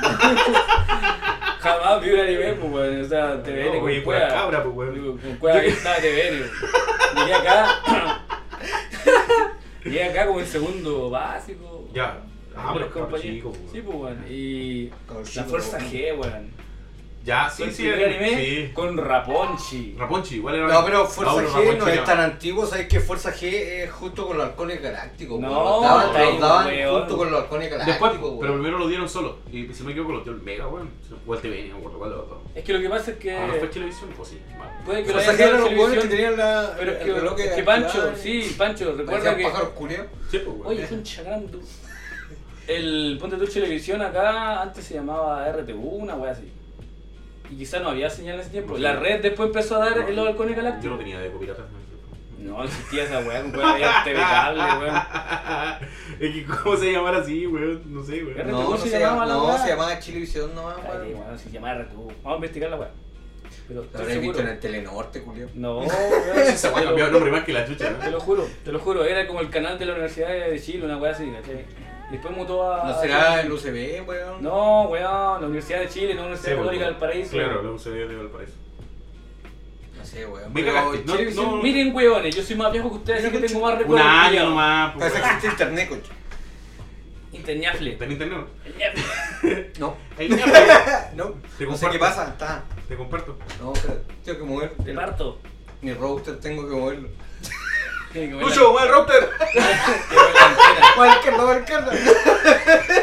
Jamás vi un anime, pues, weón. O sea, T V N No, con güey, pura cueva. cabra, pues, weón. Digo, con cueva que estaba T V N, weón. Llegué acá. Llegué acá como el segundo básico. Ya. Ah, Con pero los cabrón compañeros. chico, weón. Sí, pues, weón. Y Cabrón la chico, Fuerza weón. G, weón. Ya, sí, Fue el sí. primer anime Sí. con Raponchi. Raponchi, igual era. No, pero Fuerza pero G Raponchi no era- es tan antiguo, ¿sabes que Fuerza G es junto con los halcones galácticos? No, weón. Los daban, está ahí, los daban weón. junto con los halcones Después, galácticos, pero weón. primero lo dieron solo. Y si no me equivoco, lo dio el Mega, weón. O el T V N, no me acuerdo cuál de los dos. Es que lo que pasa es que. Ah, ¿no fue televisión? Pues sí. Vale. Puede que lo Fuerza hayan G dado eran en los buenos que televisión. tenían la, Pero es el que, reloj es que activado Pancho, y- sí, Pancho, recuerda parecían que. pájaros culiados. Sí, pues, weón. Oye, concha grande. El Ponte tu Televisión acá antes se llamaba R T U, una wea así. Y quizás no había señal en ese tiempo. No sé. La red después empezó a dar No, el los halcones Yo galácticos. no tenía de pirata. No, no existía esa wea, con wea había T V cable, weón. Es que, ¿cómo se llamara así, weón? No sé, weón. R T U No, no se se, llamaba llama, la no, weá. se llamaba Chilevisión nomás, Ay, weón. weón, se llamaba R T U. Vamos a investigar la wea. Pero Lo estoy habré visto seguro. en el Telenorte, culiao. No, weón. Esa weá te cambió lo- el nombre más que la chucha, Te ¿no? lo juro, te lo juro. Era como el canal de la Universidad de Chile, una wea así, ¿cachai? Después mutó a. ¿No será el U C B, weón? No, weón, la Universidad de Chile, no la Universidad Sí, Católica weón. del Paraíso. Claro, la U C B de Valparaíso. No sé, weón. Me Pero cagaste, no, Chilevisión- no. Miren, weones, yo soy más viejo que ustedes, así que tengo más Un recuerdos. año culiao. nomás, pues, Parece que weón. existe internet, concha. Interñafle. ¿Está en internet? No. Ahí está. No. Te No sé qué comparto. pasa. Está. Te comparto. No, espera. Tengo que mover. Te parto. Mi router tengo que moverlo. Tiene que ver la- ¡Lucho, mueve el router! tiene que ver la antena. Va a la izquierda, va a la izquierda.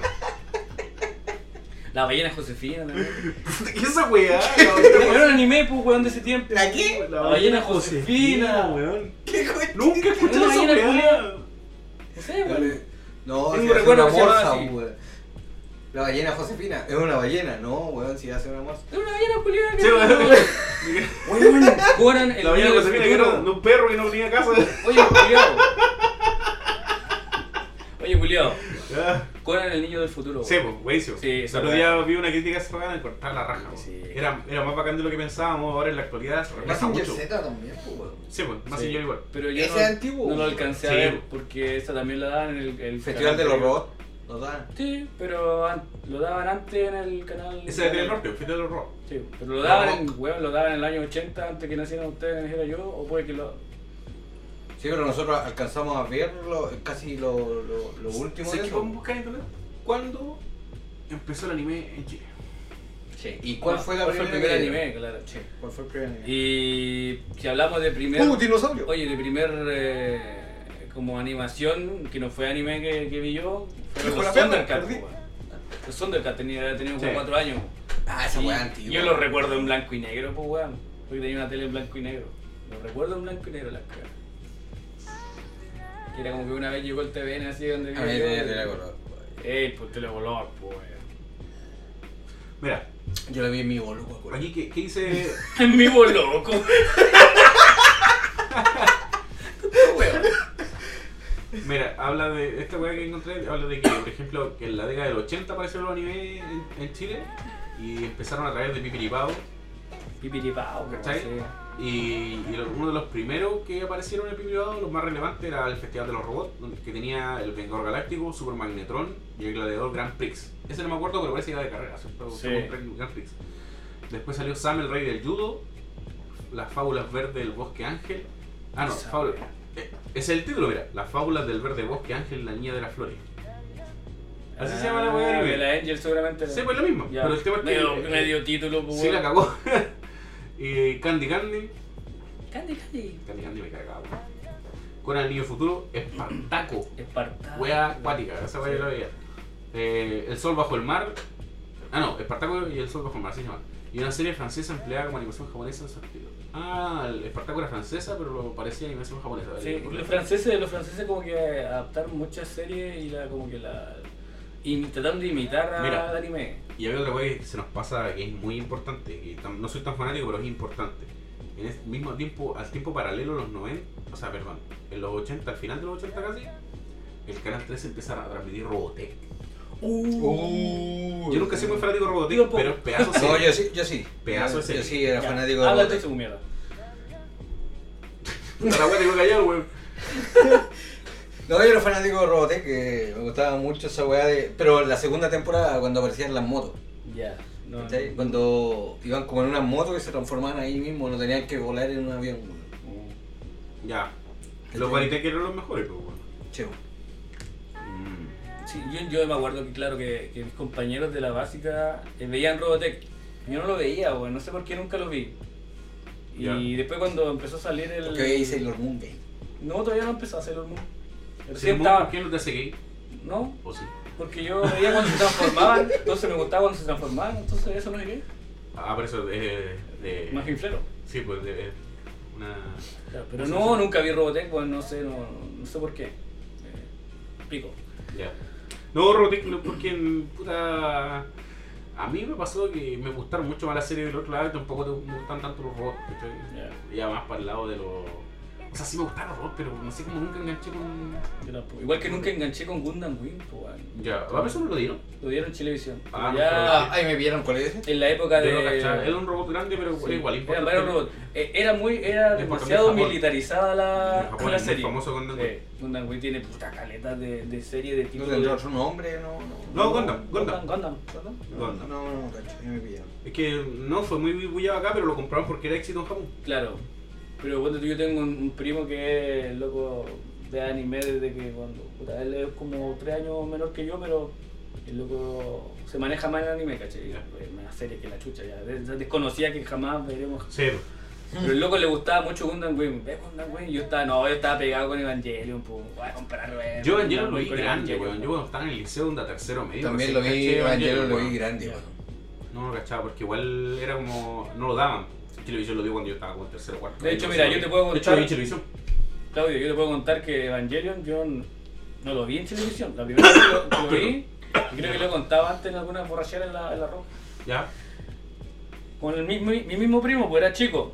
La ballena Josefina también. ¿Qué es esa weá? Era un anime, pues, weón, de ese tiempo. ¿La qué? La ballena Josefina. weón. ¿Qué coño? Nunca he escuchado Una esa ballena weá. culiao. No sé, weón. No, Tengo si hace recuerdo una que se llamaba morsa, así. weón. La ballena Josefina. Es una ballena, no, weón, si hace una morsa. Es una ballena culiada que. Sí, weón. Weón, Conan, el La ballena niño que se del viene que era de futuro. un perro y no tenía casa. Oye, culiao. Oye, culiao. Ya. Conan, el niño del futuro. Sí, pues, buenísimo. Sí, el esa otro weá. día vi una crítica a esa weá de cortar la raja. Sí. weón. Era, era más bacán de lo que pensábamos, ahora en la actualidad se retrasa Mazinger mucho. Z también, pues, weón. Sí, pues, más Sí. yo igual. Pero yo Ese no, es antiguo, no lo weón. alcancé a Sí. ver porque esa también la daban en el, el Festival de canal los Robots. Lo dan. Sí, pero an- lo daban antes en el canal. Ese es del norte, el Festival de los Rock. Sí, pero lo daban en, weón, lo daban en el año ochenta antes que nacieran ustedes, naciera yo, o puede que lo. Sí, pero nosotros alcanzamos a verlo, casi lo, lo, lo último ¿Sabes de qué eso. podemos buscar en internet? ¿Cuándo empezó el anime en Chile? Sí. ¿Y cuál fue la ¿Cuál fue el primera primer que- anime? Claro. Sí, ¿cuál fue el primer anime? Y si hablamos de primer. ¡Uh, dinosaurio! Oye, de primer. Eh, como animación, que no fue anime que, que vi yo, fueron Hijo los de la perra, Thundercats, perdí. weón. Los Thundercats tenía, tenía como Sí. cuatro años. Ah, esa Y weá antigua. Yo lo recuerdo en blanco y negro, pues weón. Porque tenía una tele en blanco y negro. Lo recuerdo en blanco y negro las caras. Que era como que una vez llegó el T V N así donde A mí yo. tenía tele color. Ey, pues telecolor, pues weón. Mira, Yo la vi en mi boludo, weón. aquí, ¿qué, qué dice? En vivo loco. Weón. Mira, habla de esta weá que encontré, habla de que, por ejemplo, que en la década del ochenta aparecieron los animes en, en Chile y empezaron a través de Pipiripao, Pipiripao, weón, ¿cachai? sí. Y, y lo- uno de los primeros que aparecieron en Pipiripao, los más relevantes, era el Festival de los Robots, donde- que tenía el Vengador Galáctico, Super Magnetron y el Gladiador Grand Prix. Ese no me acuerdo, pero parece que era de carrera, siempre Sí. un Grand Prix. Después salió Sam, el Rey del Judo, Las Fábulas Verdes del Bosque Ángel. Ah, no, Esa fábula. wea. eh, Ese es el título, mira. Las Fábulas del Verde Bosque Ángel, la Niña de las Flores. Así se llama la weá de Ah, anime. de la Angel seguramente. Sí, pues lo mismo. Ya. Pero el tema es que. medio, eh, medio título, pues Sí, la weón. cagó. Y Candy Candy. Candy Candy. Candy Candy me cagaba, weón. Conan el Niño Futuro, Espartaco. Espartaco. Wea acuática, esa wea yo la veía. Eh, el Sol Bajo el Mar. Ah, no, Espartaco y el Sol Bajo el Mar, así se llama. Y una serie francesa empleada como animación japonesa en su estilo. Ah, el Espartaco era francesa, pero lo parecía animación japonesa. Sí, Por los la- franceses, los franceses como que adaptaron muchas series y la como que la y tratando de imitar a- Mira. al anime. Y hay otra wea que se nos pasa que es muy importante, que tam- no soy tan fanático, pero es importante. en ese mismo tiempo, al tiempo paralelo, los noventa, o sea, perdón, en los ochenta, al final de los ochenta casi, el Canal trece empieza a transmitir Robotech. Uh, Yo nunca he sido muy fanático de Robotech, Yo poco. pero pedazo de No, serie. yo sí, yo sí. Pedazo de Yo serie. sí era Ya, fanático de habla Robotech. de su mierda. Puta la wea, te iba a callar, weón. No, yo era fanático de Robotech, que me gustaba mucho esa weá de... Pero la segunda temporada, cuando aparecían las motos. Ya. No, ¿Cachai? no. Cuando iban como en unas motos y se transformaban ahí mismo, no tenían que volar en un avión. weón. Ya. Los Baritech eran los mejores, pues, weón. Che, Mm. Sí, yo, yo me acuerdo que claro que, que mis compañeros de la básica eh, veían Robotech. Yo no lo veía, weón, no sé por qué nunca lo vi. Y Ya. después cuando empezó a salir el... porque veía Sailor Moon gay. No, todavía no empezó a Sailor Moon. ¿Sí, Recién ¿Por estaba... qué no te hace gay? No, ¿O sí? porque yo veía cuando se transformaban, entonces me gustaba cuando se transformaban, entonces eso no es gay. Ah, pero eso es de... de... Más finflero. Sí, pues de... de una... Claro, pero Sí, no, sí. nunca vi Robotech, pues no sé, no, no sé por qué. Eh, pico. Ya. No, Robotech, no, porque puta... A mí me pasó que me gustaron mucho más las series del otro lado y tampoco te- me gustan tanto los robots, ¿cachai? Ya. Ya más para el lado de los... O sea, sí me gustaron los robots, pero no sé cómo nunca enganché con... Yo tampoco. Igual que nunca enganché con Gundam Wing, pues, weón. Ya, ¿a eso no lo dieron? Lo dieron en Televisión. Ah, Pero ya Ah, ahí me vieron cuál es ese. en la época Yo no cachaba. de... Era un robot grande, pero Sí, era igual eran importante. varios robots. Eh, Era muy, era Es porque demasiado en Japón- militarizada en la, Japón la es muy serie. famoso Gundam Wing. Sí, Gundam Wing tiene puta caleta de, de serie de ¿No tipo tendrá de... otro nombre? No, No, no. Gundam, Gundam. Gundam, Gundam, Gundam. Gundam. No, no, no, cacho, ahí me pillaron. Es que no fue muy bullado acá, pero lo compraron porque era éxito en Japón. Claro. Pero bueno, yo tengo un, un primo que es loco de anime desde que cuando... Puta, él es como tres años menor que yo, pero el loco se maneja más en el anime, ¿cachai? Ya. Es una serie que la chucha ya. Des- Desconocía que jamás veremos. Cero. Pero el loco le gustaba mucho Gundam Wing. ¿Ves Gundam Wing? Y yo estaba, no, yo estaba pegado con Evangelion, pues. Voy a comprarlo. eh, Yo Gundam Evangelion lo vi Wing con grande, Evangelion, weón. Yo cuando estaba en el liceo, onda tercero medio. También recién lo vi, caché Evangelion lo vi weón. grande, Ya. weón. No lo cachaba porque igual era como... No lo daban. Televisión lo dio cuando yo estaba como en tercero o cuarto. De hecho, mira, yo te puedo De hecho, contar- vi televisión. Claudio, yo te puedo contar que Evangelion yo n- no lo vi en televisión. La primera vez que lo, que lo vi, y creo que lo contaba antes en alguna borrachera en la, en la rock. ¿Ya? Con el mismo, mi mismo primo, pues era chico.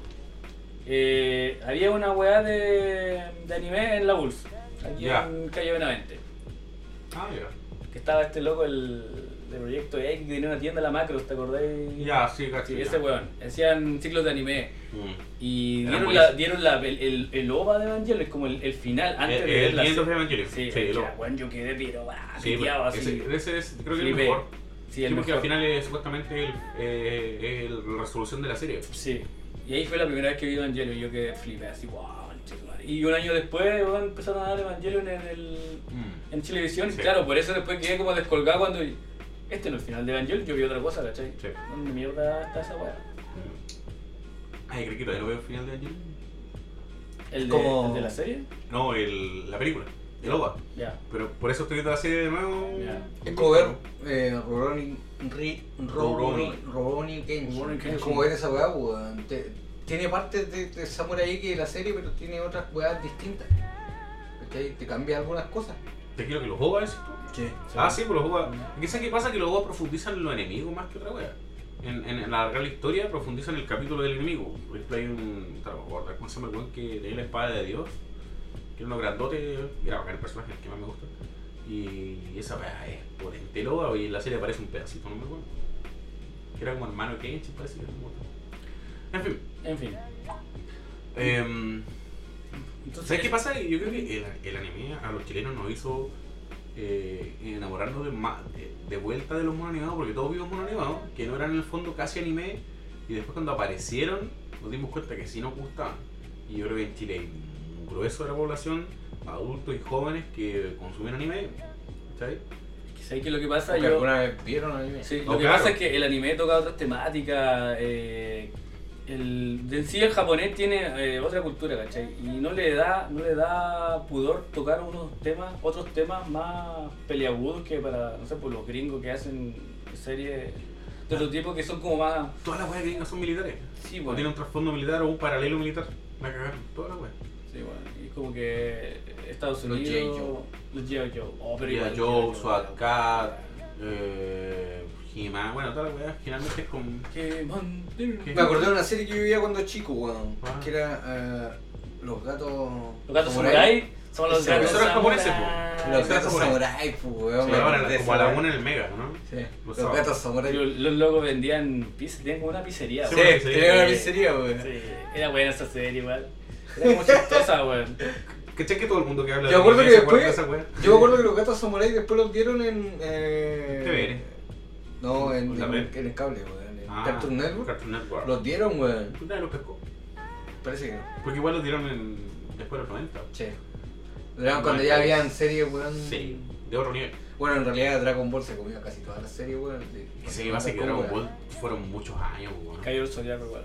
Eh, había una weá de, de anime en la U L S, aquí Ya. en Calle Benavente. Ah, ya. Que estaba este loco el, de Proyecto X que tenía una tienda la Macros, ¿te acordáis? Ya, sí, cacho. Sí, ya. ese weón. Hacían ciclos de anime. Mm. Y Era dieron, muy la, ese. dieron la, el, el, el O V A de Evangelion, es como el, el final, antes El- de ver el la End of serie. Evangelion. Sí, Sí, es lo- que, weón, yo quedé pero ah, Sí, piteado pues, así. ese, ese es, creo que es el Flipé. mejor. Sí, el Sí, porque mejor. al final es supuestamente el, eh, el- la resolución de la serie. Sí. Y ahí fue la primera vez que vi Evangelion y yo quedé flipé así, wow, conchetumare. Y un año después, weón, empezaron a dar Evangelion en el Mm. en televisión. Sí. Y claro, por eso después quedé como descolgado cuando este no es el final de Evangelion, yo vi otra cosa, ¿cachai? Sí. ¿Dónde mierda está esa weá? Ay, creo que todavía no veo el final de Evangelion. ¿El de, Como- el de la serie? No, el, la película, el O V A. Ya. Pero por eso estoy viendo la serie de nuevo. Ya. Es como ver eh, Rurouni Ri- Rurouni. Rurouni Rurouni Kenshin. Rurouni Kenshin. Es como ver esa weá, weón. Te- Tiene partes de, de Samurai X de la serie, pero tiene otras weas distintas. ¿Cachai? Te cambia algunas cosas. Te quiero que los O V A, decís tú. Sí. Ah, sí, pues los O V A. ¿Qué sé qué pasa? Que los O V A profundizan en los enemigos más que otra wea. En, en, en alargar la historia, profundizan en el capítulo del enemigo. Por ejemplo, hay un. No me acuerdo cómo se llama el weón que tenía la espada de Dios. Que era uno grandote. Era bacán el personaje, el que más me gusta. Y esa wea es potente el O V A. Y en la serie aparece un pedacito, no me acuerdo. Que era como hermano de Kenshin, parece que era como otro. En fin. En fin. em, Entonces, ¿Sabes qué pasa? Yo creo que el, el anime a los chilenos nos hizo eh, enamorarnos de, ma- de, de vuelta de los monos animados, porque todos vimos monos animados, que no eran en el fondo casi anime, y después cuando aparecieron nos dimos cuenta que sí nos gustaban. Y yo creo que en Chile hay un grueso de la población, adultos y jóvenes, que consumen anime. ¿Sabes? ¿sabes qué es lo que pasa? ¿Que Yo, alguna vez vieron anime? sí, Oh, lo que claro. pasa es que el anime toca otras temáticas. Eh, el, de en sí el japonés tiene eh, otra cultura, ¿cachai? Y no le da no le da pudor tocar unos temas, otros temas más peliagudos que para, no sé, por los gringos que hacen series de otro tipo que son como más... Todas las weas gringas son militares. Sí, O bueno. tienen un trasfondo militar o un paralelo militar. Me cagaron, todas las weas. Sí, bueno, y es como que Estados Los Unidos... G I. Joe. Los G I. Joe. Oh, pero G I. igual, Joe, G I. Joe. SWAT Cat, eh, He-Man, bueno, todas las weas generalmente es con... He-Man. ¿Qué? Me acordé de una serie que yo veía cuando chico, weón. Ah. Que era eh, Los Gatos. Los gatos Samurai. samurai son los Eso, gatos eso era japonés, samurai. Los Gatos Samurai. Samurai, pues, weón. Sí, me ahora, acordé de como a esa la wea. una en el Mega, ¿no? Sí, Los Los sábados. Gatos Samurai. Los, los locos vendían pizza, tenían como una pizzería. Sí, Sí, weón. sí. tenía una pizzería, weón. Sí, era buena esa serie igual. Era como chistosa, weón. ¿Cachai que todo el mundo que habla Yo me acuerdo anime que se acuerda después. de esa wea? Yo me acuerdo que Los Gatos Samurai después los dieron en. Eh, T V N. No, en, ¿La en, red? en el cable, weón. En Ah, Cartoon Network. Cartoon Network. Los dieron, weón. Nadie los pescó. Parece que no. Porque igual los dieron en... después de los noventa. Sí. Los dieron cuando ya habían series, weón. Sí, de otro nivel. Bueno, en realidad Dragon Ball se comió casi todas las series, weón. Sí, Y sí, va a ser que Dragon Ball fueron muchos años, weón. Cayó el zodiaco igual.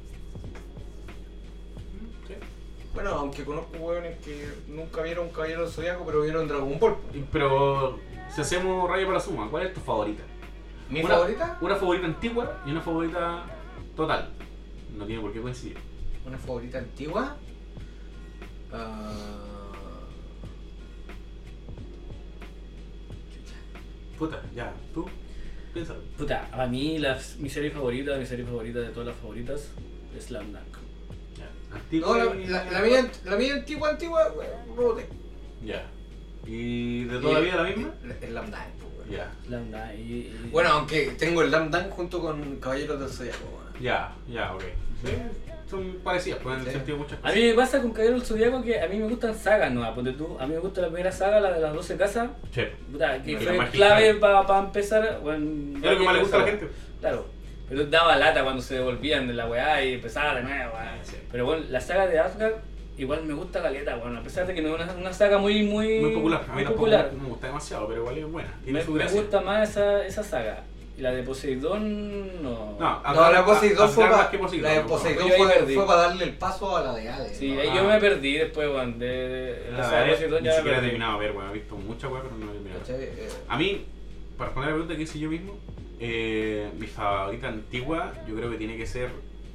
Sí. Bueno, aunque conozco weones que nunca vieron Caballero del Zodiaco, pero vieron Dragon Ball. Y- Pero si hacemos raya para la suma, ¿cuál es tu favorita? ¿Mi Una- favorita? Una favorita antigua y una favorita total. No tiene por qué coincidir. Una favorita antigua. Ah, Puta, ya, tú, piénsalo. Puta, a mí las, mi serie favorita, mi serie favorita de todas las favoritas es Slam Dunk. Ya. No, Antigua la, y- la, la mía, la mía antigua, antigua, weón, Robotech. Ya. ¿Y de toda la vida la misma? El Slam Dunk, weón. Ya. Slam Dunk y, y- Bueno, aunque tengo el Slam Dunk junto con Caballeros del Zodiaco, weón. Ya, ya, ok. Sí, son parecidas, pueden Sí. sentir muchas A cosas. mí me pasa con Caballero del Zodiaco que a mí me gustan sagas nuevas, ponte tú. A mí me gusta la primera saga, la de las doce casas, Sí. puta, que La fue magistral. clave para empezar. Bueno, Es lo que más le gusta a la gente. Claro, pero daba lata cuando se devolvían de la weá y empezaba de nuevo, weá. Sí. Pero bueno, la saga de Asgard igual me gusta caleta, bueno, a pesar de que no es una, una saga muy, muy, Muy popular. A mí muy tampoco popular. no me gusta demasiado, pero igual es buena. Tiene Me, su me gracia. gusta más esa, esa saga. Y la de Poseidón, no. No, No, Asgard- la Poseidón fue Asgard más para que Poseidón, la de no, Poseidón Yo ahí fue, perdí. fue para darle el paso a la de Hades. Sí, ¿no? ahí Ah. yo me perdí después, weón. De, de, la La saga de de Poseidón ni ya me siquiera he perdí. terminado de ver, bueno, he visto muchas weas, pero no he terminado. ¿Cachai? Eh, A mí, para responder la pregunta que hice yo mismo, eh, mi favorita antigua yo creo que tiene que ser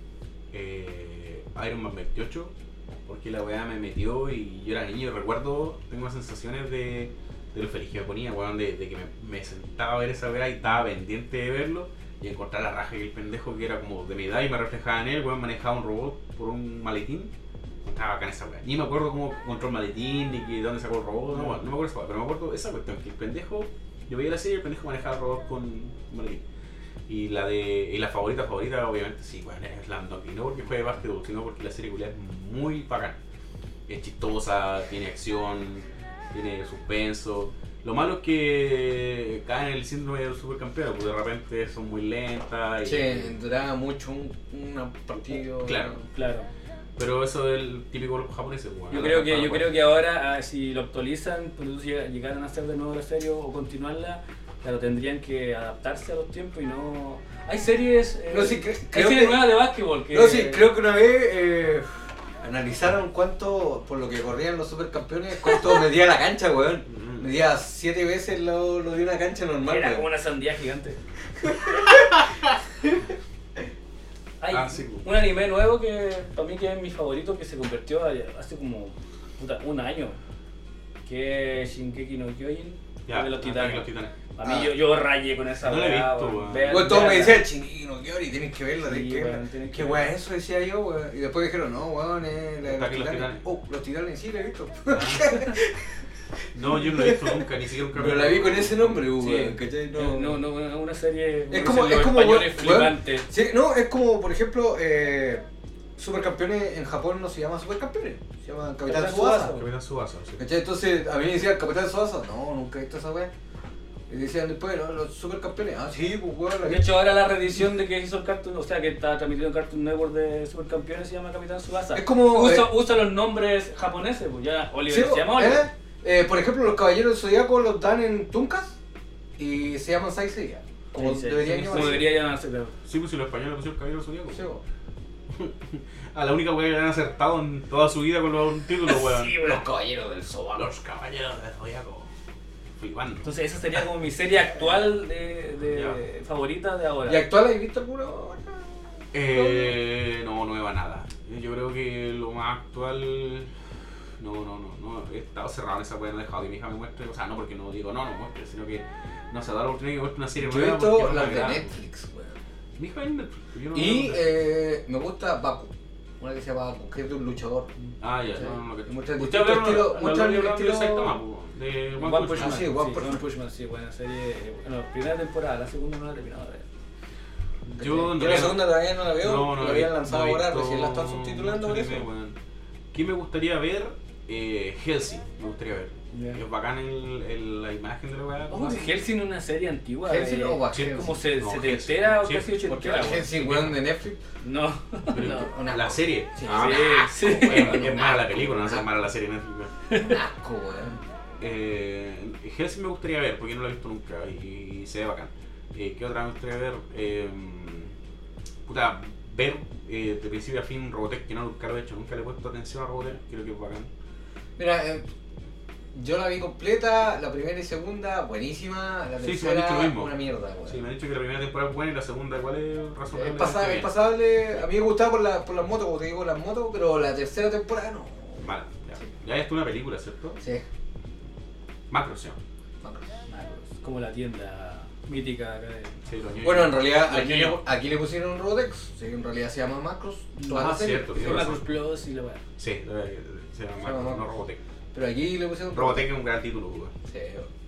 eh, Iron Man veintiocho, porque la weá me metió y yo era niño y recuerdo, tengo sensaciones de, de lo feliz que me ponía, weón, de, de que me, me sentaba a ver esa weá y estaba pendiente de verlo y encontrar la raja que el pendejo que era como de mi edad y me reflejaba en él, weón, manejaba un robot por un maletín. Estaba bacán esa weá. Ni me acuerdo cómo encontró el maletín, ni que, dónde sacó el robot, no, no me acuerdo esa weá, pero me acuerdo esa cuestión, que el pendejo, yo veía la serie y el pendejo manejaba el robot con un maletín. Y la de y la favorita favorita obviamente sí, bueno, es Slam Dunk, y no porque juegue básquetbol, sino porque la serie culiá es muy bacán. Es chistosa, tiene acción, tiene suspenso. Lo malo es que caen en el síndrome del supercampeón, porque de repente son muy lentas y... Che, duraba mucho un, un partido. Claro. Claro. Pero eso es el típico de los japoneses, bueno, Yo creo que, yo creo que ahora, ah, si lo actualizan, pues, si lleg- llegaran a hacer de nuevo la serie o continuarla, claro, tendrían que adaptarse a los tiempos y no... Hay series, eh, No, sí, cre- hay creo series que- nuevas de básquetbol que... No, sí, creo que una vez eh, analizaron cuánto, por lo que corrían los supercampeones, cuánto medía la cancha, weón. Mm. Medía siete veces lo, lo de una cancha normal, Era weón. como una sandía gigante. Hay Ah, sí, pues. un anime nuevo que para mí que es mi favorito, que se convirtió a- hace como puta, un año, que es Shingeki no Kyojin, Ya, de los Ataque titanes. de los titanes. A mí Ah. yo, yo rayé con esa No la he weá, visto, weón. weón. Vean- Bueno, todos me veanla. decían, Chingino, Kyori, tienes que verla, Sí, tienes que verla. weón, tienes que ¿Qué verla. weón eso decía yo, weón? Y después dijeron, no, weón, es la de Ataque los de los titanes. titanes. Oh, los titanes sí la he visto. No, yo no lo he visto nunca, ni siquiera un Pero la vi con ese nombre, weón, Sí. ¿cachai? No, no, no, es una serie. Es como como, dicen es los como, españoles weón, flipantes. sí, no, es como, por ejemplo, eh, Supercampeones en Japón no se llama Supercampeones, se llama Capitán Capitán Tsubasa. Tsubasa. Capitán Tsubasa, sí. ¿Cachai? Entonces, a mí me decían Capitán Tsubasa, no, nunca he visto esa weá. Y decían después, no, los Supercampeones, ah, sí, pues weón, la De vi. hecho, ahora la reedición de que hizo el Cartoon, o sea, que está transmitido en Cartoon Network de Supercampeones se llama Capitán Tsubasa. Es como, Usa, eh, usa los nombres japoneses, pues ya Oliver Sí, se llama Oliver. ¿eh? Eh, por ejemplo, los Caballeros del Zodiaco los dan en Tuncas y se llaman Sai Seiya. Como Sí, sí, deberían como llamarse. debería llamarse, claro. Sí, pues si los españoles pusieron Caballero Zodíaco. Sí, weón. A la única weá que le han acertado en toda su vida con los títulos, weón. Sí, weón. Los Caballeros del Zodiaco. Los Caballeros del Zodíaco. Flipando. Entonces esa sería como mi serie actual de, de Ya. favorita de ahora. ¿Y actual has visto alguna? Eh, no, nueva nada. Yo creo que lo más actual. No, no, no, no. He estado cerrado en esa weá, no he dejado que mi hija me muestre. O sea, no porque no digo no, no muestre, sino que no se da la oportunidad de ver una serie Yo he nueva. visto porque no me las de agrada. Netflix, weón. Mi hija es Netflix, yo no Y no- eh, me gusta Baku. Una que se llama Baku, que es de un luchador. Ah, ya, sí. no, no, no. que- Muestra el Usted distinto habló estilo- no, muestra no, el habló de estilo- Saitama, po, de One, One Punch Punch Man. Man, sí, sí, One One Punch Man. Punch Man, sí, buena serie. Bueno, primera temporada, la segunda no la he terminado de ver. Yo, en Yo la realidad- segunda todavía no la veo, No, no la he habían visto- lanzado no he ahora, visto recién la están subtitulando por mucho eso. anime, weón. ¿Qué me gustaría ver? Eh, Hellsing, me gustaría ver. Ya. Es bacán el, el- la imagen de la weá. Oh, Hellsing es una serie antigua. Hellsing eh, o Back sí, Hellsing. como se, No, setentera o Hellsing, casi sí, ochentera. El weón. Hellsing, weón, de Netflix. No, Pero no. Una la cosa. serie. Sí, Ah, sí, un sí. asco, weón, que es mala la película, no es mala la serie de Netflix. weón. Asco, weón. Eh, Hellsing me gustaría ver, porque no lo he visto nunca y, y se ve bacán. Eh, ¿Qué otra me gustaría ver? Eh, puta, ver eh, de principio a fin Robotech, que no, nunca lo he hecho, nunca le he puesto atención a Robotech, creo que es bacán. Mira, eh, yo la vi completa, la primera y segunda, buenísima, la Sí, sí, me han tercera, dicho lo mismo. una mierda, weón. Sí, me han dicho que la primera temporada es buena y la segunda igual es razonable. Es, pasa- es pasable, a mí me gustaba por, la, por las motos, como te digo, las motos, pero la tercera temporada no. Vale, ya. Sí. Ya es una película, ¿cierto? Sí. Macro, sí. Macros, como la tienda mítica acá de... Sí, los ñoños. Bueno, en realidad Los aquí, le, ñoños. aquí le pusieron Rodex, sí, en realidad se llama Macros, toda Ah, la serie, cierto, Sí, tiene Macros razón. Plus y la weá. Sí, eh, se llama Se Macro, llama no Macro. Robotech. pero aquí le pusieron Robotech es un gran título, weón. Sí,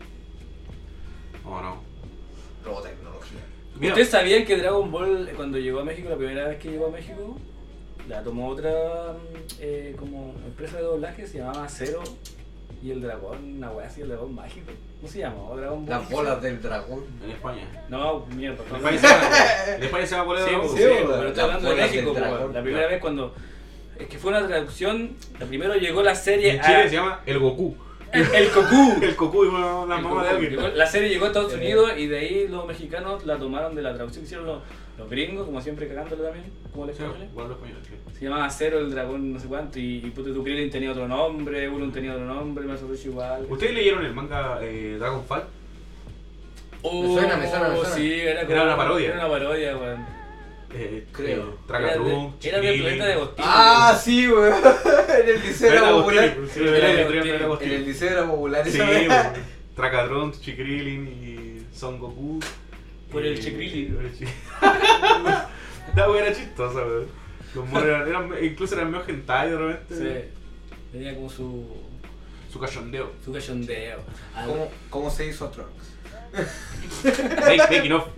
¿O no? Robotecnología. Mira, ¿Ustedes sabían que Dragon Ball, cuando llegó a México, la primera vez que llegó a México, la tomó otra mm, eh, como empresa de doblaje, se llamaba Zero y el dragón, una weá así, el dragón mágico? ¿Cómo se llamaba? ¿Dragon Ball? Las bolas del dragón. en España. No, mierda. En España se llama, en España se llama Bola de Sí, Dragón. pues, Sí, sí, pues, pero estoy las hablando de bolas México, del pues, dragón. la primera vez cuando... Es que fue una traducción, la primero llegó la Y serie en Chile a... se llama El Goku. El, el Goku. El Goku y bueno, la El mamá de Goku. alguien. Llegó- La serie llegó a Estados Sí. Unidos y de ahí los mexicanos la tomaron de la traducción que hicieron los, los gringos, como siempre cagándole también, como el Sí, español. igual los españoles, sí. Se llamaba Cero el dragón no sé cuánto y, y puto tu Krillin tenía otro nombre, Ulun tenía otro nombre, Masatoshi igual. ¿Ustedes leyeron el manga eh, Dragonfall? Oh, Me suena, me suena, me suena. Sí, era, como- Era una parodia. Era una parodia, weón. Eh, Creo. eh, Era, Tragatrón, de- era del planeta de Agostino. Ah, sí, weón. En el liceo era popular. Sí, Era era de de Agostino. En Agostino. el liceo era popular Sí, esa vez. bueno. Tragatrón, Chikrillin y Son Goku. Por el Eh, Chikrillin. por el Chi- La wea era chistosa, weón. Los monos eran, eran- incluso eran medio hentai de repente. Sí. Tenía como su, Su cachondeo. su cachondeo. Ah, ¿Cómo, ¿Cómo se hizo Trunks? Make- Making off.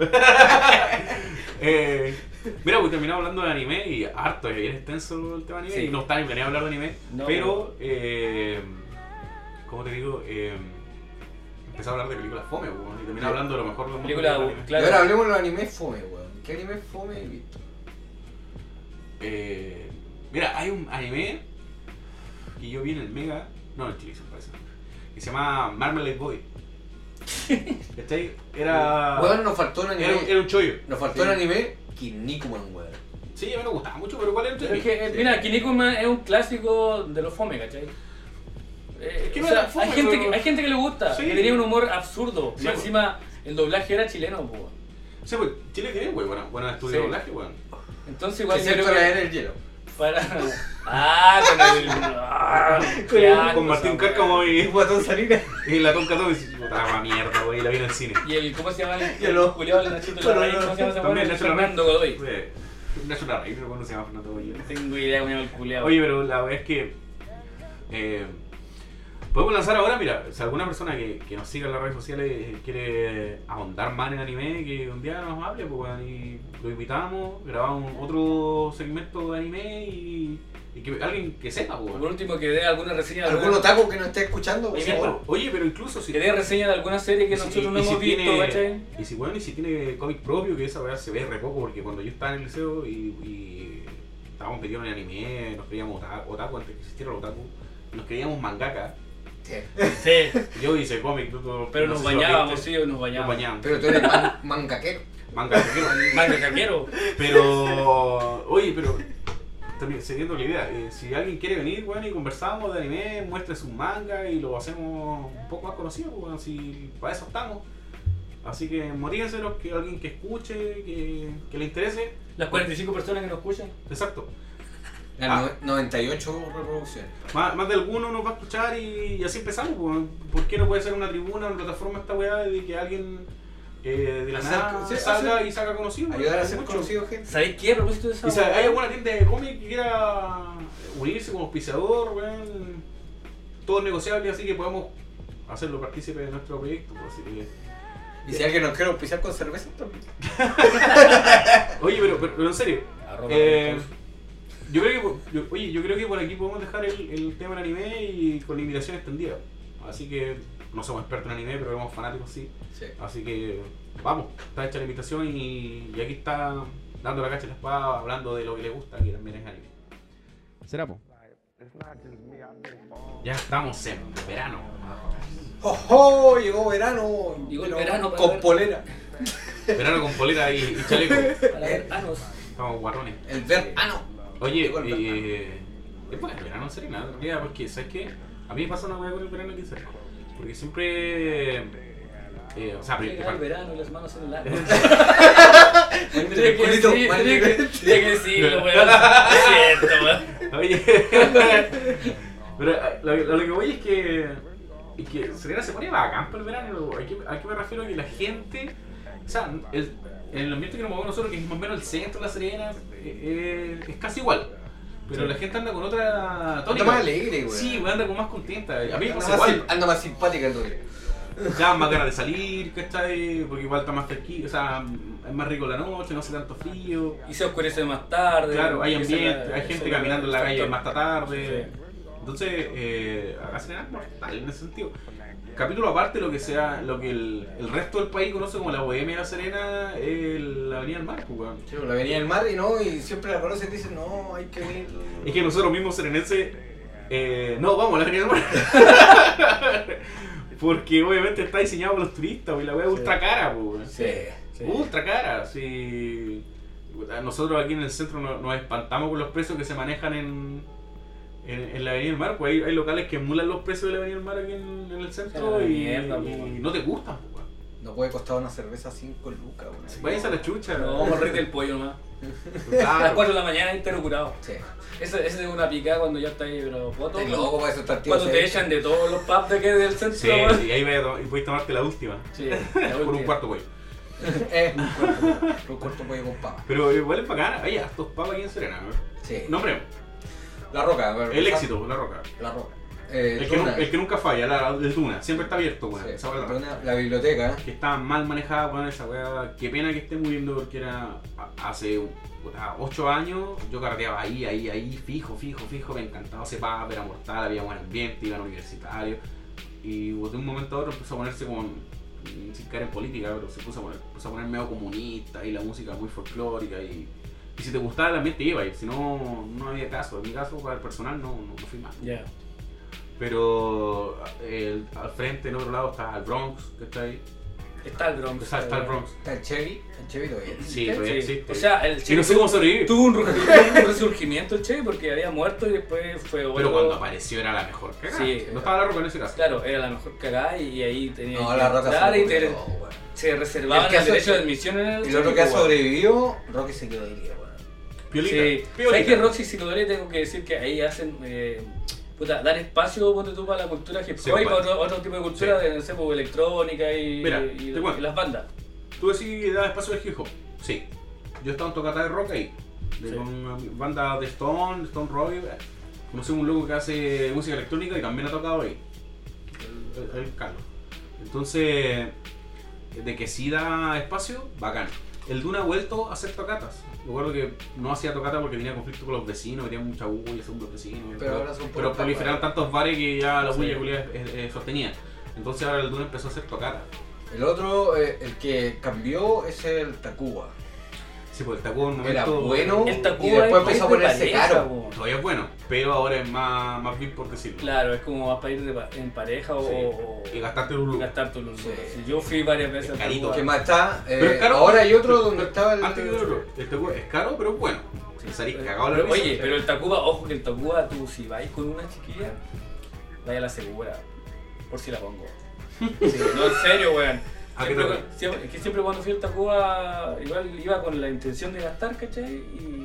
eh, mira, pues terminamos hablando de anime y harto, es bien extenso el tema de anime. Sí. Y no está ni planeado hablar de anime. No. Pero, eh, ¿cómo te digo? Eh, empecé a hablar de películas fome, pues, y terminé Sí. hablando de lo mejor de los película, del anime. Y claro. ahora hablemos de los animes fome, weón. ¿Qué anime fome he visto? Eh, mira, hay un anime que yo vi en el Mega, no en el Chile, parece, que se llama Marmalade Boy. ¿Cachai? Era. Weón, nos faltó un era, anime. un- era un chollo. Nos faltó Sí. un anime Kinnikuman, weón. Sí, a mí me gustaba mucho, pero igual era un Pero es chollo. que, eh, mira, Kinnikuman es un clásico de los fome, ¿cachai? Eh, Es que o no sea, era fome, hay, gente pero- que, hay gente que le gusta, Sí. que tenía un humor absurdo. Sí, Más pues. encima, el doblaje era chileno, pues. O sea, pues, Chile tiene wey, buena, buena estudio Sí. de doblaje, weón. Entonces, igual yo Excepto creo la que era el hielo. para. Ah, con el. Ah, qué asco Con Martín esa Cárcamo wea. y, Y Guatón Salinas. y la Tonka Tom y dice, puta la mierda, wey, y la vi en el cine. Y el, ¿cómo se llama? El, Ya no. Julián, el Nachito Pero Larraín, no. ¿cómo se llama ese También weón? Nacho Larraín. Fernando Godoy. Eh, Nacho Larraín, pero ¿cómo se llama Fernando Godoy? No tengo idea cómo se llama el culiao. Oye, pero la verdad es que eh, podemos lanzar ahora, mira, si alguna persona que, que nos siga en las redes sociales eh, quiere ahondar más en anime, que un día nos hable, pues weón, y lo invitamos, grabamos otro segmento de anime y, y que alguien que sepa, pues, Por weón. último, que dé alguna reseña de ¿Algún alguna, otaku que nos esté escuchando, por Y favor? mira, Oye, pero incluso si que dé reseña de alguna serie que y si- nosotros y- no y si hemos visto, tiene- ¿cachai? Y si bueno, y si tiene cómic propio, que esa weá se ve re poco, porque cuando yo estaba en el liceo y, y estábamos metidos en anime, nos creíamos otaku, otaku antes que existiera el otaku, nos creíamos mangaka. Sí. Sí, Yo hice cómic, tú- tú- pero no nos sé si lo bañábamos, viste. sí, nos Nos bañábamos. bañábamos. Pero tú eres man mangaquero. Manga, Manga caquero. pero, oye, pero también siguiendo la idea, eh, si alguien quiere venir, bueno, y conversamos de anime, muestre sus mangas y lo hacemos un poco más conocido, bueno, si para eso estamos. Así que motívense los que alguien que escuche, que, que le interese. Las cuarenta y cinco personas que nos escuchan. Exacto. Ah. noventa y ocho reproducciones. Más, más de alguno nos va a escuchar y, y así empezamos. Pues. ¿Por qué no puede ser una tribuna, una plataforma esta weá de que alguien eh, de la Hacer- nada sí, salga hacer- y salga conocido? Ayudar a Hay ser mucho. conocido gente. ¿Sabéis qué? A propósito de esa Y si weá, hay alguna tienda de cómic que quiera unirse como auspiciador, weón, todo es negociable, así que podemos hacerlo partícipe de nuestro proyecto. Pues, así que... Y si alguien nos quiere auspiciar con cerveza también. Oye, pero, pero, pero en serio, arroba eh, Carlos. yo creo que por- yo, oye, yo creo que por aquí podemos dejar el, el tema del anime y con la invitación extendida. Así que no somos expertos en anime, pero somos fanáticos sí. Sí. Así que vamos, está hecha la invitación y, y aquí está dando la cacha a la espada, hablando de lo que le gusta, que también es anime. ¿Será, po? Ya estamos en verano. ¡Oh, oh! Llegó verano. Llegó el pero verano para con ver- polera. Verano con polera y, y chaleco. Para ver anos. Estamos guarrones. El verano. Oye, Llegó el verano. eh, es bueno el verano en Serena, en realidad, porque ¿sabes qué? A mí me pasa una hueá con el verano aquí en Serena. Porque siempre. Eh, o sea, pri- Llega el verano y las manos en el agua. El Tenía que culito decir, mal tenía que, nivel. tenía que decirlo, weón. Es cierto, weón. Oye, pero eh, lo, lo que voy es que, es que Serena se pone bacán para el verano. ¿A qué, a qué me refiero? Que la gente, o sea, el, en el ambiente que nos movemos nosotros, que es más o menos el centro de la Serena, eh, eh, es casi igual. Pero la gente anda con otra tónica. Anda más alegre, güey. Sí, güey, anda con más contenta. A mí me Anda pasa más, igual. sim- anda más simpática en realidad. Ya más ganas de salir, ¿cachai? Porque igual está más fresquito, o sea, es más rico la noche, no hace tanto frío. Y se oscurece más tarde. Claro, hay empieza ambiente, la- hay gente empieza caminando en la calle factor. más hasta tarde. Sí. Entonces, eh, acá Serena es mortal en ese sentido. Capítulo aparte, lo que sea, lo que el, el resto del país conoce como la Bohemia de la Serena es la Avenida del Mar, pues, weón. Sí, la venía del mar y no, y siempre la conocen y dicen, no, hay que venir. Es que nosotros mismos serenenses, eh, no, vamos a la Avenida del Mar. Porque obviamente está diseñado para los turistas, y la wea es ultra cara, pues, weón. Sí. Sí. Ultra cara, sí. Nosotros aquí en el centro nos, nos espantamos con los precios que se manejan en, en, en la Avenida del Mar, pues hay, hay locales que emulan los precios de la Avenida del Mar aquí en, en el centro Ah, y, mierda, y pues. no te gustan, pues. No puede costar una cerveza cinco lucas, güey. Váyanse a la chucha. No, vamos a reír del pollo nomás. A las Claro. cuatro de la mañana entero curado. Sí. Esa esa es una picada cuando ya está ahí, pero foto. Estás loco para eso estar tío. Cuando te echan de todos los pubs de aquí del centro, Sí, weón. y ahí vais a to- y podéis tomarte la última. Sí, Por un cuarto pollo. Eh, un corto, un corto pollo con papa. Pero igual es bacana, hay hartos pavos aquí en Serena, ¿no? Sí. Nombre, La Roca, a ver, el ¿sabes? éxito, la roca. La Roca. Eh, El que, Duna. nu- el que nunca falla, la, el Duna, siempre está abierto, weón. Sí, Esa weá es la Duna, la biblioteca. que está mal manejada, weón, esa weá. Qué pena que esté muriendo porque era a- hace puta, ocho años, yo carreteaba ahí, ahí, ahí, fijo, fijo, fijo, me encantaba ese pub, era mortal, había buen ambiente, iban universitarios. Y de un momento a otro empezó a ponerse como, mm, sin caer en política, pero se puso a poner, puso a poner medio comunista y la música muy folclórica y, y si te gustaba el ambiente iba y si no, no había caso. En mi caso, para el personal, no, no, no fui más. Ya. Pero el- al frente, en otro lado, está el Bronx, que está ahí. Está el Bronx. Está, está el Bronx. Está el Chevy. El Chevy todavía existe. Sí, todavía Sí. existe. O sea, el y Chevy no sé cómo sobrevive. tuvo un, resurgimiento- un resurgimiento el Che porque había muerto y después fue otro. Pero cuando apareció era la mejor cagada. Sí. No estaba la roca en ese caso. Claro, era la mejor cagada y ahí tenía No, que la Roca entrar y te- sobrevivió, güey. se reservaban El el, que hace- derecho de admisión en el Y lo otro Che, que ha weón. sobrevivido, Rocky se quedó ahí, güey. Piolita. Sí, Piolita. ¿sabes que Roxy y Psicodore tengo que decir que ahí hacen, eh, puta, dan espacio, ponte tú, para la cultura hip Sí, hop y bueno. para otro, otro tipo de cultura, Sí. de, no sé, pues, electrónica y, Mira, y- te cuento. y las bandas. ¿Tú decís da espacio de hip hop? Sí. Yo estaba en tocata de rock ahí. De, Sí. Con bandas de Stone, Stone Rock. Conocemos un loco que hace música electrónica y también ha tocado ahí. El, el- el Carlos. Entonces, de que sí da espacio, bacán. El Duna ha vuelto a hacer tocatas. Recuerdo que no hacía tocata porque tenía conflicto con los vecinos, tenía mucha bulla según los vecinos. Pero ahora son pero puros proliferaron tapas. tantos bares que ya la Sí. bulla culia eh, eh, sostenía. Entonces ahora el Duna empezó a hacer tocata. El otro, eh, el que cambió es el Tacuba. Sí, pues el Tacuba en un Era momento bueno. El Y Tacuba después es empezó a de ponerse pareja, caro. po. todavía es bueno, pero ahora es más, más bien por decirlo. Claro, es como vas para ir de pa- en pareja o, Sí. o- Y gastarte un y lucro. gastar tu luz. Sí. Yo fui varias veces Es al carito. Tacuba. ¿Qué más está? Eh, Pero es caro. ahora hay otro Pero- donde estaba el. Antes que el otro, el Tacuba es caro, pero es bueno. Sí. Salís cagado la Pero, risa. oye, pero el Tacuba, ojo que el Tacuba, tú si vais con una chiquilla, vaya a la segura. Por si la pongo. Sí, no, en serio, weón. ¿A qué Siempre, toca? siempre- es que siempre cuando fui al Tacuba, igual iba con la intención de gastar, ¿cachai? Y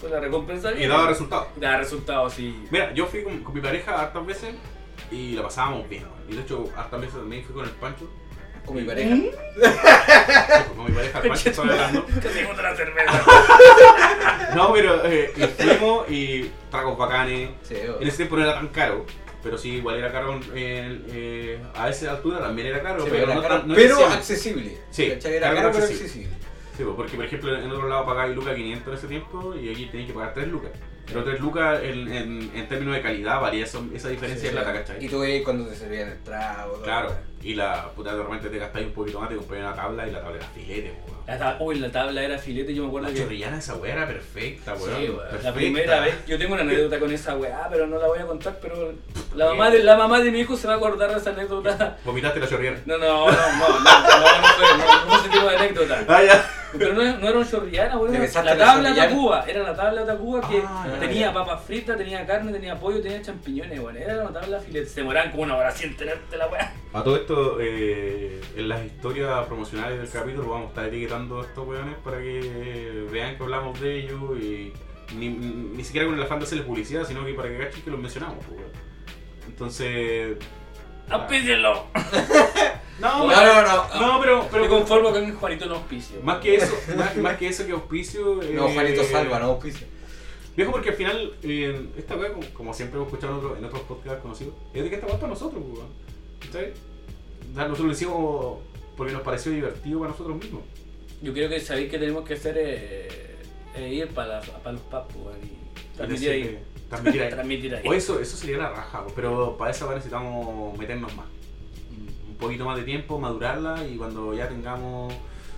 pues la recompensa Y viene. daba resultados. Da resultados, sí. Mira, yo fui con, con mi pareja hartas veces y la pasábamos bien, weón. Y de hecho, hartas veces también fui con el Pancho. Con mi pareja. Sí, con mi pareja, el Pancho, estoy hablando. Que seguimos de la cerveza. No, pero eh, y fuimos y tragos bacanes. Sí, En ese tiempo no era tan caro, pero sí, igual era caro. Eh, eh, a esa altura también era caro, sí, pero, era no caro, tan- no pero excesivamente. accesible. Sí, ¿Cachai? Era era caro, pero accesible. accesible. Sí, pues, porque por ejemplo en otro lado pagaba lucas quinientos en ese tiempo y aquí tenéis que pagar tres lucas. Pero tres lucas en, en, en términos de calidad varía eso- esa diferencia Sí, de sí. plata, ¿cachai? Y tú veías cuando te servían el trago. todo. Claro, y la puta de repente te gastáis un poquito más, te compráis una tabla y la tabla era filete, weón. La tab- Uy, la tabla era filete, yo me acuerdo La que... chorrillana de esa weá era perfecta, weón. Sí, weón. perfecta. La primera vez, yo tengo una anécdota con esa weá, pero no la voy a contar, pero la mamá de, la mamá de mi hijo se va a acordar de esa anécdota. Vomitaste la chorrillana. No, no, no, no, no, no, no, no fue, no, no ese tipo de anécdota. Ah, ya. Pero no, no era un chorrillana, weón, ¿Le era besaste la la tabla chorrillana? Tacuba, era la tabla Tacuba que Ah, ya, tenía ya. papas fritas, tenía carne, tenía pollo, tenía champiñones, weón, era una tabla filete, se demoraban como una hora sin tenerte la weá. A todo esto, eh, en las historias promocionales del capítulo vamos a estar etiquetando a estos weones para que vean que hablamos de ellos y ni, ni siquiera con el afán de hacerles publicidad, sino que para que cachen que los mencionamos, pues, weón. Entonces... ¡Auspícienlo! No, No, no, no. no, pero, Me pero conformo con Juanito en auspicio. más que eso, más, más que eso que auspicio... No, eh, Juanito salva, no auspicia. Viejo, porque al final, eh, esta weá, como, como siempre hemos escuchado en, otro- en otros podcasts conocidos, es de que esta weá es para nosotros, weón. ¿Sabes? O sea, nosotros lo hicimos porque nos pareció divertido para nosotros mismos. Yo creo que sabéis que tenemos que hacer eh, eh, ir para, la, para los papos weón, y transmitir Decir ahí. que- Transmitir ahí. Transmitir ahí. O eso, eso sería la raja, weón, pero para eso necesitamos meternos más. Un poquito más de tiempo, madurarla y cuando ya tengamos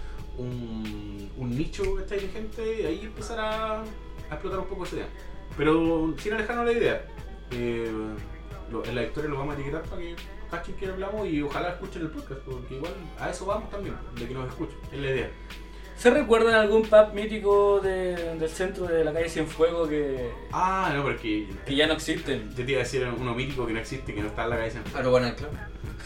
un, un nicho, ¿cachai? De gente, ahí empezar a, a explotar un poco esa idea. Pero sin alejarnos de la idea. Eh, lo- en la historia lo vamos a etiquetar para que cachen que hablamos y ojalá escuchen el podcast, porque igual a eso vamos también, de que nos escuchen, es la idea. ¿Se recuerdan algún pub mítico de- del centro de la calle Cienfuegos que, Ah, no, porque que ya no existen? yo te iba a decir uno mítico que no existe, que no está en la cabeza. Aruana Club.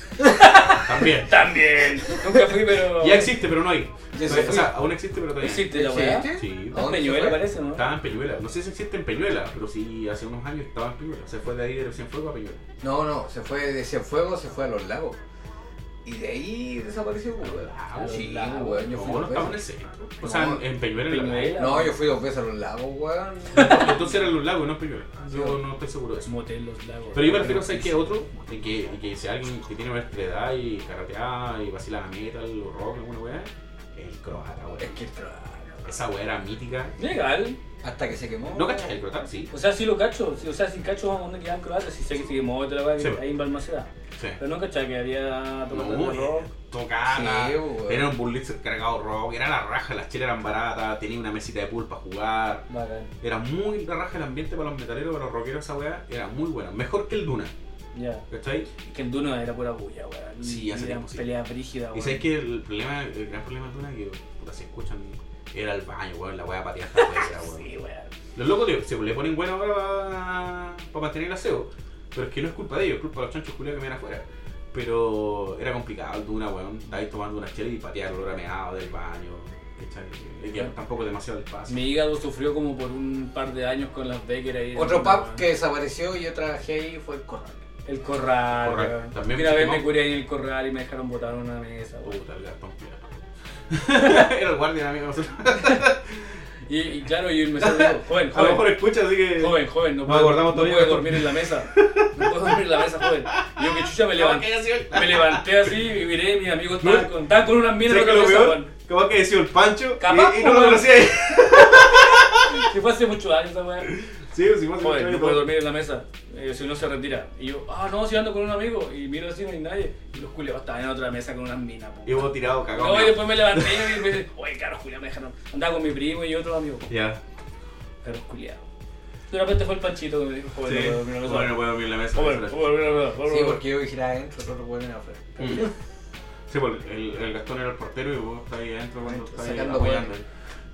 También. También. Nunca fui, pero... Ya existe, pero no hay. Ya No, se o fue. sea, aún existe, pero todavía no hay. ¿Existe la weá? ¿Existe? Sí. ¿A En dónde se Peñuela fue? parece, ¿no? Estaba en Peñuela. No sé si existe en Peñuela, pero sí hace unos años estaba en Peñuela. Se fue de ahí de Cienfuegos a Peñuela. No, no, se fue de Cienfuegos, se fue a los lagos. Y de ahí desapareció, pues, weón. A los Sí, lagos. weón, yo fui No, no dos estaba en el veces. centro. O sea, No. en, en Peñuela. en la Peñuela. No, yo fui dos veces a los lagos, weón. playa. Entonces eran los lagos, no en Peñuela. Yo no estoy seguro de eso. Motel Los Lagos. Pero yo me refiero, ¿sabes qué? Otro, de que, de que si alguien que tiene nuestra edad y karateada y vacila la metal o rock, alguna weá, el croata, weón. Es que el tra- Esa weá era mítica. Legal. hasta que se quemó. ¿No cachas el croata? Sí. O sea, sí lo cacho. Sí, o sea, sí cacho a dónde quedan croatas. Sí sé que se quemó de la weá Sí. ahí en Balmaceda. Sí. Pero no cachaba que había tocado No, de rock. tocada, Sí, weón. era un burlitzer cargado rock, era la raja, las chelas eran baratas, tenía una mesita de pool para jugar, Bacán. era muy la raja el ambiente para los metaleros, para los rockeros, esa weá, era muy buena, mejor que el Duna, Ya. ¿cachai? Es que el Duno era pura bulla, weón. Sí, hace Y eran tiempo, sí. peleas brígidas, Y weón. sabes que el problema, el gran problema del Duna es que puta, se escuchan, era el baño, weón, la weá pateada hasta afuera, weón. Sí, weón. Los locos tío, se le ponen buena ahora para, para mantener el aseo, pero es que no es culpa de ellos, es culpa de los chanchos culiados que ven afuera. Pero era complicado el Duna, weón. Estabais tomando una chela y patear el olor a meado del baño. ¿Cachai? Y que tampoco demasiado espacio. Mi hígado sufrió como por un par de años con las Becker ahí. Otro weón. pub que desapareció y yo trabajé ahí fue el Corral. El corral, Corral. weón. También Una se vez quemó. me curé ahí en el corral y me dejaron botar en una mesa, weón. Puta, el cartón culiao. Era el guardia, amigo. Y, y claro, y me salió, joven, A lo mejor joven, escucha, así que. joven, joven, no Nos puedo, acordamos no todavía puedo de- dormir en la mesa. No puedo dormir en la mesa, joven. Y yo que chucha me levanté, me levanté así y miré, mis amigos estaban con, estaban con unas minas en ¿Sabes la qué es lo cabeza, peor? weón. Capaz que decía el Pancho Capaz, y, y no lo weón. conocía ahí. Que fue hace muchos años esa weá. Sí, sí, más o Joder, no menos. puede dormir en la mesa, eh, si no se retira. Y yo, ah, no, si ando con un amigo. Y miro así, no hay nadie. Y los culiados estaban en otra mesa con unas minas. po. Y hemos tirado cagado. No, y después me levanté y me dije, oye, caros culiados, me dejaron. Andaba con mi primo y otro amigo. Ya. Caros culiados. De repente fue el Panchito que me dijo, joder, Sí. no puedo dormir en la mesa. Bueno, no puedo dormir en la mesa. Joder, no puedo dormir en la mesa. Sí, porque yo vigilaba adentro, otros buenos afuera. Mm. Sí, pues el, el Gastón era el portero y vos estás ahí adentro cuando Adentro, estás ahí sacando apoyando. hueones.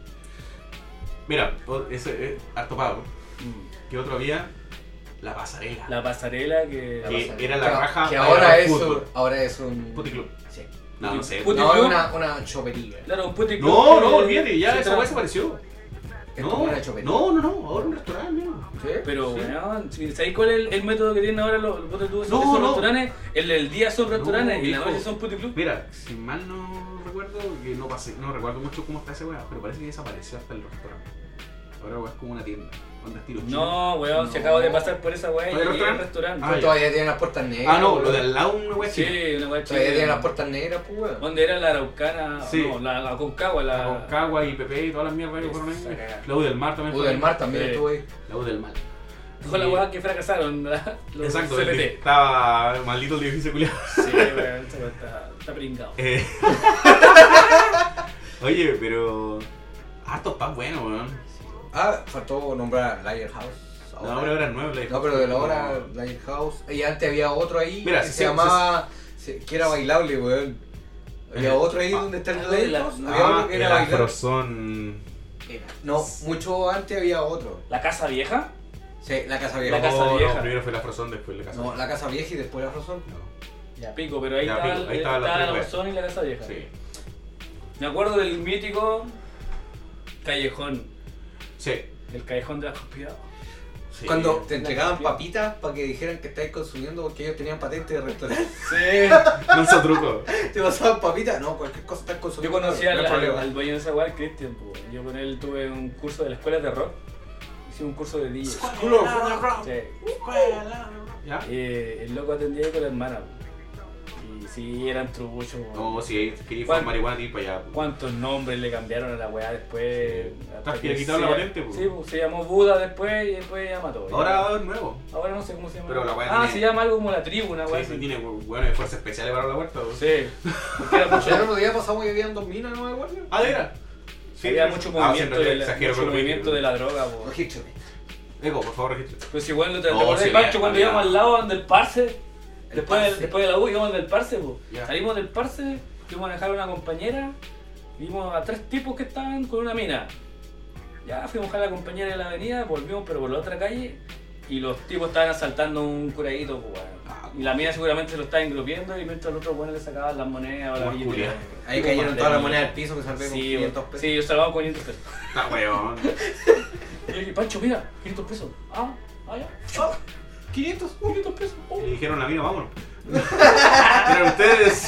Mira, o- ese es harto pago. Mm. ¿Qué otro había? La pasarela. La pasarela que... La Que pasarela. era la Que- raja Que para ahora ir al es, un, fútbol. ahora es un... Puticlub. Sí. No, no sé. Puti- No, es Club. una, una chopería. Claro, un puti No, club no, que- olvídate, ya se esa tra- weá desapareció. Es No, como una chopería. no, no, no, ahora un restaurante mismo. ¿Sí? Pero, Sí. weón, si- ¿sabéis cuál es el, el método que tienen ahora los, los botes tú? No, esos no. restaurantes? El del día son restaurantes No, y la viejo. noche son puticlub. Mira, si mal no recuerdo, que no pasé, no recuerdo mucho cómo está ese weá, pero parece que desapareció hasta el restaurante. Ahora weá es como una tienda, donde estilo chino. No, weón, si No. acabo de pasar por esa weá y ¿Hay llegué al restaurante? restaurante. Ah, ya. Todavía tienen las puertas negras. Ah, no, weón. lo de al lado una weá Sí, china. una weá Todavía tienen china. las puertas negras, pues, weón. ¿Dónde era la Araucana? Sí. No, la, la Concagua, la... La Concagua y Pepe y todas las mierdas que fueron ahí. Esa cagada. La U del Mar también U fue del ahí. Mar también Sí. estuvo ahí. La U del Mar. Con la Y- weá que fracasaron, la- los Exacto, C el P que T. estaba maldito el edificio culiado. Sí, weón, esa weá está, está pringado. Eh. Oye, pero. Hartos pan buenos, weón. Ah, faltó nombrar Lighthouse. No, pero ahora es nuevo. No, pero de la hora Lighthouse. Y antes había otro ahí Mira, que sí, se sí, llamaba. se- que era bailable, weón. Había Eh, otro ahí ah, donde está el ah, Lighthouse. la- Había Ah, otro que el era bailable. Afrozón. No, mucho antes había otro. ¿La Casa Vieja? Sí, la Casa Vieja. La Casa No, Vieja. no, primero fue la Afrozón, después la Casa No, Vieja. la Casa Vieja y después la Razón. No. Ya, pico, pero ahí Ya, está, pico, ahí el- estaban las está tres la weas. Razón y la Casa Vieja. Sí. Me acuerdo del mítico Callejón, Sí. el Callejón de las Conspirados. Sí. Cuando te La entregaban copia. papitas para que dijeran que estáis consumiendo porque ellos tenían patente de restaurante. Sí. No hizo truco. ¿Te pasaban papitas? No, cualquier cosa estás Yo consumiendo. conocí no al, hay al, problema. al dueño de esa weá, Cristian, pues. Yo con él tuve un curso de la escuela de rock. Hice un curso de D J. School of Rock. Sí. ¿Ya? Eh, el loco atendía ahí con la hermana. po. Y sí, eran truchos. po. No, si querías ¿Cuál? fumar marihuana, ir para allá. ¿Cuántos nombres le cambiaron a la weá después? hasta Hasta que le quitaron se- la patente, po. Sí, pues, se llamó Buda después y después ya mató. ya. Ahora es nuevo. Ahora no sé cómo se llama. Pero la weá Ah, tiene- se llama algo como la tribu, una weá Sí, sí, así. tiene bueno, fuerzas especiales para la puerta. ¿no? Sí. Porque era mucho, El otro día pasamos y habían dos minas, ¿no? De guardia. Ah, ¿de veras? había mucho Ah, movimiento, sí, en de, realidad la, exagero mucho con lo que movimiento digo. de la droga, po. Regístrame. Ego, por favor, registre. Pues igual no te No, acordás sí, de Pancho había- cuando había- íbamos al lado donde el Parse. Después, Parse. del- después de la U íbamos del Parse, po. Ya. Salimos del Parse, fuimos a dejar a una compañera, vimos a tres tipos que estaban con una mina. Ya fuimos a dejar a la compañera en la avenida, volvimos pero por la otra calle y los tipos estaban asaltando un curadito, po, weón. Ah, Y la mina seguramente se lo estaba engrupiendo y mientras los otros buenos le sacaban las monedas o la Como billetera. Julia. Ahí Tipo cayeron todas las pandemia. monedas del piso que salvé con Sí, quinientos weón. pesos. Sí, yo salvaba con quinientos pesos. Está weón. Y yo dije, Pancho, mira, quinientos pesos. Ah, ah, ya. Ah, quinientos, quinientos pesos. Oh. Y le dijeron a la mina, vámonos. Pero ustedes.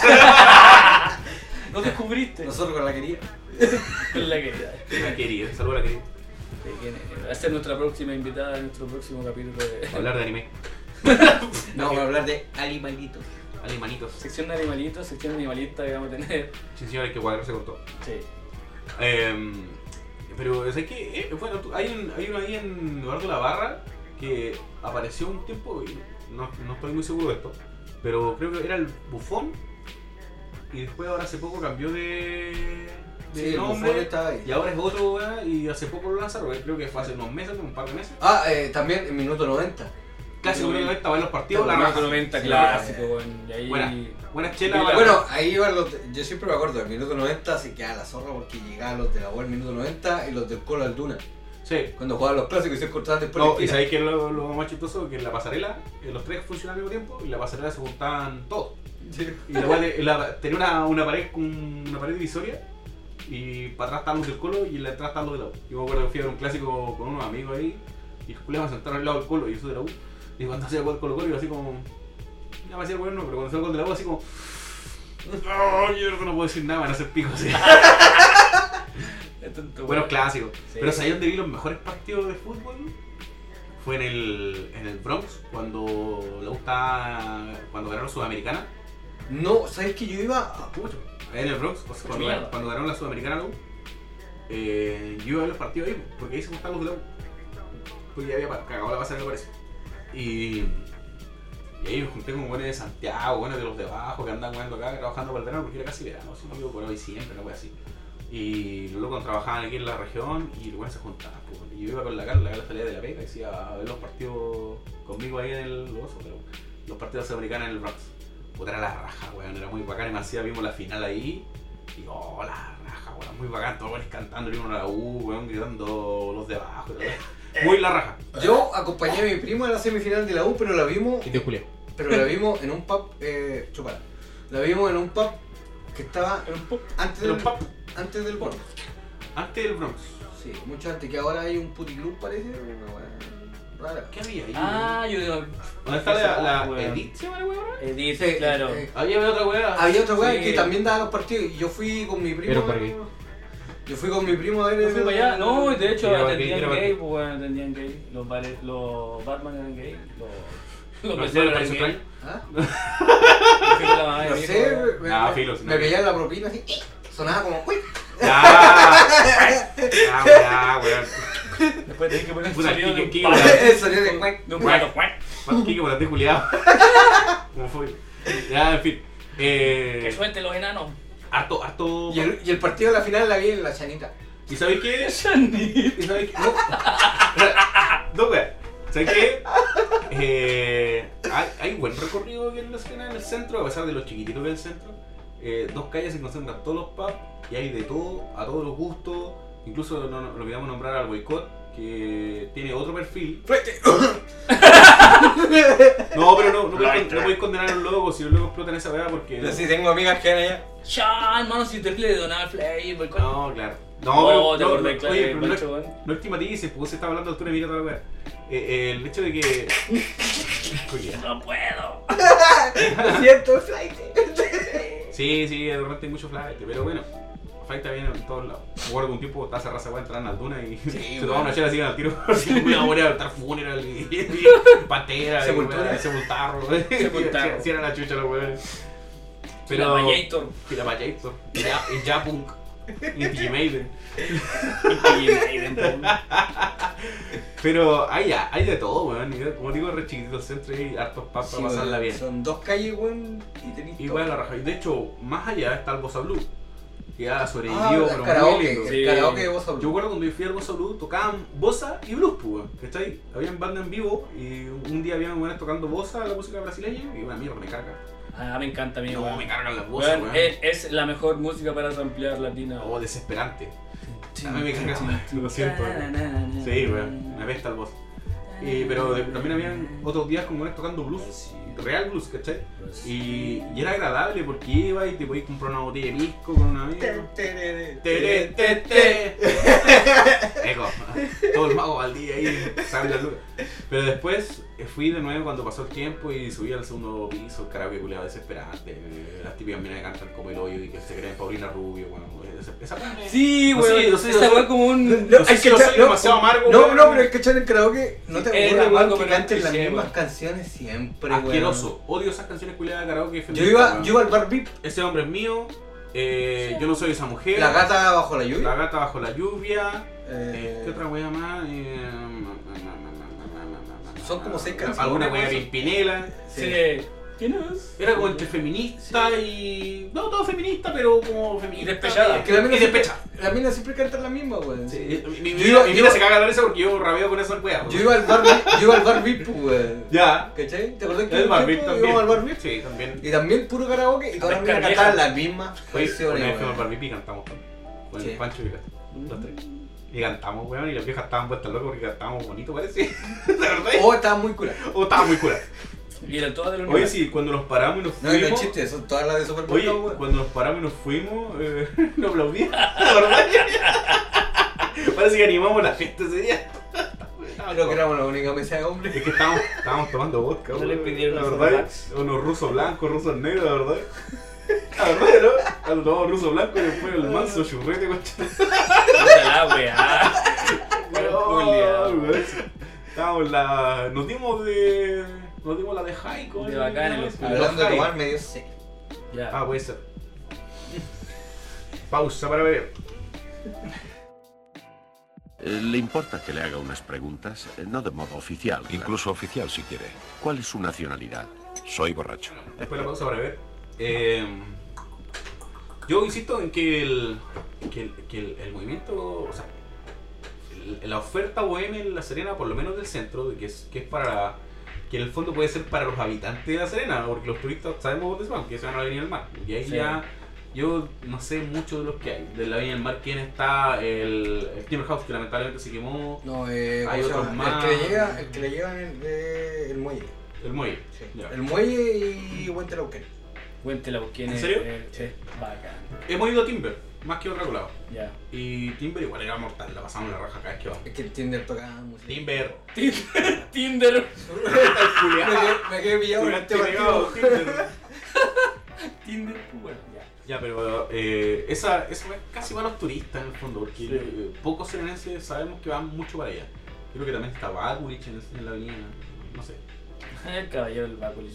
No descubriste. Nosotros con la querida. Con la querida. La querida, saludos a la querida. Sí, que va a ser nuestra próxima invitada en nuestro próximo capítulo de Hablar de anime. No, vamos a hablar de animalitos. Animanitos. sección de animalitos, sección animalista que vamos a tener. Sí, señor, hay que cuadrarse con todo. Sí. Eh, pero, ¿sabes qué? Eh, bueno, tú- hay, un, hay uno ahí en Eduardo La Barra que apareció un tiempo, y no, no estoy muy seguro de esto, pero creo que era el Bufón y después ahora hace poco cambió de, de Sí, el nombre Bufón estaba ahí. y ahora es otro, weá, y hace poco lo lanzaron, creo que fue hace unos meses, un par de meses. Ah, eh, también en minuto noventa. Clásico, noventa. que estaba en los partidos, la Minuto raja. noventa Sí, clásico, eh, weón. Y ahí. Buena, buena chela. Y la- buena- Bueno, ahí iban los. de- yo siempre me acuerdo, el minuto noventa se quedaba la zorra porque llegaban los de la U al minuto noventa y los del Colo al Duna. Sí. Cuando jugaban los clásicos y se encontraban después No, la y esquina. sabéis que es lo, lo más chistoso, que en la pasarela, eh, los tres funcionaban al mismo tiempo y en la pasarela se juntaban todos. Sí. Y la weá de- la- tenía una, una pared con una pared divisoria y para atrás estaban los del Colo y en la entrada estaban los de la U. Yo me acuerdo que fui a ver un clásico con unos amigos ahí y los culiados me sentaron al lado del Colo y yo soy de la U. Y cuando hacía el gol Colo Colo yo así como. Ya me hacía el gol no, pero cuando hacía el gol de la U así como. Oh, yo creo que no puedo decir nada, van a hacer picos así. Es tonto, Buenos weón. clásicos. Sí. Pero ¿sabéis dónde vi los mejores partidos de fútbol? Fue en el, en el Bronx, cuando la U estaba. Cuando ganaron Sudamericana. No, ¿sabes que yo iba a... Mucho. En el Bronx, o sea, cuando, Mierda. cuando ganaron la Sudamericana la U, eh, yo iba a ver los partidos ahí, porque ahí se juntaban los de la U. Porque ya había pa- cagado la pasarela, parece. Y, y ahí me junté con buenos de Santiago, buenos de los de abajo que andan jugando acá, trabajando para el verano, porque era casi verano, así no digo por hoy siempre, una wea así. Y los locos trabajaban aquí en la región y los buenos se juntaban. Pues. Y yo iba con la Carla, la Carla salía de la pega y se iba a ver los partidos conmigo ahí en el los, pero los partidos sudamericanos en el Bronx. Puta, era la raja, weón, era muy bacán y más encima vimos la final ahí. Y oh, la raja, weón, muy bacán, todos los cantando, vimos a la U, weón, gritando los de abajo. y todo. Muy la raja. Yo acompañé a mi primo a la semifinal de la U, pero la vimos, Y te Julián. pero la vimos en un pub, eh, chupala. La vimos en un pub que estaba Era un pop. antes Pero del, pap. antes del Bronx. Antes del Bronx. Sí, mucho antes, que ahora hay un puticlub parece, una weá rara. ¿Qué había ahí? Ah, yo digo. ¿Dónde está la, la weón. Edith? ¿Se llama la weá ahora? Edith, Sí, claro. eh, Había otra weá. Había otra weá Sí. que también daba los partidos y yo fui con mi primo. Era para qué. Yo fui con mi primo a ver. Yo fui para allá, no, y de hecho Mira, atendían mira, gay, mira. pues bueno, atendían gay. Los, bares- los Batman eran gay, los, los ¿No meseros te eran parece gay. extraño? ¿Ah? Yo fui con la mamá de No mi sé, hijo, me, Ah, me- filo, si no. me veían la propina así, sonaba como, uy. Ya, ya, ya, weón. después tenés que poner el Puta, sonido de un Kike, palo, Kike, El sonido de cuac. de un plato, cuac. Kike, por ti, culiado. ¿Cómo fue? Ya, en fin. Que Eh, suelten los enanos. harto, harto. Y el, y el partido de la final la vi en la chanita. ¿Y sabéis qué? Sanit. ¿Y sabéis qué? No. No, weón. ¿Sabéis qué? Eh, hay, hay buen recorrido aquí en la escena en el centro, a pesar de los chiquititos que es el centro. Eh, dos calles se concentran todos los pubs y hay de todo, a todos los gustos. Incluso no, no, lo olvidamos nombrar al Boicot, que tiene otro perfil. No, pero no, no, podéis, no podéis condenar a los locos si los locos explotan esa weá porque. Yo sí tengo amigas que eran allá. Ya, hermano, si te le donaba el play, boicot. No, claro. No, Oh, pero, te no, acordé, no, claro, oye, el pero no, Pancho, weón. no estigmatices, porque se está hablando de altura y mira toda la weá. Eh, eh, el hecho de que. Cuidado. No puedo. Lo siento, flight. Sí, sí, de repente hay mucho flight, pero bueno, flight está bien en todos lados. Me acuerdo que un tiempo estaba cerrada esa weá, entraban al Duna y se tomaban una chela así al tiro. Así me iba a morir a estar funeral y, y, y patera, y Sepultura. weá, sepultarro. Sepultarro. Si era la chucha los weones. Pero. Pero. Vallator. Y la Vallator. Y ya, y ya punk. Y T Maiden. Pero hay, hay de todo, weón. Y como digo, re chiquitito el centro y hay hartos pubs para pasarla bien. Son dos calles, weón, y tenéis Y todo. weón, la raja. Y de hecho, más allá está el Bossa Blue. Que ha Ah, sobrevivido, el pero muy karaoke, lindo. Sí. el karaoke de Bossa Yo Blue. recuerdo cuando yo fui al Bossa Blue, tocaban Bossa y Blues, pues, weón. ¿Cachai? Habían banda en vivo y un día habían weones tocando Bossa, la música brasileña, y una mierda, me carga. Ah, me encanta a mí, No, weón. me cargan las voces, Weón, weón. es, es la mejor música para samplear latina. Oh, desesperante. A mí me carga, lo siento. Sí, weón, me apesta el boss. Y, pero de- también habían otros días como weones tocando blues, real blues, ¿cachai? Y, y era agradable porque iba y te podías comprar una botella de pisco con un amigo. Tere, te, te. Eco, todo el mago al día ahí, saben la luz. Pero después eh, fui de nuevo cuando pasó el tiempo y subí al segundo piso, el karaoke culiado desesperante. eh, Las típicas minas que cantan como el hoyo y que se creen Paulina Rubio, bueno, esa, esa Sí, No sé, weón. no sé, Esa no sé. weón como un. No sé si yo soy demasiado amargo, No, weón. no, pero es que echar el karaoke no te Sí, es aburre, de weón, algo, que pero canten las cliché, mismas weón. canciones siempre, weón. asqueroso. Odio esas canciones culiadas de karaoke. Yo feministas, iba, weón. yo iba al bar V I P, Ese hombre es mío. Eh, yo no soy esa mujer. la gata bajo la La lluvia. gata bajo la lluvia. Eh, Eh, ¿Qué otra wea más? Eh, Son como seis canciones. Alguna wea Pimpinela. Sí. ¿Quién es? Era como entre feminista y. No, todo feminista, pero como feminista. Y despechada. Que la mina Y siempre, despecha. la mina siempre canta la misma, weón. Sí, Mi, mi, Yo iba- mi yo vida iba- se caga la risa porque yo rabeo con esas weas. Yo iba al bar, V I P, yo iba al bar V I P, weón. Ya. ¿Cachai? ¿Te acordás que El un Barbie tiempo también. íbamos al bar V I P? Sí, también. Y también puro karaoke y todas las minas Descarga cantaban vieja. las mismas Oye, una canciones, vez fuimos al weón. Barbie y cantamos con, con Sí. el Pancho y Gato, los tres. Y cantamos, weón, y las viejas estaban vueltas locas porque cantábamos bonito, parece. ¿De verdad? Oh, estaba muy cura. O estaba muy cura. Y eran todas de la Oye, unidad. sí, cuando nos paramos y nos No, y no es fuimos. chiste, son todas las de Super Oye, Bowl, weón. cuando nos paramos y nos fuimos, eh, nos aplaudían. ¿De verdad? Parece que animamos la fiesta ese día. Creo que éramos la única mesa de hombres. Es que estábamos, estábamos tomando vodka, No weón, le pidieron la los verdad. relax. Unos rusos blancos, rusos negros, la verdad. La verdad, ¿no? Cuando tomamos ruso blanco y después el manso churrete, coche. Puta la weá. Culiao. Estábamos la. Nos dimos de. Nos dimos la de high, con De bacán en los- Hablando de tomar medio sé. Ya. Ah, puede ser. Pausa para ver. Eh, ¿Le importa que le haga unas preguntas? Eh, No de modo oficial. Incluso oficial, si quiere. ¿Cuál es su nacionalidad? Soy borracho. Después de la pausa para ver. Eh, yo insisto en que el, que el, que el, el movimiento, o sea, el- la oferta bohemia en La Serena, por lo menos del centro, que es, que es para, que en el fondo puede ser para los habitantes de La Serena, porque los turistas sabemos dónde se van, que se van a la Avenida del Mar. Y ahí Sí. ya, yo no sé mucho de los que hay. De la Avenida del Mar, quién está, el, el Timber House, que lamentablemente se quemó, No, eh, Hay ¿cómo se otros llama? más. El que le llega, el que le llega en el, de- el muelle. el muelle. Sí. Ya. El muelle y Huente Lauquén. Cuéntela, ¿quién ¿En es? serio? Eh, sí, bacán. Hemos ido a Timber, más que otro colado. Ya. Y Timber igual era mortal, la pasamos la raja cada vez que vamos. Es que el Tinder toca música. Timber. Tinder. me, quedé, me quedé pillado en este partido. Tinder. Tinder, pues bueno, ya. Ya, pero eh, esa, eso es casi para los turistas en el fondo, porque Sí. eh, pocos serenenses sabemos que van mucho para allá. Creo que también está Bakulich en, en la avenida, no sé. El caballero del Baculis.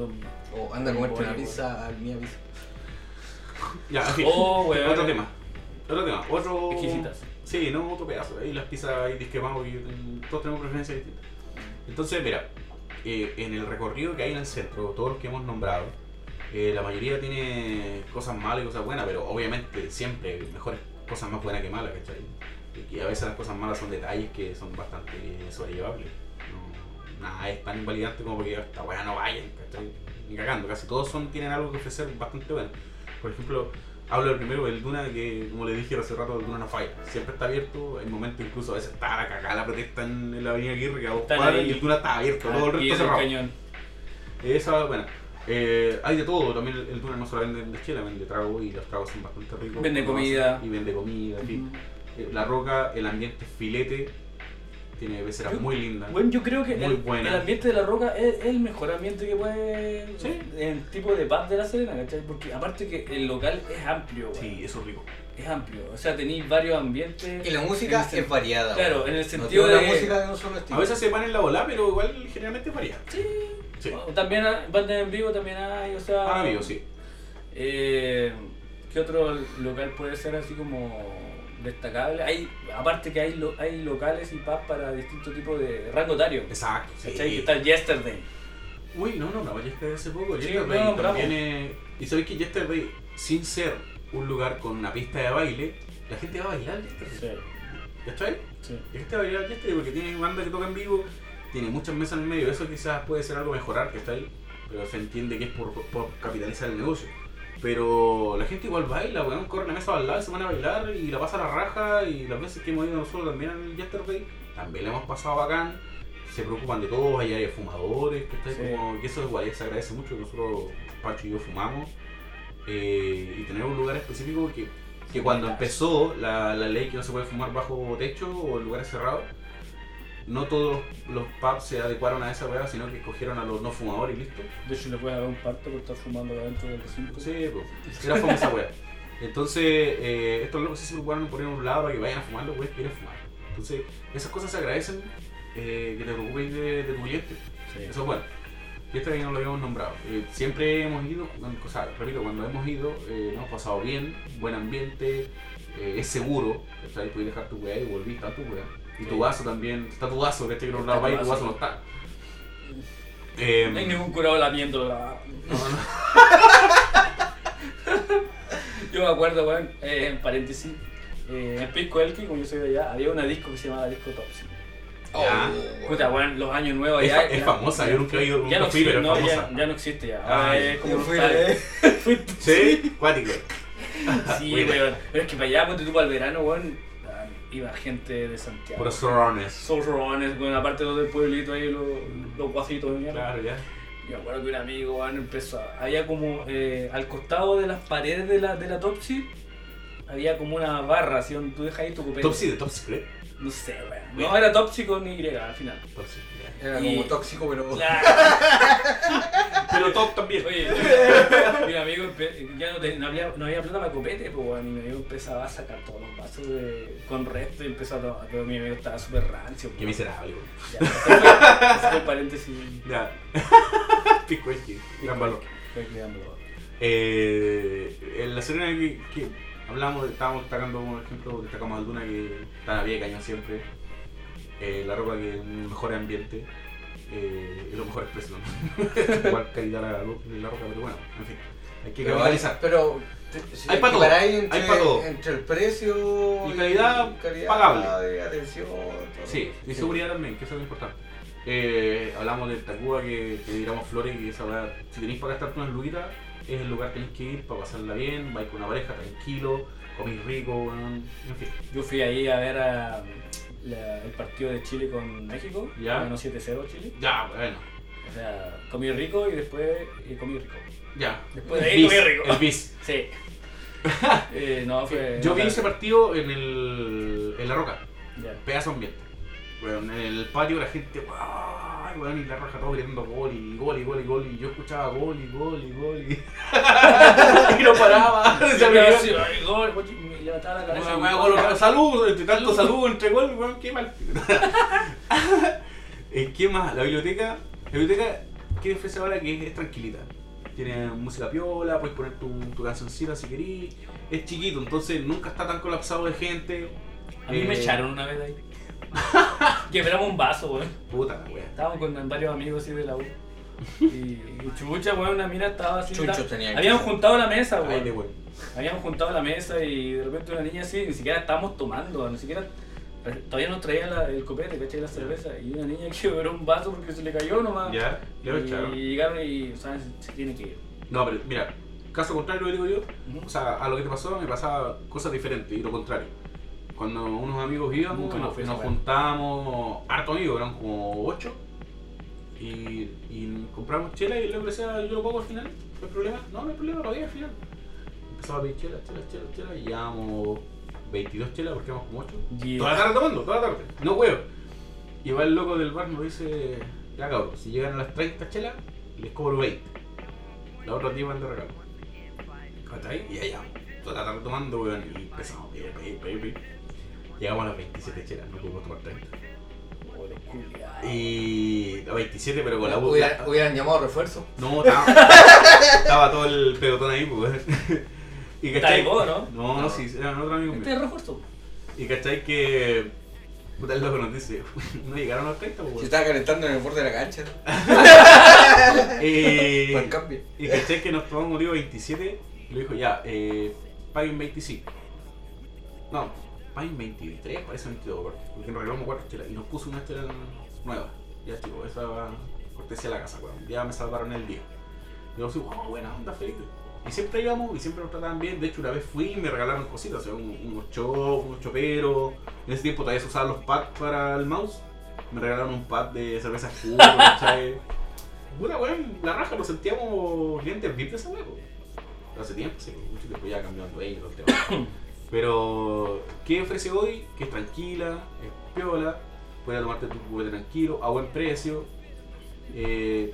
O anda a comerte una pizza al mía pizza. Ya, en fin. Oh, weón. Otro tema. Otro tema. Otro. Exquisitas. Sí, no, otro pedazo. Ahí las pizzas ahí discrepamos y mm, todos tenemos preferencias distintas. Entonces, mira, eh, en el recorrido que hay en el centro, todos los que hemos nombrado, eh, la mayoría tiene cosas malas y cosas buenas, pero obviamente siempre mejores cosas más buenas que malas, ¿cachai? Y que a veces las cosas malas son detalles que son bastante sobrellevables. No, nada es tan invalidante como porque esta weá no vayan, ¿cachai? Ni cagando, casi todos son, tienen algo que ofrecer bastante bueno. Por ejemplo, hablo del primero, el Duna, que como le dije hace rato, el Duna no falla. Siempre está abierto, hay momentos incluso a veces está la cagada la protesta en, en la avenida Aguirre, que a dos Están cuadras, ahí. y el Duna está abierto, todo el Y resto el cerrado. cañón. Esa, bueno, eh, hay de todo, también el, el Duna no solo vende de chela, vende trago y los tragos son bastante ricos. Vende Como comida. hacen, y vende comida, en fin. Eh, La Roca, el ambiente es filete, tiene peceras Yo- muy lindas. Bueno, yo creo que Muy el, buena. el ambiente de la Roca es, es el mejor ambiente que puede. Sí. En tipo de pub de la Serena, ¿cachai? Porque aparte que el local es amplio, weón. Sí, eso es rico. Es amplio. O sea, tenéis varios ambientes. Y la música En el sen- es variada. Claro, weón. en el No sentido tiene de. una música de un solo estilo. A veces se van en la bola, pero igual generalmente varía. Sí. Sí. O También hay- bandas en vivo también hay, o sea. Para mí, sí. Eh, ¿Qué otro local puede ser así como destacable? Hay, aparte que hay, lo- hay locales y pubs para distintos tipos de rango etario. Exacto, sí. ¿Cachai? Que está el Yesterday. Uy, no, no, no, Yesterday hace poco. Sí, Yesterday no, bravo. también es... Y sabéis que Yesterday, sin ser un lugar con una pista de baile, la gente va a bailar Yesterday. Sí, ¿Cachai? sí. La gente va a bailar Yesterday porque tiene banda que toca en vivo, tiene muchas mesas en el medio. Eso quizás puede ser algo a mejorar, que está ahí, pero se entiende que es por, por capitalizar el negocio. Pero la gente igual baila, weón, corre la mesa al lado, se van a bailar y la pasa a la raja. Y las veces que hemos ido nosotros también al Yesterday, también la hemos pasado bacán. Se preocupan de todos, hay áreas de fumadores, que está Sí. como que eso igual se agradece mucho, que nosotros, Pacho y yo, fumamos. Eh, y tener un lugar específico que, que cuando empezó la, la ley que no se puede fumar bajo techo o en lugares cerrados, no todos los pubs se adecuaron a esa weá, sino que escogieron a los no fumadores y listo. De hecho, le puedes dar un parto por estar fumando adentro del recinto. Sí, pues, era fome esa weá. Entonces, eh, estos locos sí se preocuparon en poner un lado para que vayan a fumar los weas que quieren fumar. Entonces, esas cosas se agradecen, eh, que te preocupes de, de tu cliente. Sí. Eso es bueno. Y esta vez no lo habíamos nombrado. Eh, siempre hemos ido, o sea, repito, cuando hemos ido, eh, nos hemos pasado bien, buen ambiente, eh, es seguro, ¿cachai? Puedes dejar tu weá y volví, está tu weá. Y tu Sí. vaso también, está tu vaso, ¿cachai? Que no Está lado va y tu tu vaso vaso. no está. Eh, No hay ningún curado lamiendo la. no, no. Yo me acuerdo, weón, eh, en paréntesis, eh, en Pisco Elqui, como yo soy de allá, había una disco que se llamaba Disco Topsy. Ya. Puta, weón, los años nuevos Es allá. fa- es era- famosa, yo nunca he ido, Ya nunca no fui, existe, pero es no, famosa. ya, ya no existe ya. Ah, Ahora ya. es como Yo un fui, hostal. eh. Fuiste. Sí, cuático. Sí, Bueno. weón. Pero es que para allá, ponte tú para el verano, weón, ah, iba gente de Santiago. Puros zorrones. Zorrones, weón, aparte de los del pueblito ahí, los, los guacitos de mierda. Claro, ya. Yo me acuerdo que un amigo, weón, empezó. a- Había como eh, al costado de las paredes de la, de la Topsy, había como una barra, así donde tú dejas ahí tu copete. Topsy de Top Secret. No sé, weón. No, era Topsy con Y al final. Topsy, ya. Era Y- como tóxico, pero. Claro. Pero Top también. Oye, mi amigo empe- ya no, te- no había, no había plata para copete, pues weón, y mi amigo empezaba a sacar todos los vasos de, con resto y empezó a tomar, pero mi amigo estaba súper rancio. Qué pues. miserable, güey. Ya, ese fue, ese fue el paréntesis. Ya. Pisco Elqui, gran valor. Fue creándolo. Eh, en la Serena que, que hablamos, estábamos destacando como ejemplo, destacamos al Duna que está a pie de cañón siempre. Eh, la Roca que es un mejor ambiente. Eh, y los mejores precios, ¿no? Igual calidad la, la Roca, pero bueno, en fin. Hay que Pero, capitalizar. pero te- si Hay pa' todo, equiparáis entre, hay pa' todo. entre el precio Y calidad calidad pagable. de atención. todo. Sí, y seguridad también, que eso es lo importante. Eh, hablamos del Tacuba, que, que tiramos flores y esa verdad, si tenéis para gastarte unas luquitas, es el lugar que tenéis que ir para pasarla bien, vais con una pareja, tranquilo, comís rico, bueno, en fin. Yo fui ahí a ver a, la- el partido de Chile con México, Ya. ganó siete cero Chile. Ya, bueno, O sea, comí rico y después y comí rico. ya. Después de El ahí bis, comí rico. El bis. Sí. Eh, no, fue. Yo vi ese partido en el. en La Roca. Ya. Pedazo de ambiente. Bueno, en el patio la gente. ¡Ay, weón! Y La Roja todo gritando gol y gol y gol y gol. Y yo escuchaba gol y gol y gol y. y no paraba. Yo me decía, ay, gol, me levantaba la cabeza. Bueno, gol, gol, salud, entre tanto salud, entre gol, weón, qué mal. ¿Qué más? La biblioteca. La biblioteca, ¿qué ofrece ahora? Que es tranquilita. Tiene música piola, puedes poner tu, tu cancioncita si querís. Es chiquito, entonces nunca está tan colapsado de gente. A mí eh, me echaron una vez de ahí. Quebramos un vaso, weón. Puta la wea. Estábamos con varios amigos así de la U. Y, y chucha, weón, una mina estaba así. Chucho estaba- tenía que Habíamos ser. juntado la mesa, Ay, de weón. weón. Habíamos juntado la mesa y de repente una niña así, ni siquiera estábamos tomando, ni siquiera. Todavía nos traía la- el copete, ¿cachai? La cerveza. Y una niña quebró un vaso porque se le cayó nomás. Ya, ya lo echaron. Y llegaron y, o sea, se, se tiene que ir. No, pero mira, caso contrario lo digo yo. Ujú. O sea, a lo que te pasó me pasaba cosas diferentes y lo contrario. Cuando unos amigos íbamos, Nunca más nos, fue esa nos wea. juntábamos, harto amigos, eran como ocho. Y, y compramos chela y el loco le decía, yo lo pago al final, no hay problema. No, no hay problema, lo pagué al final. Empezaba a pedir chela, chela, chela, chela y llevábamos veintidós chelas porque éramos como ocho. Yeah. Toda la tarde tomando, toda la tarde, no huevo. Y va el loco del bar nos dice, ya cabrón, si llegan a las treinta chelas, les cobro veinte. La otra tía van de regalo. ¿Cachai? Y allá, toda la tarde tomando, weón, y empezamos a pedir, pedir, pedir, pedir. Llegamos a las veintisiete chelas, no pudimos tomar treinta. Pobre culiao. Y a veintisiete, pero con la boca. Hubiera- Hubieran llamado refuerzo. No, estaba, estaba todo el pelotón ahí, pues. Y ¿Está vos, no? No, no, sí, eran otros amigos Este míos. es refuerzo. Y cachai que. Puta, el loco nos dice, no llegaron a los treinta, pues. Se weón. estaba calentando en el borde de la cancha. Y, Por cambio. y cachai que nos tomamos digo veintisiete. Y le dijo, ya, eh, paguen veinticinco. No, paguen veintitrés, parece veintidós, weón. Porque nos regalamos cuatro chelas. Y nos puso una chela nueva. Ya, chicos, esa va cortesía a la casa, weón. Ya me salvaron el día. Y yo así, oh, buena onda, Felipe. Y siempre íbamos y siempre nos trataban bien. De hecho, una vez fui y me regalaron cositas, o sea, un- unos chops, unos choperos. En ese tiempo todavía se usaban los pads para el mouse. Me regalaron un pad de cerveza jugo, ¿cachai? Puta, weón, la raja, nos sentíamos clientes V I P de esa weón. Hace tiempo, sí, mucho tiempo ya cambiando ellos los temas. Pero, ¿qué ofrece hoy? Que es tranquila, es piola, puedes tomarte tu juguete tranquilo, a buen precio. Eh,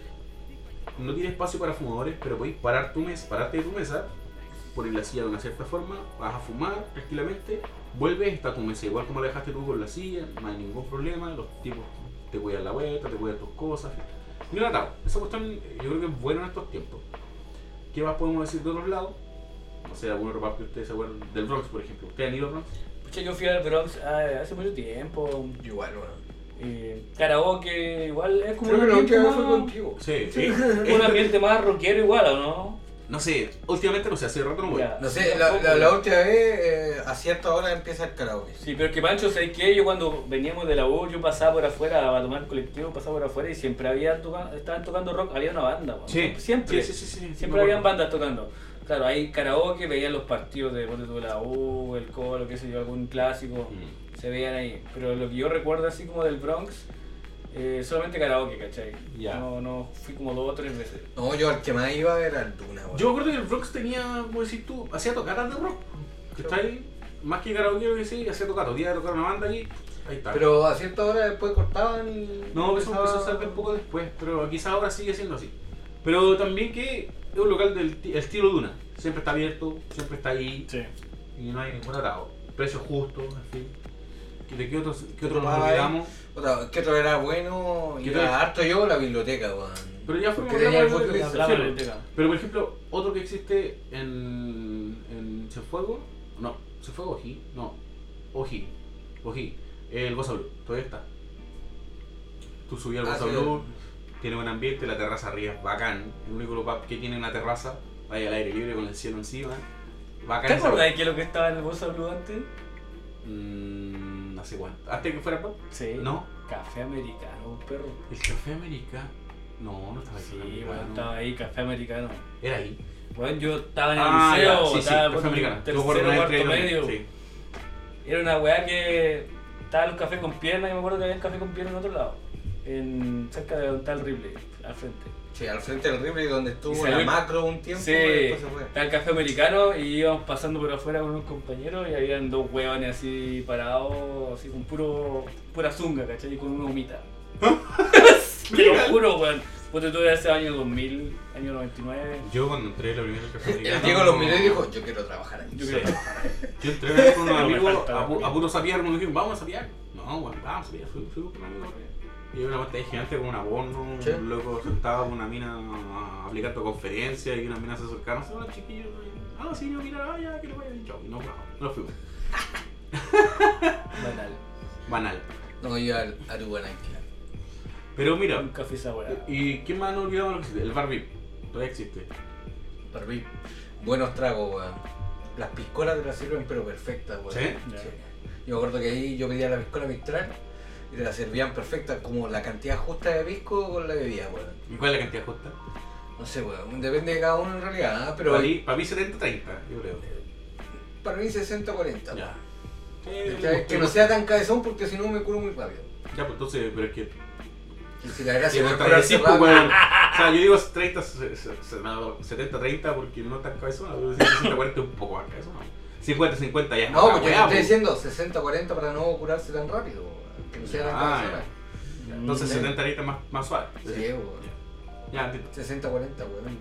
no tiene espacio para fumadores, pero podéis parar tu mesa, pararte de tu mesa, poner la silla de una cierta forma, vas a fumar tranquilamente, vuelves, está tu mesa igual como la dejaste tú con la silla, no hay ningún problema, los tipos te cuidan la vuelta, te cuidan tus cosas. Ni un atado. Esa cuestión yo creo que es buena en estos tiempos. ¿Qué más podemos decir de otros lados? No sé, algún otro que ustedes se acuerdan del Bronx, por ejemplo. ¿Ustedes han ido al Bronx? Pucha, yo fui al Bronx ah, hace mucho tiempo. Igual, bueno. Eh, karaoke, igual es como Creo que un la última vez ambiente fue más, contigo. Sí, sí. un ambiente más rockero igual, ¿o no? No sé, últimamente no sé, hace rato no voy. Ya. No sé, la, la, la última vez eh, a cierta hora empieza el karaoke. Sí, pero es que Pancho, ¿sabes qué? Yo cuando veníamos de la U, yo pasaba por afuera a tomar colectivo, pasaba por afuera y siempre había toca- estaban tocando rock, había una banda, weón. Sí, siempre, sí, sí, sí, sí, sí, siempre me habían acuerdo. bandas tocando. Claro, hay karaoke, veían los partidos de, ponte tú, la U, el Colo, qué sé yo, algún clásico, Mm. se veían ahí. Pero lo que yo recuerdo así como del Bronx, eh, solamente karaoke, ¿cachai? Ya. No, no, fui como dos o tres veces. No, yo al que más iba era el Duna, weón. Yo me acuerdo que el Bronx tenía, como decís tú, hacía tocatas de rock. ¿Cachai? Más que karaoke, lo que sí, hacía tocatas. Día de tocar una banda aquí, ahí está. Pero a cierta hora después cortaban y... No, eso empezaba- empezó a salir un poco después, pero quizás ahora sigue siendo así. Pero también que es un local del ti- estilo Duna. Siempre está abierto, siempre está ahí Sí. y no hay ningún atado. Precios justos, en fin. ¿De qué otros qué otro nos Ay. olvidamos? Otra, ¿qué otro era bueno? ¿Qué Iba otro? harto yo la biblioteca, weón. Pero ya fuimos Porque a tenía hablar el de fútbol. sí, La sí, biblioteca. pero por ejemplo, otro que existe en, en Cienfuegos, no, Cienfuegos Ojí, no, Ojí, Ojí, el Bossa Blue, todavía está. Tú subías al Ah, Bossa sí. Blue, tiene buen ambiente, la terraza arriba es bacán, el único pub que tiene una terraza, vaya al aire libre con el cielo encima, bacán. ¿Te esa acordás wea. de qué es lo que estaba en el Bossa Blue antes? Mm, no sé cuánto, ¿antes que fuera pub? Sí. No, Café americano, un perro. el café americano, no, no estaba ahí. Sí, Café bueno, Americano. estaba ahí, café americano. Era ahí. Bueno, yo estaba en el Ah, liceo, ya, sí, sí, estaba café por americano. Yo tercero, por una cuarto vez entré medio. sí. Era una weá que estaban los cafés con piernas y me acuerdo que había café con piernas en otro lado. en cerca de donde está el Ripley, al frente. Sí, al frente del Ripley donde Y estuvo salió- la macro un tiempo Sí, y después se fue. está el café americano y íbamos pasando por afuera con unos compañeros y habían dos huevones así parados, así con puro, pura zunga, ¿cachai? Y con una humita. Te lo juro, weón. Pues tú ese año dos mil, año noventa y nueve. Yo cuando entré la primera café americano. El Diego los miró y dijo, yo quiero trabajar ahí. Yo creo. Yo entré una vez con unos No me amigos falta a, pu- la a puro sapear, me dijeron, vamos a sapear. No, bueno, vamos a sapear, fui, fui con un amigo. Y había una pantalla gigante con un abono, Sí. un loco sentado con una mina aplicando conferencias y una mina se acercaba, no sé, unos chiquillos. y, Ah, sí, yo mira, ah, ya, que lo vaya bien, chao. Y no, no, no fuimos. Banal. Banal. No, yo al Arubanay, claro. Pero mira, Un café esa weá. ¿y quién más nos olvidamos lo que existe? El bar V I P. Todavía existe. Barbie. Buenos tragos, weón. Las piscolas te las sirven pero perfectas, weón. ¿Sí? Yo me acuerdo que ahí yo pedía la piscola Mistral y te la servían perfecta, como la cantidad justa de pisco con la bebida, weón. ¿Y cuál es la cantidad justa? No sé, weón. Depende de cada uno en realidad, ¿ah? pero Para mí, para mí setenta treinta, yo creo. para mí sesenta cuarenta. Ya. Que, que no sea tan cabezón porque si no me curo muy rápido. Ya, pues entonces, pero es que. Y si la gracia Sí, es no, curarse sí, pues, rápido. weón. O sea, yo digo treinta, setenta treinta porque no es tan cabezona. Yo digo sesenta cuarenta es un poco más cabezona. cincuenta cincuenta ya es No, otra porque yo weá, estoy pues. diciendo sesenta cuarenta para no curarse tan rápido, weón. Que no sea tan Ah, cabezona. ya. Entonces Sí. setenta treinta es más, más suave. Sí, weón. Ya, entiendo. sesenta cuarenta, weón.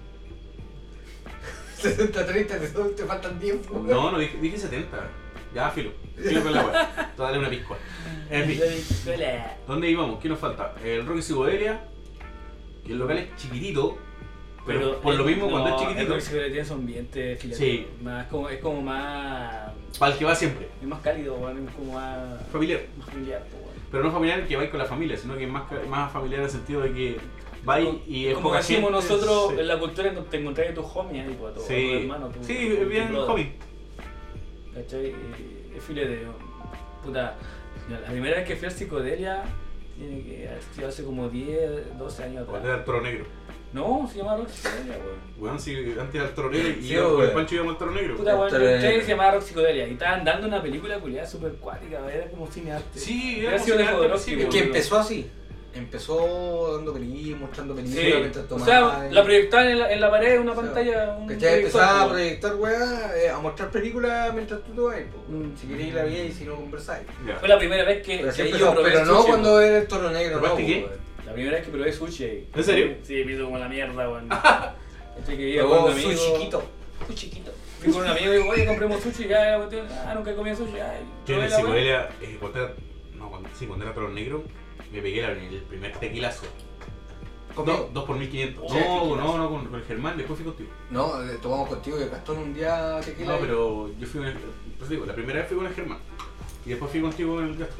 sesenta treinta, te, te faltan diez, weón. No, no, dije, dije setenta. Ya, filo. Filo con la weá. Dale una piscola. En fin. ¿Dónde íbamos? ¿Qué nos falta? El Rocky Psicodelia. Que el local es chiquitito. Pero, por lo mismo, cuando es chiquitito. El Roxy tiene su ambiente filete. Sí. Más, como, es como más. Para el que va siempre. Es más cálido, weón. Es como más. Familiar. Más familiar, po, weón. Pero no familiar que vais con la familia, sino que es más, ca- más familiar en el sentido de que vais y es Como poca decimos gente. nosotros Sí. en la cultura, en donde te encontrás a tus homies ahí, po, a tu, a tu Sí, hermano. Tu, sí, tu- tu bien brother. homie. ¿Cachai? Y es filete. Puta, la primera vez que fui al Psicodelia tiene que haber sido hace como diez, doce años O atrás. era el toro negro. No, se llamaba Roxy Psicodelia, weón. Weón, si antes era el toro negro y Sí, yo con el weón. Pancho íbamos al toro negro. Puta, weón, yo Pero, entré y eh, se llamaba Roxy Psicodelia y estaban dando una película culiada super cuática, era como cine arte. Sí, Era era sido de emocionante al Jodorowsky, principio. Es que weón. empezó así. Empezó dando películas, mostrando películas Sí, mientras o tomaba. sea, la proyectaban en la, en la pared, una O sea, pantalla, un ¿Cachai? Empezaba a proyector, proyectar weá, eh, a mostrar películas mientras tú te vas. Mm. Si queréis la veías y si no conversáis. Ya. Fue la primera vez que, Pero, que así ahí empezó, yo probé pero el no sushi, cuando weón. era el toro negro, no. ¿Probaste qué? weón. La primera vez que probé sushi ahí. ¿En serio? Sí, me hizo como la mierda, weón. Este que iba con Probó un amigo. su chiquito. Su chiquito. Fui con un amigo y digo, oye, compremos sushi, ya, la cuestión. Ah, nunca he comido sushi, ya. Yo en probé el la weá. psicodelia, eh, cuando era. No, cuando, sí, cuando era toro negro, me pegué la- el primer tequilazo. ¿Conmigo? No, dos por mil quinientos. Sí, No, tequilazo. no, no, con, con el Germán, después fui contigo. No, eh, tomamos contigo y Gastón un día tequila. No, y- pero yo fui con el. Pues digo, la primera vez fui con el Germán. Y después fui contigo con el gasto.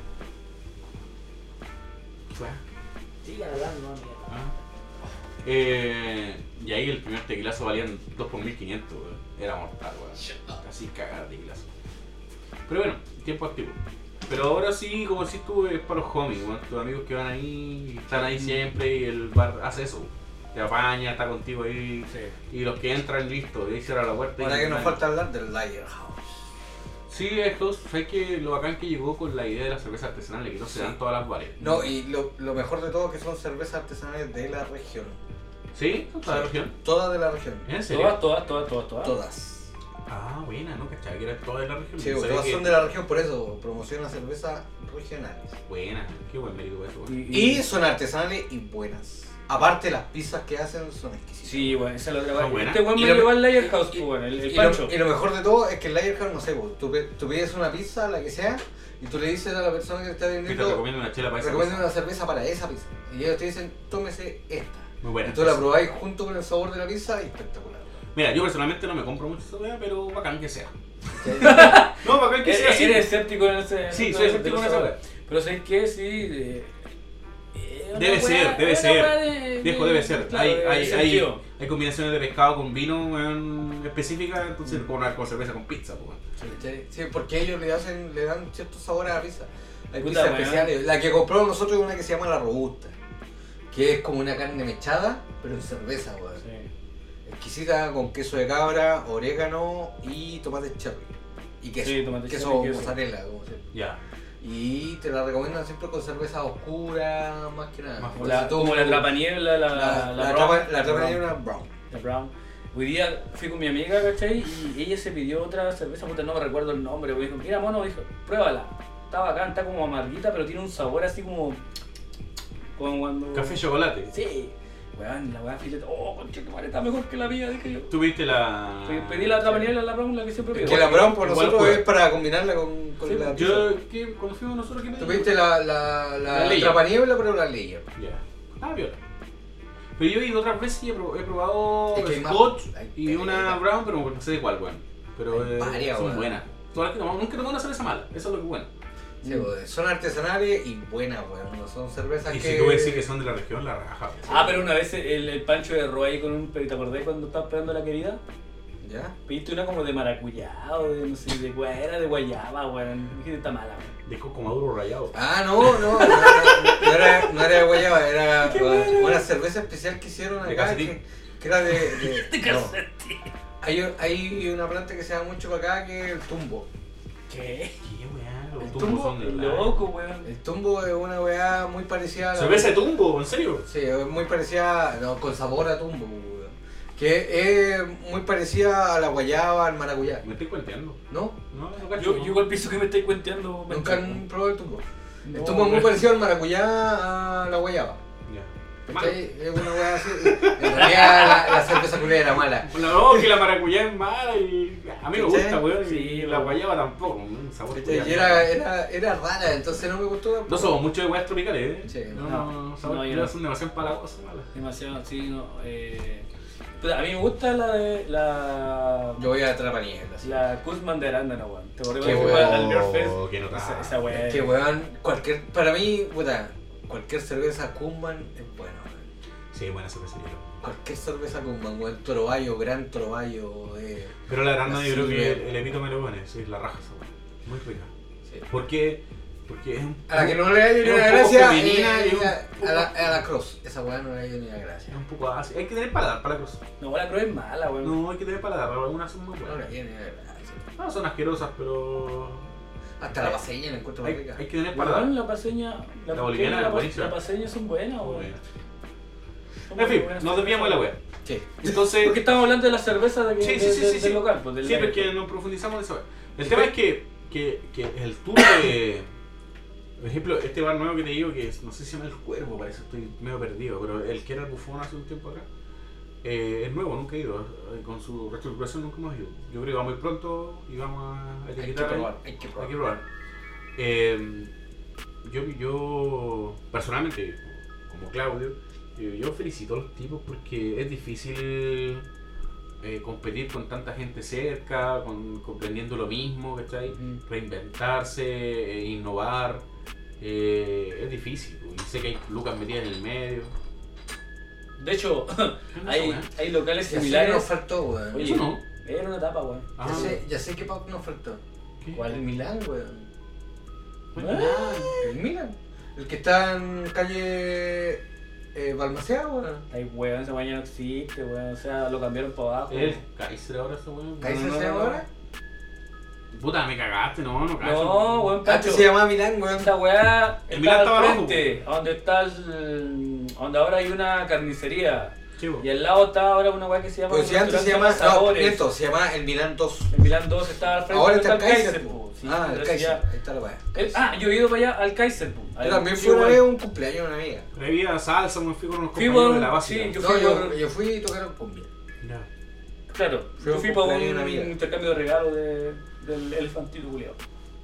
Fue. Sigan hablando, no, mierda. Ah. Eh, y ahí el primer tequilazo valían dos por mil quinientos, weón. Era mortal, weón. Casi cagar tequilazo. Pero bueno, tiempo activo. Pero ahora sí, como decís tú, es para los homies, weón. Tus amigos que van ahí, están ahí siempre y el bar hace eso. Te apaña, está contigo ahí. Sí. Y los que entran, listo, y ahí cierra la puerta. Ahora y que nos van. falta hablar del Lighthouse. Sí, esto, sabes que lo bacán que llegó con la idea de la cerveza artesanal, que no se dan todas las bares. No, y lo, lo mejor de todo es que son cervezas artesanales de la región. ¿Sí? ¿Toda la región? Todas de la región. ¿En serio? Todas, todas, todas, todas, todas. Todas. Ah, buena, ¿no? ¿Cachai? Que era toda de la región. Sí, No sabía todas que- son de la región, por eso promocionan cervezas regionales. Buena, qué buen mérito para eso, weón. Y son artesanales y buenas. Aparte, las pizzas que hacen son exquisitas. Sí, bueno, esa es la otra Son weá. buenas. Este weón Y me lo- llevó al Lighthouse, y- pues, bueno, el, el y, Pancho. lo, y lo mejor de todo es que el Lighthouse, no sé, vos, tú, pe- tú pides una pizza, la que sea, y tú le dices a la persona que te está Que te vendiendo, recomiendo una chela para esa recomienda cosa. una cerveza para esa pizza. Y ellos te dicen, tómese esta. Muy buena. Y tú la probáis junto con el sabor de la pizza y espectacular. Mira, yo personalmente no me compro mucho esa weá, pero bacán que sea. No, bacán que sea Eres, así. eres escéptico en ese. Sí, en soy ese- escéptico de en los esa sabores. Pero ¿sabes qué? Sí. eh, eh, una Debe weá- ser, debe una ser. weá de- Viejo, de- debe ser. claro, hay, de hay, hay, sentido. hay combinaciones de pescado con vino, weón, específicas, entonces puedo una con cerveza con pizza, pues, weón. ¿Cachai? Sí, porque ellos le hacen, le dan ciertos sabores a la pizza. Hay Puta, pizzas weón. especiales. La que compramos nosotros es una que se llama la robusta. Que es como una carne mechada, pero en cerveza, weón. Sí. Exquisita con queso de cabra, orégano y tomate cherry. Y queso. Sí, tomate queso, cherry y queso. mozzarella, como se Ya. Y te la recomiendan siempre con cerveza oscura, más que nada. Más Como Entonces la, tú- como la trapaniebla, la, La, la, la, brown. trapa- la trapaniebla brown. La brown. Hoy día fui con mi amiga, ¿cachai? Y ella se pidió otra cerveza, puta, no me recuerdo el nombre. Me dijo, mira, mono, dijo, pruébala. Está bacán, está como amarguita, pero tiene un sabor así como. Como cuando. Café chocolate. Sí. Weón, la weá fileta. Oh, concha, que madre, está mejor que la mía, dije yo. ¿Tú viste la...? Pe- Pedí la trapaniebla, la brown, la que siempre pido. Que la brown por Igual nosotros juega. es para combinarla con, con Sí, la Yo, ¿qué? Cuando fuimos nosotros, ¿qué Tú pedimos? pediste la, la, la, La Leia. trapaniebla, pero la leya. Ya. Ah, viola. Pero yo he ido otras veces y he probado, he probado Es que hay más- Scotch hay- y hay- una hay- brown, pero no sé de cuál, weón. Pero Hay eh, varias, son weón. buenas. Todas las que tomamos, nunca tomamos una cerveza mala, eso es lo que es bueno. Sí, pues, son artesanales y buenas, weón. No son cervezas Y que. si tú decís que son de la región, la raja. weón. Ah, pero una vez el, el Pancho erró ahí con un. ¿Te acordás cuando estabas esperando a la querida? ¿Ya? Pediste una como de maracuyá o de no sé, de cuál era de guayaba, weón. Dijiste está mala, weón. De coco maduro rayado. Ah, no, no, no, era- no era, no era de guayaba, era Qué uh, bueno. una cerveza especial que hicieron De acá calcetín. que, que era de. de De no. calcetín. Hay, hay una planta que se da mucho para acá que es el tumbo. ¿Qué? ¿Qué weá? Los El tumbos tumbo, son de El la- loco, weón. El tumbo es una weá muy parecida a la. ¿Cerveza de tumbo? ¿En serio? Sí, es muy parecida, no, con sabor a tumbo, weón. Que es muy parecida a la guayaba, al maracuyá. Me estoy cuenteando. ¿No? No, no cacho. Yo, no. yo igual pienso que me estáis cuenteando. Nunca han probado el tumbo. El No, tumbo es muy weón. parecido al maracuyá a la guayaba. Ya. ¿Cachai? Es una weá así. En realidad la, la cerveza culera era mala. No, que la maracuyá es mala y a mí me ¿Cachai? gusta, weón. Sí, Y la weón. guayaba tampoco, un sabor ¿Cachai? culiao. Y era, era, era rara, entonces no me gustó. No somos muchos de weas tropicales, ¿eh? Sí, no, no. no, sabor No, yo culiao no. son demasiado empalagosas, malas. Demasiado, sí, no. Eh... Pero a mí me gusta la de. La. Yo voy a Trapaniebla. Sí. La Kuzman de arándano, weón. ¿Te acordás Qué cuando fuimos weón. al Beer Fest? Oh, qué notable. Esa, esa weá. Es que weón, cualquier, para mí, puta, cualquier cerveza Kumban es buena, weón. Sí, buena cervecería. Cualquier cerveza Kumban, weón, Toroballo, Gran Toroballo, eh, Pero la grande yo creo Así, que weón. el, el epítome lo pone, sí, la raja esa wea. Muy rica. sí. ¿Por qué? Porque es un A la que no le hay es ni un una poco gracia, femenina eh, y un a, poco- a la, a la Cross, esa weá no le hay ni una es gracia. un poco así. Hay que tener paladar para la cosa. No, la cruz es mala, weón. No, hay que tener paladar, algunas son muy No le buenas. hay ni una gracia. No, son asquerosas, pero Hasta la paseña la encuentro más hay, rica. hay que tener Weón, paladar. la paseña. La boliviana la, es buenísima. La paseña son buenas, Muy weón. buena. Son En muy fin, buenas. nos desviamos de la wea. Sí. Entonces, Porque estamos hablando de la cerveza de que, sí, sí, de- sí, de- sí, del sí. local, pues del Sí, pero es lager. que no profundizamos en eso. El Sí. tema es que, que, que el tour de. Por ejemplo, este bar nuevo que te digo, que es- no sé si se llama El Cuervo, parece, estoy medio perdido, pero el que era el bufón hace un tiempo acá, eh, es nuevo, nunca he ido. eh, Con su reestructuración nunca hemos ido. Yo creo que va muy pronto y vamos a Hay que etiquetar ahí. probar, hay que probar. Hay que probar. Eh, yo, yo, personalmente, como Claudio, yo, yo felicito a los tipos porque es difícil eh, competir con tanta gente cerca, con, comprendiendo lo mismo, ¿cachai? Mm. Reinventarse, eh, innovar, eh, es difícil. Y sé que hay lucas metidas en el medio. De hecho, ¿Qué es hay, eso, hay locales Ya sé que nos similares. faltó, weón. Oye, Eso no. era una tapa, weón. Ah, Ya sé, ya sé qué pub nos faltó. ¿qué? ¿Cuál? El Milán, weón. ¿Cuál? Ah, El Milán. El que está en calle eh, Balmaceda, weón. Ay, weón, esa mañana no existe, weón. O sea, lo cambiaron para abajo. ¿Es Kaiser ahora ese weón? ¿Kaiser no, se no, llama no. ahora? Puta, me cagaste, no, no cacho. No, weón, Pancho. Antes se llamaba Milán, weón. Esta weá El Milán está estaba al abajo, frente, a donde está el, donde ahora hay una carnicería. Sí, po. Y al lado está ahora una weá que se llama. Pero un si antes se restaurante llama, no, Sabores. miento, se llama el Milán dos. El Milán dos está al frente. Ahora donde está el Kaiser, po. po. Sí, Ah, el entonces Kaiser, ya- ahí está la weá. El- ah, yo he ido para allá al Kaiser, po. Ahí- Yo también sí, fui una weón. vez a un cumpleaños de una amiga. Pero había salsa, me fui con unos Fui, compañeros weón, de la básica. sí, yo No, fui yo, por- yo fui y tocaron cumbia. Ya. Claro, Fui yo a un fui para cumpleaños de una un amiga. intercambio de regalo de, del elefantito culiao.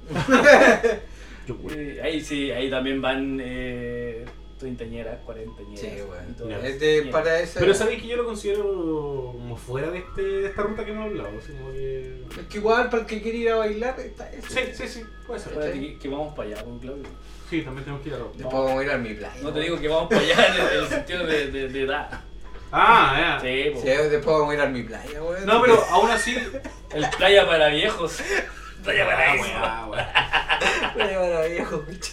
Yo, weón. Eh, ahí sí, ahí también van eh, treintañeras, cuarentañeras. Sí, y weón. todo. Ya. Es de, Bien. para ese. Pero sabéis que yo lo considero como fuera de, este, de esta ruta que hemos hablado. Así como que... Es que igual para el que quiere ir a bailar está ese. Sí, sí, sí, puede ser. Espérate, que, que vamos para allá, pues, Claudio. Sí, también tenemos que ir a lo... Después vamos a ir a mi playa. No te digo que vamos para allá en el, en el sentido de, de, de edad. Ah, ya. Sí, po. Sí, después vamos a ir a mi playa, weón. No, pero aún así... El playa para viejos. Playa para Ah, viejos. weá, weá. Playa para viejo, bicho.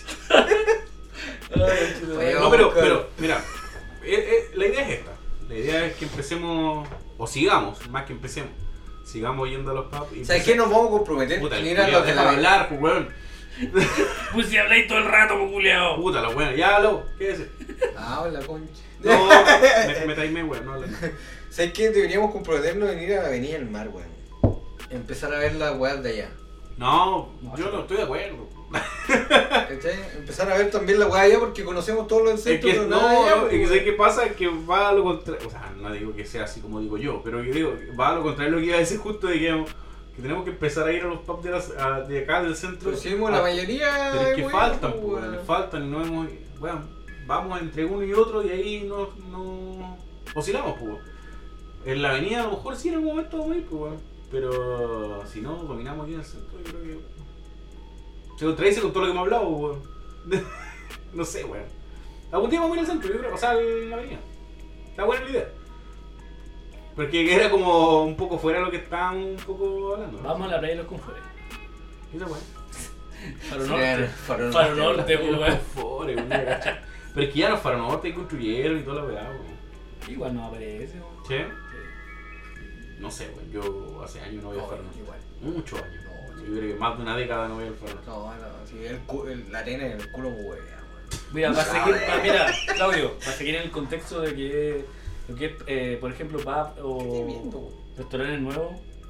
Ay, chulo. Oye, No, pero, buscar. pero, mira, eh, eh, la idea es esta. La idea es que empecemos, o sigamos, más que empecemos, sigamos yendo a los pubs y ¿Sabes qué? Nos vamos a comprometer Puta, en el ir a culiao, los de déjame la hablar, pues, weón. Pues si habláis todo el rato, pues culiao. Puta la weá, ya hablo, ¿qué es? Ah, hola, concha. No, me, me taimé, weón, no hablo. ¿Sabes qué? Deberíamos comprometernos en ir a la Avenida del Mar, weón. Empezar a ver las weas de allá. No, No, yo yo- no estoy de acuerdo. ¿Cachai? Empezar a ver también la wea allá porque conocemos todo lo del Es centro. que pero no, nada de allá, no, pues, es que weón. ¿sabes qué pasa? Que va a lo contrario. O sea, no digo que sea así como digo yo, pero yo digo, va a lo contrario de lo que iba a decir justo de que, que tenemos que empezar a ir a los pubs de, las- a- de acá del centro. Pero si vimos la Ah, mayoría. Pero es que weón, faltan, pues, pues, weón. weón, faltan y no hemos. Bueno, vamos entre uno y otro y ahí no, no oscilamos, pues. En la avenida a lo mejor sí en algún momento vamos a ir, pues, weón. Pero si no dominamos aquí en el centro, yo creo que. Se contradice con todo lo que hemos hablado, weón. No sé, weón. Algún día vamos a ir al centro, yo creo, o sea, a la avenida. Está buena la idea. Porque era como un poco fuera de lo que estábamos un poco hablando, ¿no? Vamos a la playa de los confores. ¿Qué tal, weón? Faro Sí, Norte. Faro Faro Norte. Norte, pues, weón. Confores, weón, cacha. Pero es que ya los Faro Norte construyeron y toda la weá, weón. Igual no aparece, weón. ¿Sí? Sí. No sé, weón. Yo hace años no voy al No, Faro Norte. igual. Muchos años. No, Yo creo que más de una década no voy al Faro Norte. No, no, si el, cu- el- la arena en el culo, pues, weón. Mira, para seguir, para, mira, Claudio, para seguir en el contexto de que lo que es, eh, por ejemplo, pub o restaurantes nuevos,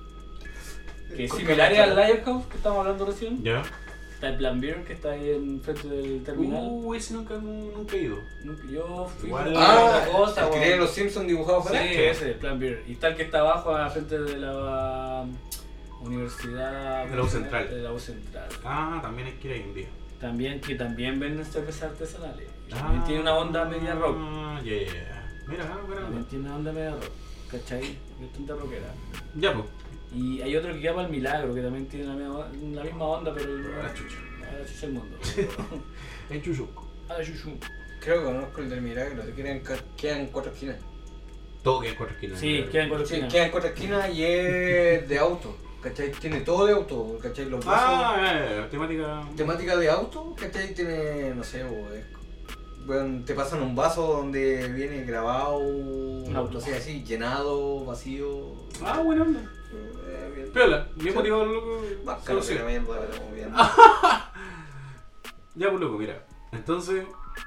que es similares al Lion House que estamos hablando recién. ¿Ya? Está el Plan Beer que está ahí en frente del terminal. Uh, ese nunca, nunca he ido. Nunca- Yo fui Igual- por Ah, otra cosa, el que weón. tiene los Simpsons dibujados Sí, afuera. ese, el Plan Beer. Y está el que está abajo, a la frente de la Universidad De la U Central. De la U Central. Ah, también hay que ir ahí un día. También, que también venden cervezas artesanales. Y también tiene una onda media rock. Ah, yeah, yeah. Mira, ah, mira, También mira. tiene una onda media rock. ¿Cachai? Bastante rockera. Ya, pues. Y hay otro que llama El Milagro, que también tiene la misma, la misma onda, pero A la chucha. a la chucha del mundo. En Chuchuco. A la chuchu. Creo que conozco el del Milagro. que Quedan, quedan cuatro esquinas. Todo que en cuatro esquinas. Sí, ¿no? quedan cuatro Sí, esquinas. quedan cuatro esquinas y es de auto. ¿Cachai? Tiene todo de auto. ¿Cachai? Los vasos. Ah, eh, temática. Temática de auto, ¿cachai? Tiene, no sé, bo, es- bueno, te pasan un vaso donde viene grabado, un auto. no sé, así, llenado, vacío. Ah, buena onda. Eh, bien. Piola, bien Sí. motivado, loco. Más caro que Solución. la mierda, pero muy bien. Ya, pues, loco, mira. Entonces,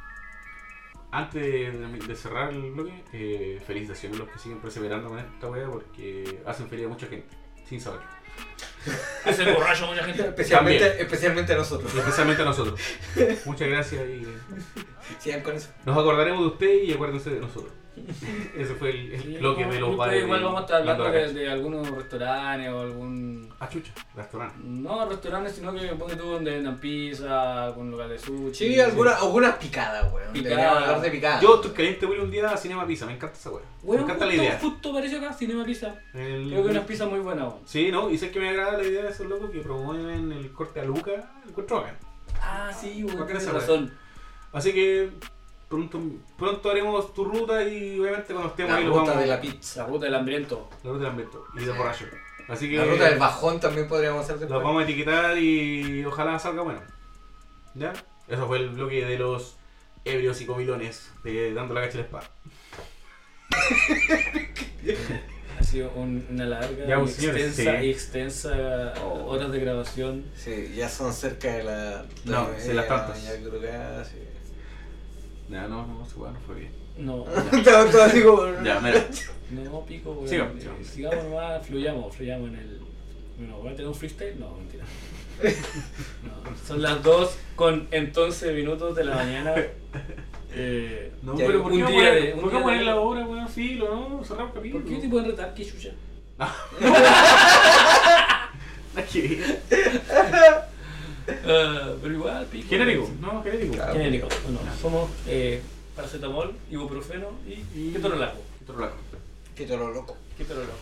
antes de, de cerrar el bloque, eh, felicitaciones a los que siguen perseverando con esta wea porque hacen feliz a mucha gente, sin saber. Es el borracho mucha gente. Especialmente, También. especialmente a nosotros. Y especialmente a nosotros. Muchas gracias y Sigan con eso. nos acordaremos de usted y acuérdense de nosotros. Ese fue el, el Sí, bloque no, de los después bares. igual de- vamos a estar hablando dando la de, cancha. de algunos restaurantes o algún... Ah, chucha, restaurante. No restaurantes, sino que ponte tú donde vendan pizza, algún lugar de sushi. Sí, alguna, algunas picadas, weón. Picada. Deberíamos hablar de picadas. Yo estoy caliente, voy un día a Cinema Pizza, me encanta esa wea. Bueno, me encanta justo, la idea. justo apareció acá, Cinema Pizza. El- Creo que unas pizzas muy buenas, weón. Sí, ¿no? Y sé que me agrada la idea de esos locos que promueven el corte a Luca, el encuentro bacán. Ah, sí, weón, Bacán tienes esa razón. Así que pronto, pronto haremos tu ruta y obviamente cuando estemos La ahí lo ruta vamos de la La pizza. ruta del hambriento. la ruta del ambiente y del borracho. Así que La ruta del bajón también podríamos hacer después. los vamos a etiquetar y ojalá salga bueno. ¿Ya? Eso fue el bloque de los ebrios y comilones de Dando la Cacha y la Espada. Ha sido un- una larga Ya, y pues, señores, extensa, sí. y extensa Oh. horas de grabación. Sí, ya son cerca de la... No, de sí, las tantas. Ya creo que ah, sí. Ya, no, no, ese weón no fue bien. No, Estaba todo así como... Ya, mira. no, pico, weón. Sigamos, Eh, sigamos. Sigamos nomás, fluyamos, fluyamos en el. Bueno, ¿voy a tener un freestyle? No, mentira. No, son las dos con entonces minutos de la mañana. Eh, No, Ya, pero ¿por un qué día poner, de- un ¿por qué día poner de- la hora, weón, filo, no? Cerramos el capítulo. ¿Por qué te pueden retar? ¿Qué chucha? Aquí. Ah, pero igual, pico. Genérico, no, genérico. Claro. Genérico. Bueno, somos eh, paracetamol, ibuprofeno y Y- ketorolaco. Quito lo Que todo lo loco. Ketorolaco.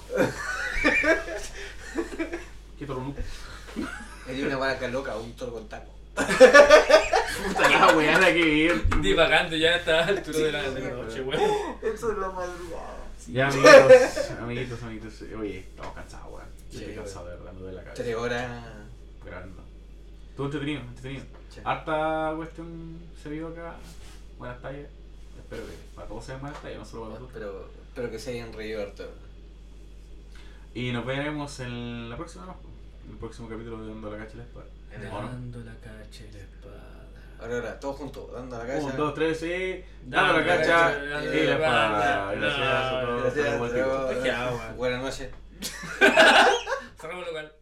Quito lo loco. Me dio una vaca loca, un toro con taco. Puta la weá, la que bien. Divagante ya a esta altura de la, de la noche, weón. Eso es la madrugada. Ya, amiguitos, amiguitos, amiguitos. Oye, estamos cansados, weón. Yo Sí, estoy cansado de verdad, me duele la cabeza. Tres horas. Grabando. Estuvo entretenido, entretenido. Sí. Harta cuestión se vio acá. Buenas tallas. Espero que para todos sean buenas tallas, no solo para nosotros. Pero espero que se hayan reído harto. Y nos veremos en la próxima. ¿No? el próximo capítulo de Dando la Cacha y la Espada. Dando la cacha y la espada. Ahora, ahora, todos juntos, dando la cacha. Un, dos, tres, sí. Dando Dando la la cacha cacha, y dando la la espada. espada. Gracias a todos. Gracias, Hasta luego. gracias. Qué agua. Buenas noches. Cerramos el local.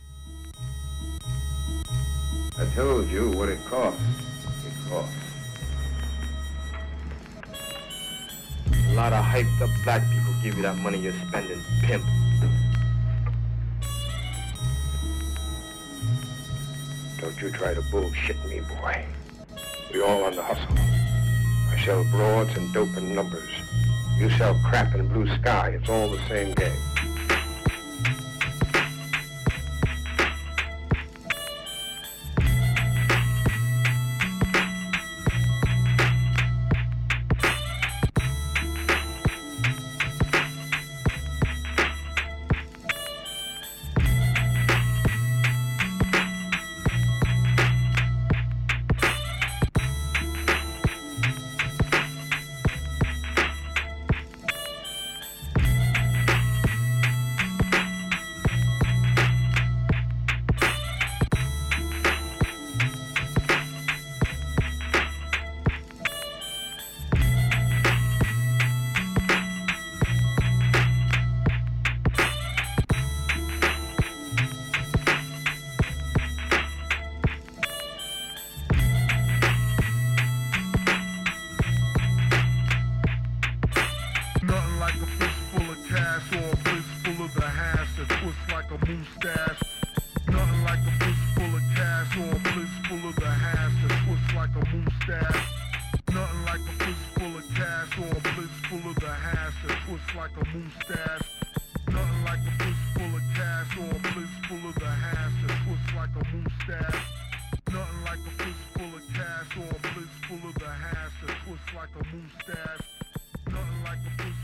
I told you what it costs. It costs. A lot of hyped up black people give you that money you're spending, pimp. Don't you try to bullshit me, boy. We all on the hustle. I sell broads and dope and numbers. You sell crap and blue sky. It's all the same game. Full of the hash that twist like a moustache. Nothing like a